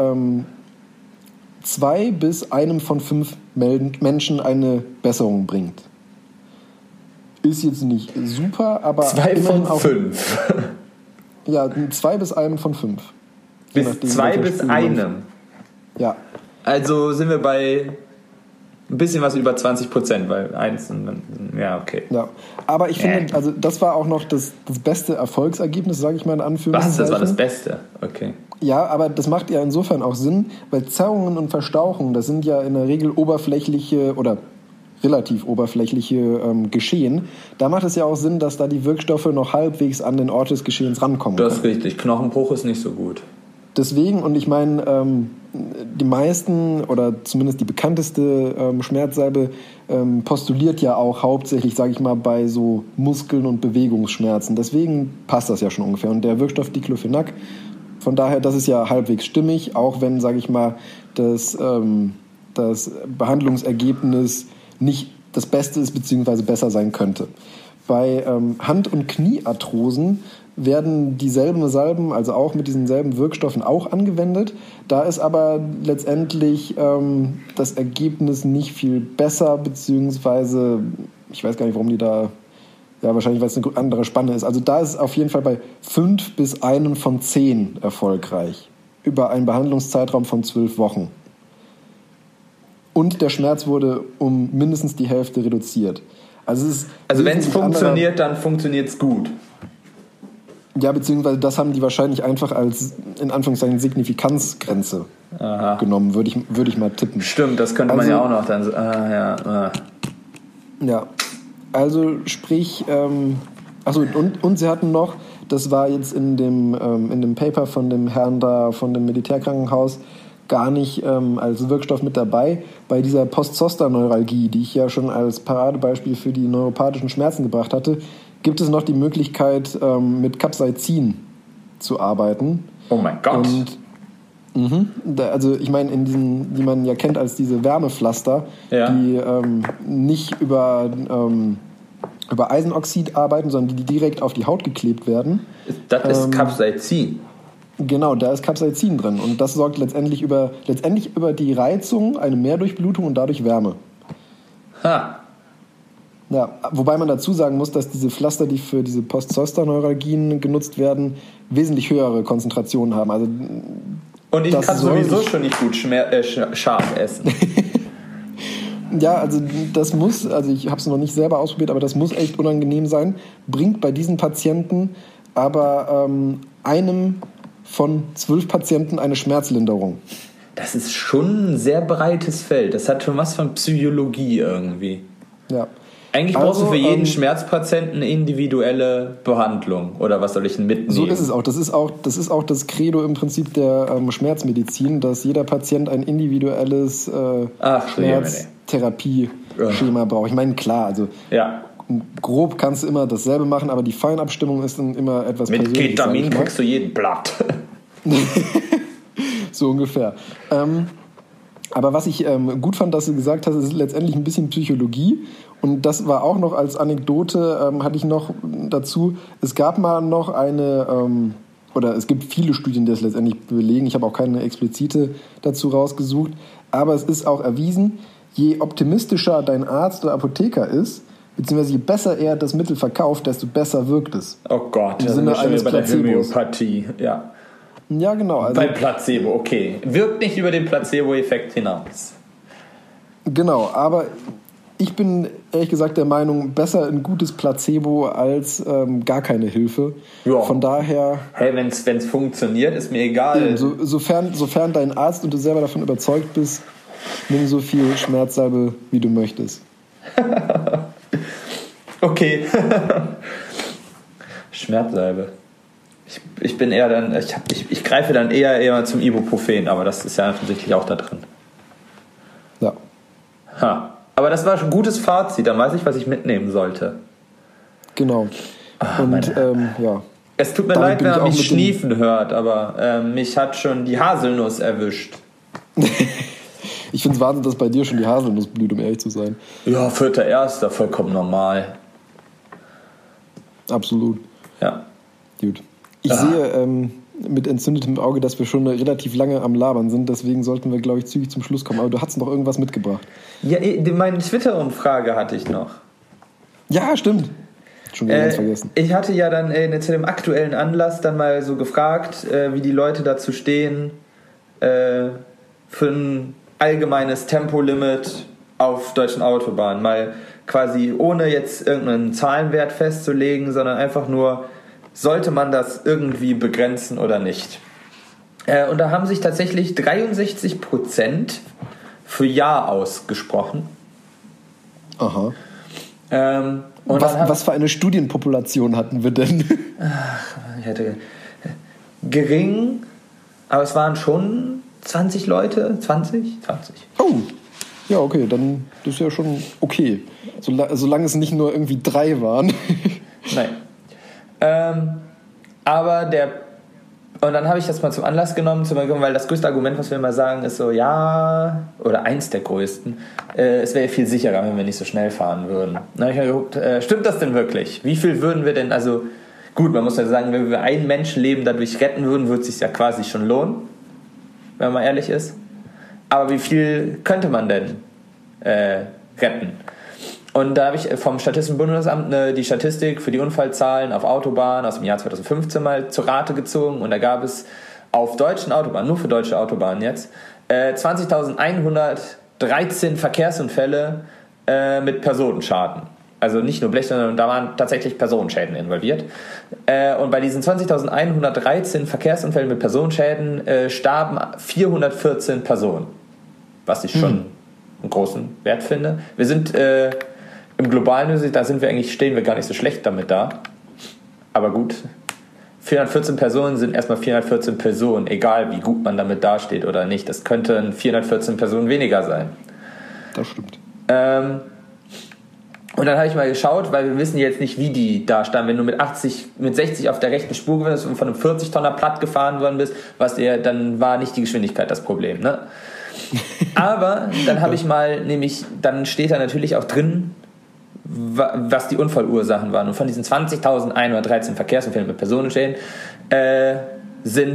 2 bis 1 von 5 Menschen eine Besserung bringt. Ist jetzt nicht super, aber 2 von 5. Ja, 2 bis 1 von 5. Bis 2 bis 1. Ja. Also sind wir bei ein bisschen was über 20%, weil 1 und dann, ja, okay. Ja, aber ich finde, also das war auch noch das beste Erfolgsergebnis, sage ich mal in Anführungszeichen. Was? Das war das Beste? Okay. Ja, aber das macht ja insofern auch Sinn, weil Zerrungen und Verstauchungen, das sind ja in der Regel oberflächliche oder relativ oberflächliche Geschehen. Da macht es ja auch Sinn, dass da die Wirkstoffe noch halbwegs an den Ort des Geschehens rankommen können. Das ist richtig. Knochenbruch ist nicht so gut. Deswegen, und ich meine, die meisten oder zumindest die bekannteste Schmerzsalbe postuliert ja auch hauptsächlich, sage ich mal, bei so Muskeln- und Bewegungsschmerzen. Deswegen passt das ja schon ungefähr. Und der Wirkstoff Diclofenac, von daher, das ist ja halbwegs stimmig, auch wenn, sage ich mal, das Behandlungsergebnis nicht das Beste ist, beziehungsweise besser sein könnte. Bei Hand- und Kniearthrosen werden dieselben Salben, also auch mit diesen selben Wirkstoffen auch angewendet. Da ist aber letztendlich das Ergebnis nicht viel besser, beziehungsweise, ich weiß gar nicht, warum die da, ja, wahrscheinlich, weil es eine andere Spanne ist. Also da ist es auf jeden Fall bei 5 bis 1 von 10 erfolgreich, über einen Behandlungszeitraum von 12 Wochen. Und der Schmerz wurde um mindestens die Hälfte reduziert. Also wenn es funktioniert, dann funktioniert es gut. Ja, beziehungsweise das haben die wahrscheinlich einfach als, in Anführungszeichen, Signifikanzgrenze genommen, würde ich mal tippen. Stimmt, das könnte man ja auch noch dann so. Ja, also sprich, und sie hatten noch, das war jetzt in dem Paper von dem Herrn da, von dem Militärkrankenhaus, gar nicht als Wirkstoff mit dabei. Bei dieser Post-Zoster-Neuralgie, die ich ja schon als Paradebeispiel für die neuropathischen Schmerzen gebracht hatte, gibt es noch die Möglichkeit, mit Capsaicin zu arbeiten. Oh mein Gott. Und also ich meine, in diesen, die man ja kennt als diese Wärmepflaster, die nicht über Eisenoxid arbeiten, sondern die direkt auf die Haut geklebt werden. Das ist Capsaicin. Genau, da ist Capsaicin drin. Und das sorgt letztendlich über die Reizung, eine Mehrdurchblutung und dadurch Wärme. Ha. Ja, wobei man dazu sagen muss, dass diese Pflaster, die für diese Post-Zoster-Neuralgien genutzt werden, wesentlich höhere Konzentrationen haben. Also, und ich kann sowieso schon nicht gut scharf essen. Ja, also das muss, also ich habe es noch nicht selber ausprobiert, aber das muss echt unangenehm sein. Bringt bei diesen Patienten aber einem von 12 Patienten eine Schmerzlinderung. Das ist schon ein sehr breites Feld. Das hat schon was von Psychologie irgendwie. Ja. Eigentlich brauchst du für jeden Schmerzpatienten eine individuelle Behandlung. Oder was soll ich denn mitnehmen? So ist es auch. Das ist auch das Credo im Prinzip der Schmerzmedizin, dass jeder Patient ein individuelles Schmerztherapie-Schema braucht. Ich meine, klar, also grob kannst du immer dasselbe machen, aber die Feinabstimmung ist dann immer etwas persönliches. Mit Ketamin kriegst du jeden Blatt. So ungefähr. Aber was ich gut fand, dass du gesagt hast, ist letztendlich ein bisschen Psychologie. Und das war auch noch als Anekdote, hatte ich noch dazu, es gab mal noch oder es gibt viele Studien, die das letztendlich belegen. Ich habe auch keine explizite dazu rausgesucht. Aber es ist auch erwiesen, je optimistischer dein Arzt oder Apotheker ist, beziehungsweise je besser er das Mittel verkauft, desto besser wirkt es. Oh Gott, das sind schon bei der Homöopathie, ja. Ja, genau. Also, beim Placebo, okay. Wirkt nicht über den Placebo-Effekt hinaus. Genau, aber ich bin ehrlich gesagt der Meinung, besser ein gutes Placebo als gar keine Hilfe. Ja. Von daher... Hey, wenn's funktioniert, ist mir egal. Sofern dein Arzt und du selber davon überzeugt bist, nimm so viel Schmerzsalbe, wie du möchtest. Okay. Schmerzsalbe. Ich bin eher dann, ich greife dann eher zum Ibuprofen, aber das ist ja offensichtlich auch da drin. Ja. Ha. Aber das war schon ein gutes Fazit, dann weiß ich, was ich mitnehmen sollte. Genau. Und ja. Es tut mir leid, wenn man mich schniefen hört, aber mich hat schon die Haselnuss erwischt. Ich finde es Wahnsinn, dass bei dir schon die Haselnuss blüht, um ehrlich zu sein. Ja, 4.1., vollkommen normal. Absolut. Ja. Gut. Ich sehe mit entzündetem Auge, dass wir schon relativ lange am Labern sind. Deswegen sollten wir, glaube ich, zügig zum Schluss kommen. Aber du hast noch irgendwas mitgebracht. Ja, meine Twitter-Umfrage hatte ich noch. Ja, stimmt. Schon wieder ganz vergessen. Ich hatte ja dann zu dem aktuellen Anlass dann mal so gefragt, wie die Leute dazu stehen, für ein allgemeines Tempolimit auf deutschen Autobahnen. Mal quasi ohne jetzt irgendeinen Zahlenwert festzulegen, sondern einfach nur, sollte man das irgendwie begrenzen oder nicht? Und da haben sich tatsächlich 63% für Ja ausgesprochen. Aha. Und was für eine Studienpopulation hatten wir denn? Ich hatte gering, aber es waren schon 20 Leute, 20. Oh, ja, okay, dann das ist ja schon okay. Solange es nicht nur irgendwie 3 waren. Nein. Aber und dann habe ich das mal zum Anlass genommen, weil das größte Argument, was wir immer sagen, ist so, ja, oder eins der größten, es wäre viel sicherer, wenn wir nicht so schnell fahren würden. Dann habe ich mir geguckt, stimmt das denn wirklich? Wie viel würden wir denn, also Gut, man muss ja sagen, wenn wir ein Menschenleben dadurch retten würden, würde es sich ja quasi schon lohnen, wenn man mal ehrlich ist. Aber wie viel könnte man denn retten? Und da habe ich vom Statistischen Bundesamt die Statistik für die Unfallzahlen auf Autobahnen aus dem Jahr 2015 mal zur Rate gezogen. Und da gab es auf deutschen Autobahnen, nur für deutsche Autobahnen jetzt, 20.113 Verkehrsunfälle mit Personenschaden. Also nicht nur Blech, sondern da waren tatsächlich Personenschäden involviert. Und bei diesen 20.113 Verkehrsunfällen mit Personenschäden starben 414 Personen. Was ich schon einen großen Wert finde. Wir sind im globalen Hinsicht, stehen wir gar nicht so schlecht damit da. Aber gut, 414 Personen sind erstmal 414 Personen, egal wie gut man damit dasteht oder nicht. Das könnten 414 Personen weniger sein. Das stimmt. Und dann habe ich mal geschaut, weil wir wissen jetzt nicht, wie die da standen. Wenn du mit 60 auf der rechten Spur gewesen bist und von einem 40-Tonner platt gefahren worden bist, dann war nicht die Geschwindigkeit das Problem, ne? Aber dann habe ich mal, dann steht da natürlich auch drin, was die Unfallursachen waren. Und von diesen 20.113 Verkehrsunfällen mit Personenschäden sind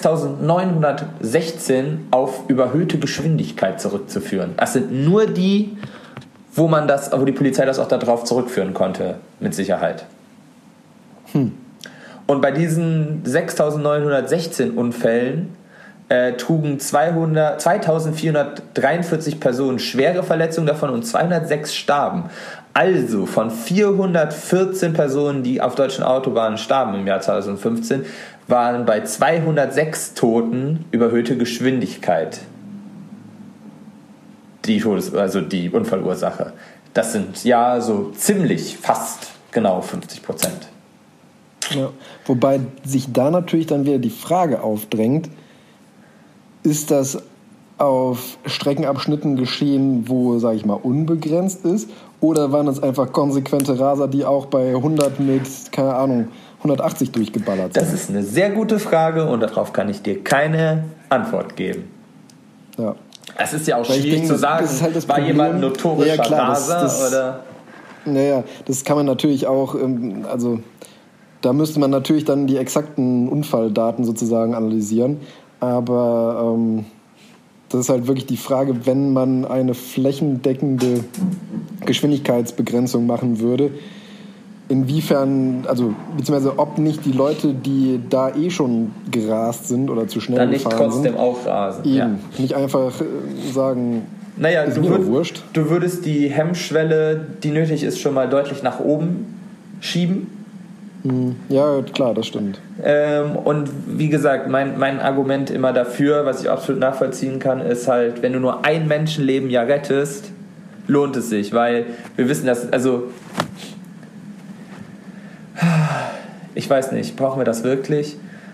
6.916 auf überhöhte Geschwindigkeit zurückzuführen. Das sind nur die, wo die Polizei das auch darauf zurückführen konnte, mit Sicherheit. Und bei diesen 6.916 Unfällen trugen 2.443 Personen schwere Verletzungen davon und 206 starben. Also von 414 Personen, die auf deutschen Autobahnen starben im Jahr 2015, waren bei 206 Toten überhöhte Geschwindigkeit die Unfallursache. Das sind ja so ziemlich fast genau 50%. Ja, wobei sich da natürlich dann wieder die Frage aufdrängt, ist das auf Streckenabschnitten geschehen, wo, sage ich mal, unbegrenzt ist? Oder waren das einfach konsequente Raser, die auch bei 100 mit, keine Ahnung, 180 durchgeballert sind? Das ist eine sehr gute Frage und darauf kann ich dir keine Antwort geben. Ja. Es ist ja auch schwierig zu sagen, das ist halt das war Problem. Jemand ein notorischer ja, klar, Raser? Oder? Naja, das kann man natürlich auch, also da müsste man natürlich dann die exakten Unfalldaten sozusagen analysieren. Aber das ist halt wirklich die Frage, wenn man eine flächendeckende Geschwindigkeitsbegrenzung machen würde, inwiefern, also beziehungsweise ob nicht die Leute, die da schon gerast sind oder zu schnell dann nicht gefahren sind, trotzdem auch rasen. Eben, ja. Nicht einfach sagen, naja, ist mir wurscht. Du würdest die Hemmschwelle, die nötig ist, schon mal deutlich nach oben schieben. Ja, klar, das stimmt. Und wie gesagt, mein Argument immer dafür, was ich absolut nachvollziehen kann, ist halt, wenn du nur ein Menschenleben ja rettest, lohnt es sich, weil wir wissen, dass, also ich weiß nicht, brauchen wir das wirklich?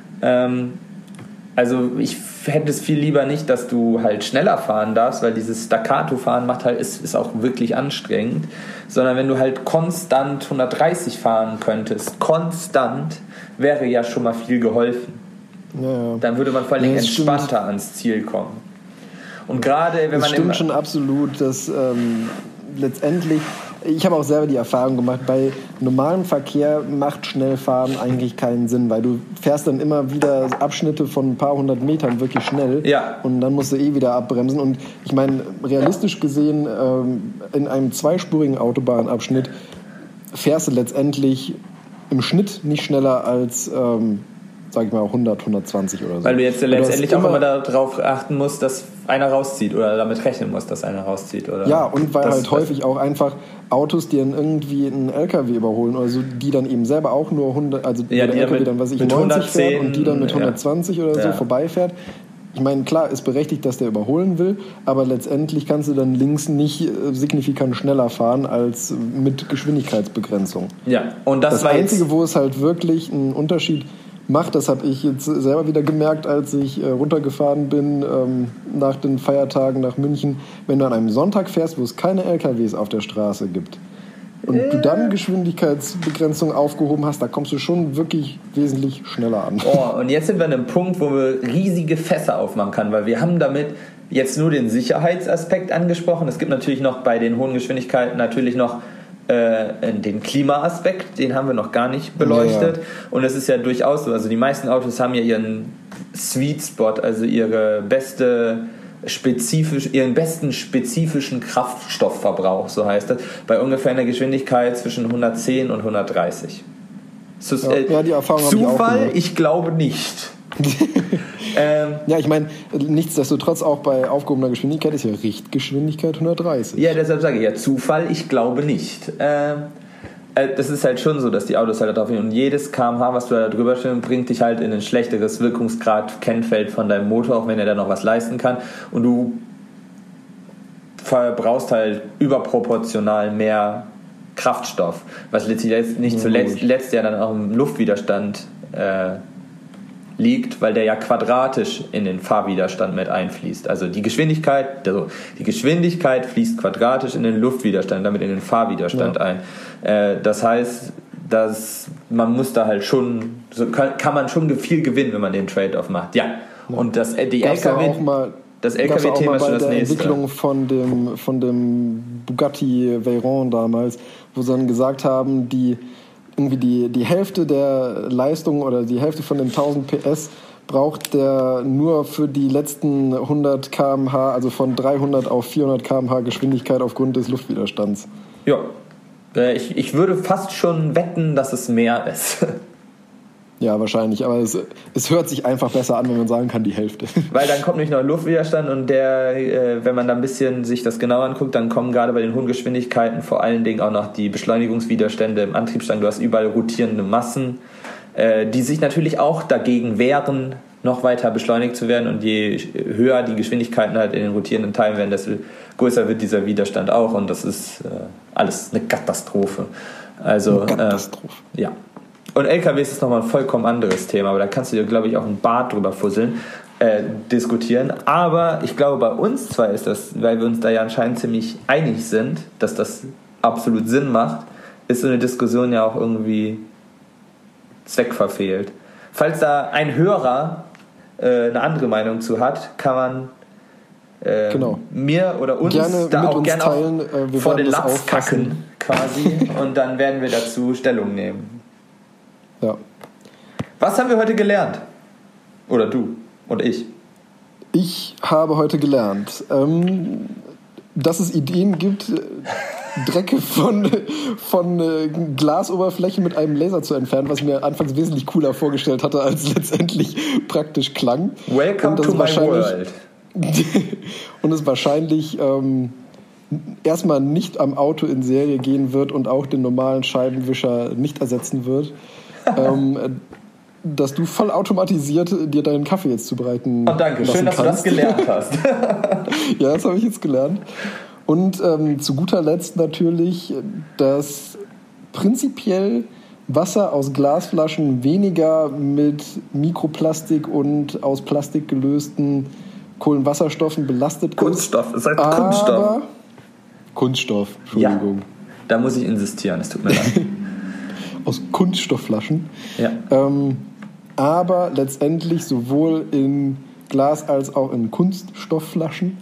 Also ich hätte es viel lieber nicht, dass du halt schneller fahren darfst, weil dieses Staccato-Fahren ist auch wirklich anstrengend, sondern wenn du halt konstant 130 fahren könntest, konstant, wäre ja schon mal viel geholfen. Ja. Dann würde man vor allem entspannter ans Ziel kommen. Und gerade wenn man... Das stimmt schon absolut, dass letztendlich... Ich habe auch selber die Erfahrung gemacht, bei normalem Verkehr macht Schnellfahren eigentlich keinen Sinn, weil du fährst dann immer wieder Abschnitte von ein paar hundert Metern wirklich schnell und dann musst du wieder abbremsen. Und ich meine, realistisch gesehen, in einem zweispurigen Autobahnabschnitt fährst du letztendlich im Schnitt nicht schneller als, sag ich mal, 100, 120 oder so. Weil du jetzt letztendlich auch immer darauf achten musst, dass einer rauszieht oder damit rechnen musst, dass einer rauszieht. Oder ja, und weil halt häufig auch einfach Autos, die dann irgendwie einen LKW überholen oder so, die dann eben selber auch nur 100, also der LKW dann, 90 110, fährt und die dann mit 120 oder so vorbeifährt. Ich meine, klar, ist berechtigt, dass der überholen will, aber letztendlich kannst du dann links nicht signifikant schneller fahren als mit Geschwindigkeitsbegrenzung. Ja, und das war Einzige, wo es halt wirklich einen Unterschied macht, das habe ich jetzt selber wieder gemerkt, als ich runtergefahren bin nach den Feiertagen nach München. Wenn du an einem Sonntag fährst, wo es keine LKWs auf der Straße gibt und du dann Geschwindigkeitsbegrenzung aufgehoben hast, da kommst du schon wirklich wesentlich schneller an. Oh, und jetzt sind wir an einem Punkt, wo wir riesige Fässer aufmachen können, weil wir haben damit jetzt nur den Sicherheitsaspekt angesprochen. Es gibt natürlich noch bei den hohen Geschwindigkeiten natürlich noch den Klimaaspekt, den haben wir noch gar nicht beleuchtet. Ja. Und es ist ja durchaus so, also die meisten Autos haben ja ihren Sweet Spot, also ihren besten spezifischen Kraftstoffverbrauch, so heißt das, bei ungefähr einer Geschwindigkeit zwischen 110 und 130. Die Erfahrung Zufall? Ich glaube nicht. Ja, ich meine, nichtsdestotrotz auch bei aufgehobener Geschwindigkeit ist ja Richtgeschwindigkeit 130. Ja, deshalb sage ich ja, Zufall, ich glaube nicht. Das ist halt schon so, dass die Autos halt darauf hin und jedes kmh, was du da drüber stellst, bringt dich halt in ein schlechteres Wirkungsgrad-Kennfeld von deinem Motor, auch wenn er da noch was leisten kann. Und du verbrauchst halt überproportional mehr Kraftstoff, was letztlich nicht zuletzt ja dann auch im Luftwiderstand liegt, weil der ja quadratisch in den Fahrwiderstand mit einfließt. Also die Geschwindigkeit fließt quadratisch in den Luftwiderstand, damit in den Fahrwiderstand ein. Das heißt, dass man muss da halt schon, so kann man schon viel gewinnen, wenn man den Trade-off macht. Ja. Und das LKW-Thema ist schon das nächste. Entwicklung von dem Bugatti Veyron damals, wo sie dann gesagt haben, die Hälfte der Leistung oder die Hälfte von den 1000 PS braucht der nur für die letzten 100 km/h, also von 300 auf 400 km/h Geschwindigkeit aufgrund des Luftwiderstands. Ja, ich würde fast schon wetten, dass es mehr ist. Ja, wahrscheinlich, aber es hört sich einfach besser an, wenn man sagen kann, die Hälfte. Weil dann kommt nicht noch Luftwiderstand und wenn man da ein bisschen sich das genauer anguckt, dann kommen gerade bei den hohen Geschwindigkeiten vor allen Dingen auch noch die Beschleunigungswiderstände im Antriebsstrang. Du hast überall rotierende Massen, die sich natürlich auch dagegen wehren, noch weiter beschleunigt zu werden, und je höher die Geschwindigkeiten halt in den rotierenden Teilen werden, desto größer wird dieser Widerstand auch, und das ist alles eine Katastrophe. Also, eine Katastrophe. Ja. Und LKWs ist nochmal ein vollkommen anderes Thema, aber da kannst du dir, glaube ich, auch ein Bad drüber fusseln, diskutieren. Aber ich glaube, bei uns zwei ist das, weil wir uns da ja anscheinend ziemlich einig sind, dass das absolut Sinn macht, ist so eine Diskussion ja auch irgendwie zweckverfehlt. Falls da ein Hörer eine andere Meinung zu hat, kann man mir oder uns gerne da auch gerne teilen. Vor den Latz kacken quasi, und dann werden wir dazu Stellung nehmen. Ja. Was haben wir heute gelernt? Oder du und ich? Ich habe heute gelernt, dass es Ideen gibt, Drecke von Glasoberflächen mit einem Laser zu entfernen, was ich mir anfangs wesentlich cooler vorgestellt hatte, als letztendlich praktisch klang. Welcome to my world. Und es wahrscheinlich erstmal nicht am Auto in Serie gehen wird und auch den normalen Scheibenwischer nicht ersetzen wird. Dass du voll automatisiert dir deinen Kaffee jetzt zubereiten danke, schön, dass kannst. Du das gelernt hast. Ja, das habe ich jetzt gelernt. Und zu guter Letzt natürlich, dass prinzipiell Wasser aus Glasflaschen weniger mit Mikroplastik und aus Plastik gelösten Kohlenwasserstoffen belastet Kunststoff, ist. Es heißt Kunststoff. Kunststoff, Entschuldigung. Ja, da muss ich insistieren, es tut mir leid. Aus Kunststoffflaschen. Ja. Aber letztendlich sowohl in Glas als auch in Kunststoffflaschen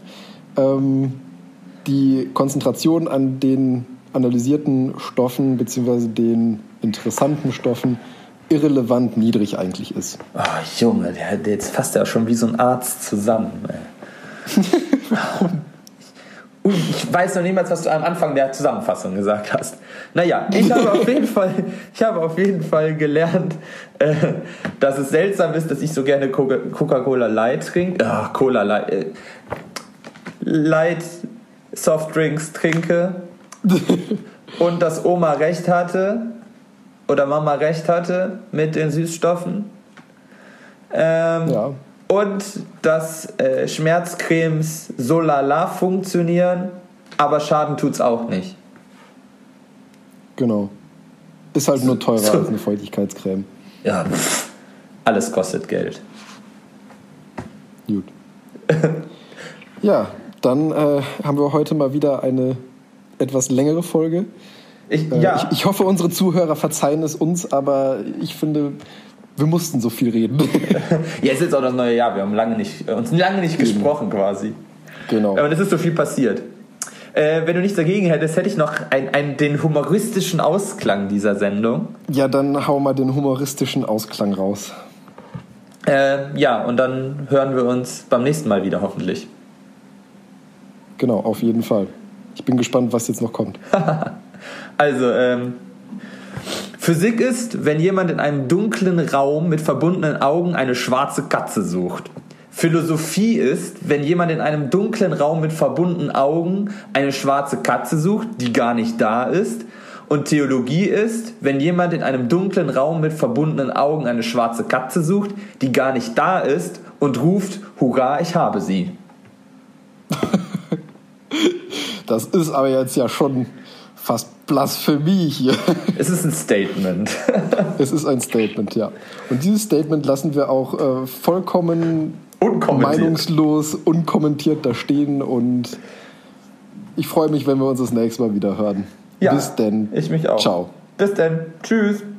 die Konzentration an den analysierten Stoffen bzw. den interessanten Stoffen irrelevant niedrig eigentlich ist. Oh Junge, jetzt fasst er schon wie so ein Arzt zusammen. Warum? Ich weiß noch niemals, was du am Anfang der Zusammenfassung gesagt hast. Naja, ich habe auf jeden Fall gelernt, dass es seltsam ist, dass ich so gerne Coca-Cola Light trinke. Cola Light. Light Softdrinks trinke. Und dass Oma recht hatte. Oder Mama recht hatte mit den Süßstoffen. Ja. Und dass Schmerzcremes so lala funktionieren, aber Schaden tut's auch nicht. Genau. Ist halt nur teurer als eine Feuchtigkeitscreme. Ja, alles kostet Geld. Gut. Ja, dann haben wir heute mal wieder eine etwas längere Folge. Ich hoffe, unsere Zuhörer verzeihen es uns, aber ich finde, wir mussten so viel reden. Ja, es ist jetzt auch das neue Jahr. Wir haben uns lange nicht gesprochen quasi. Genau. Aber es ist so viel passiert. Wenn du nichts dagegen hättest, hätte ich noch den humoristischen Ausklang dieser Sendung. Ja, dann hau mal den humoristischen Ausklang raus. Ja, und dann hören wir uns beim nächsten Mal wieder, hoffentlich. Genau, auf jeden Fall. Ich bin gespannt, was jetzt noch kommt. Also, Physik ist, wenn jemand in einem dunklen Raum mit verbundenen Augen eine schwarze Katze sucht. Philosophie ist, wenn jemand in einem dunklen Raum mit verbundenen Augen eine schwarze Katze sucht, die gar nicht da ist. Und Theologie ist, wenn jemand in einem dunklen Raum mit verbundenen Augen eine schwarze Katze sucht, die gar nicht da ist und ruft, Hurra, ich habe sie. Das ist aber jetzt ja schon fast Blasphemie hier. Es ist ein Statement. Es ist ein Statement, ja. Und dieses Statement lassen wir auch vollkommen meinungslos, unkommentiert da stehen. Und ich freue mich, wenn wir uns das nächste Mal wieder hören. Ja, bis denn. Ich mich auch. Ciao. Bis denn. Tschüss.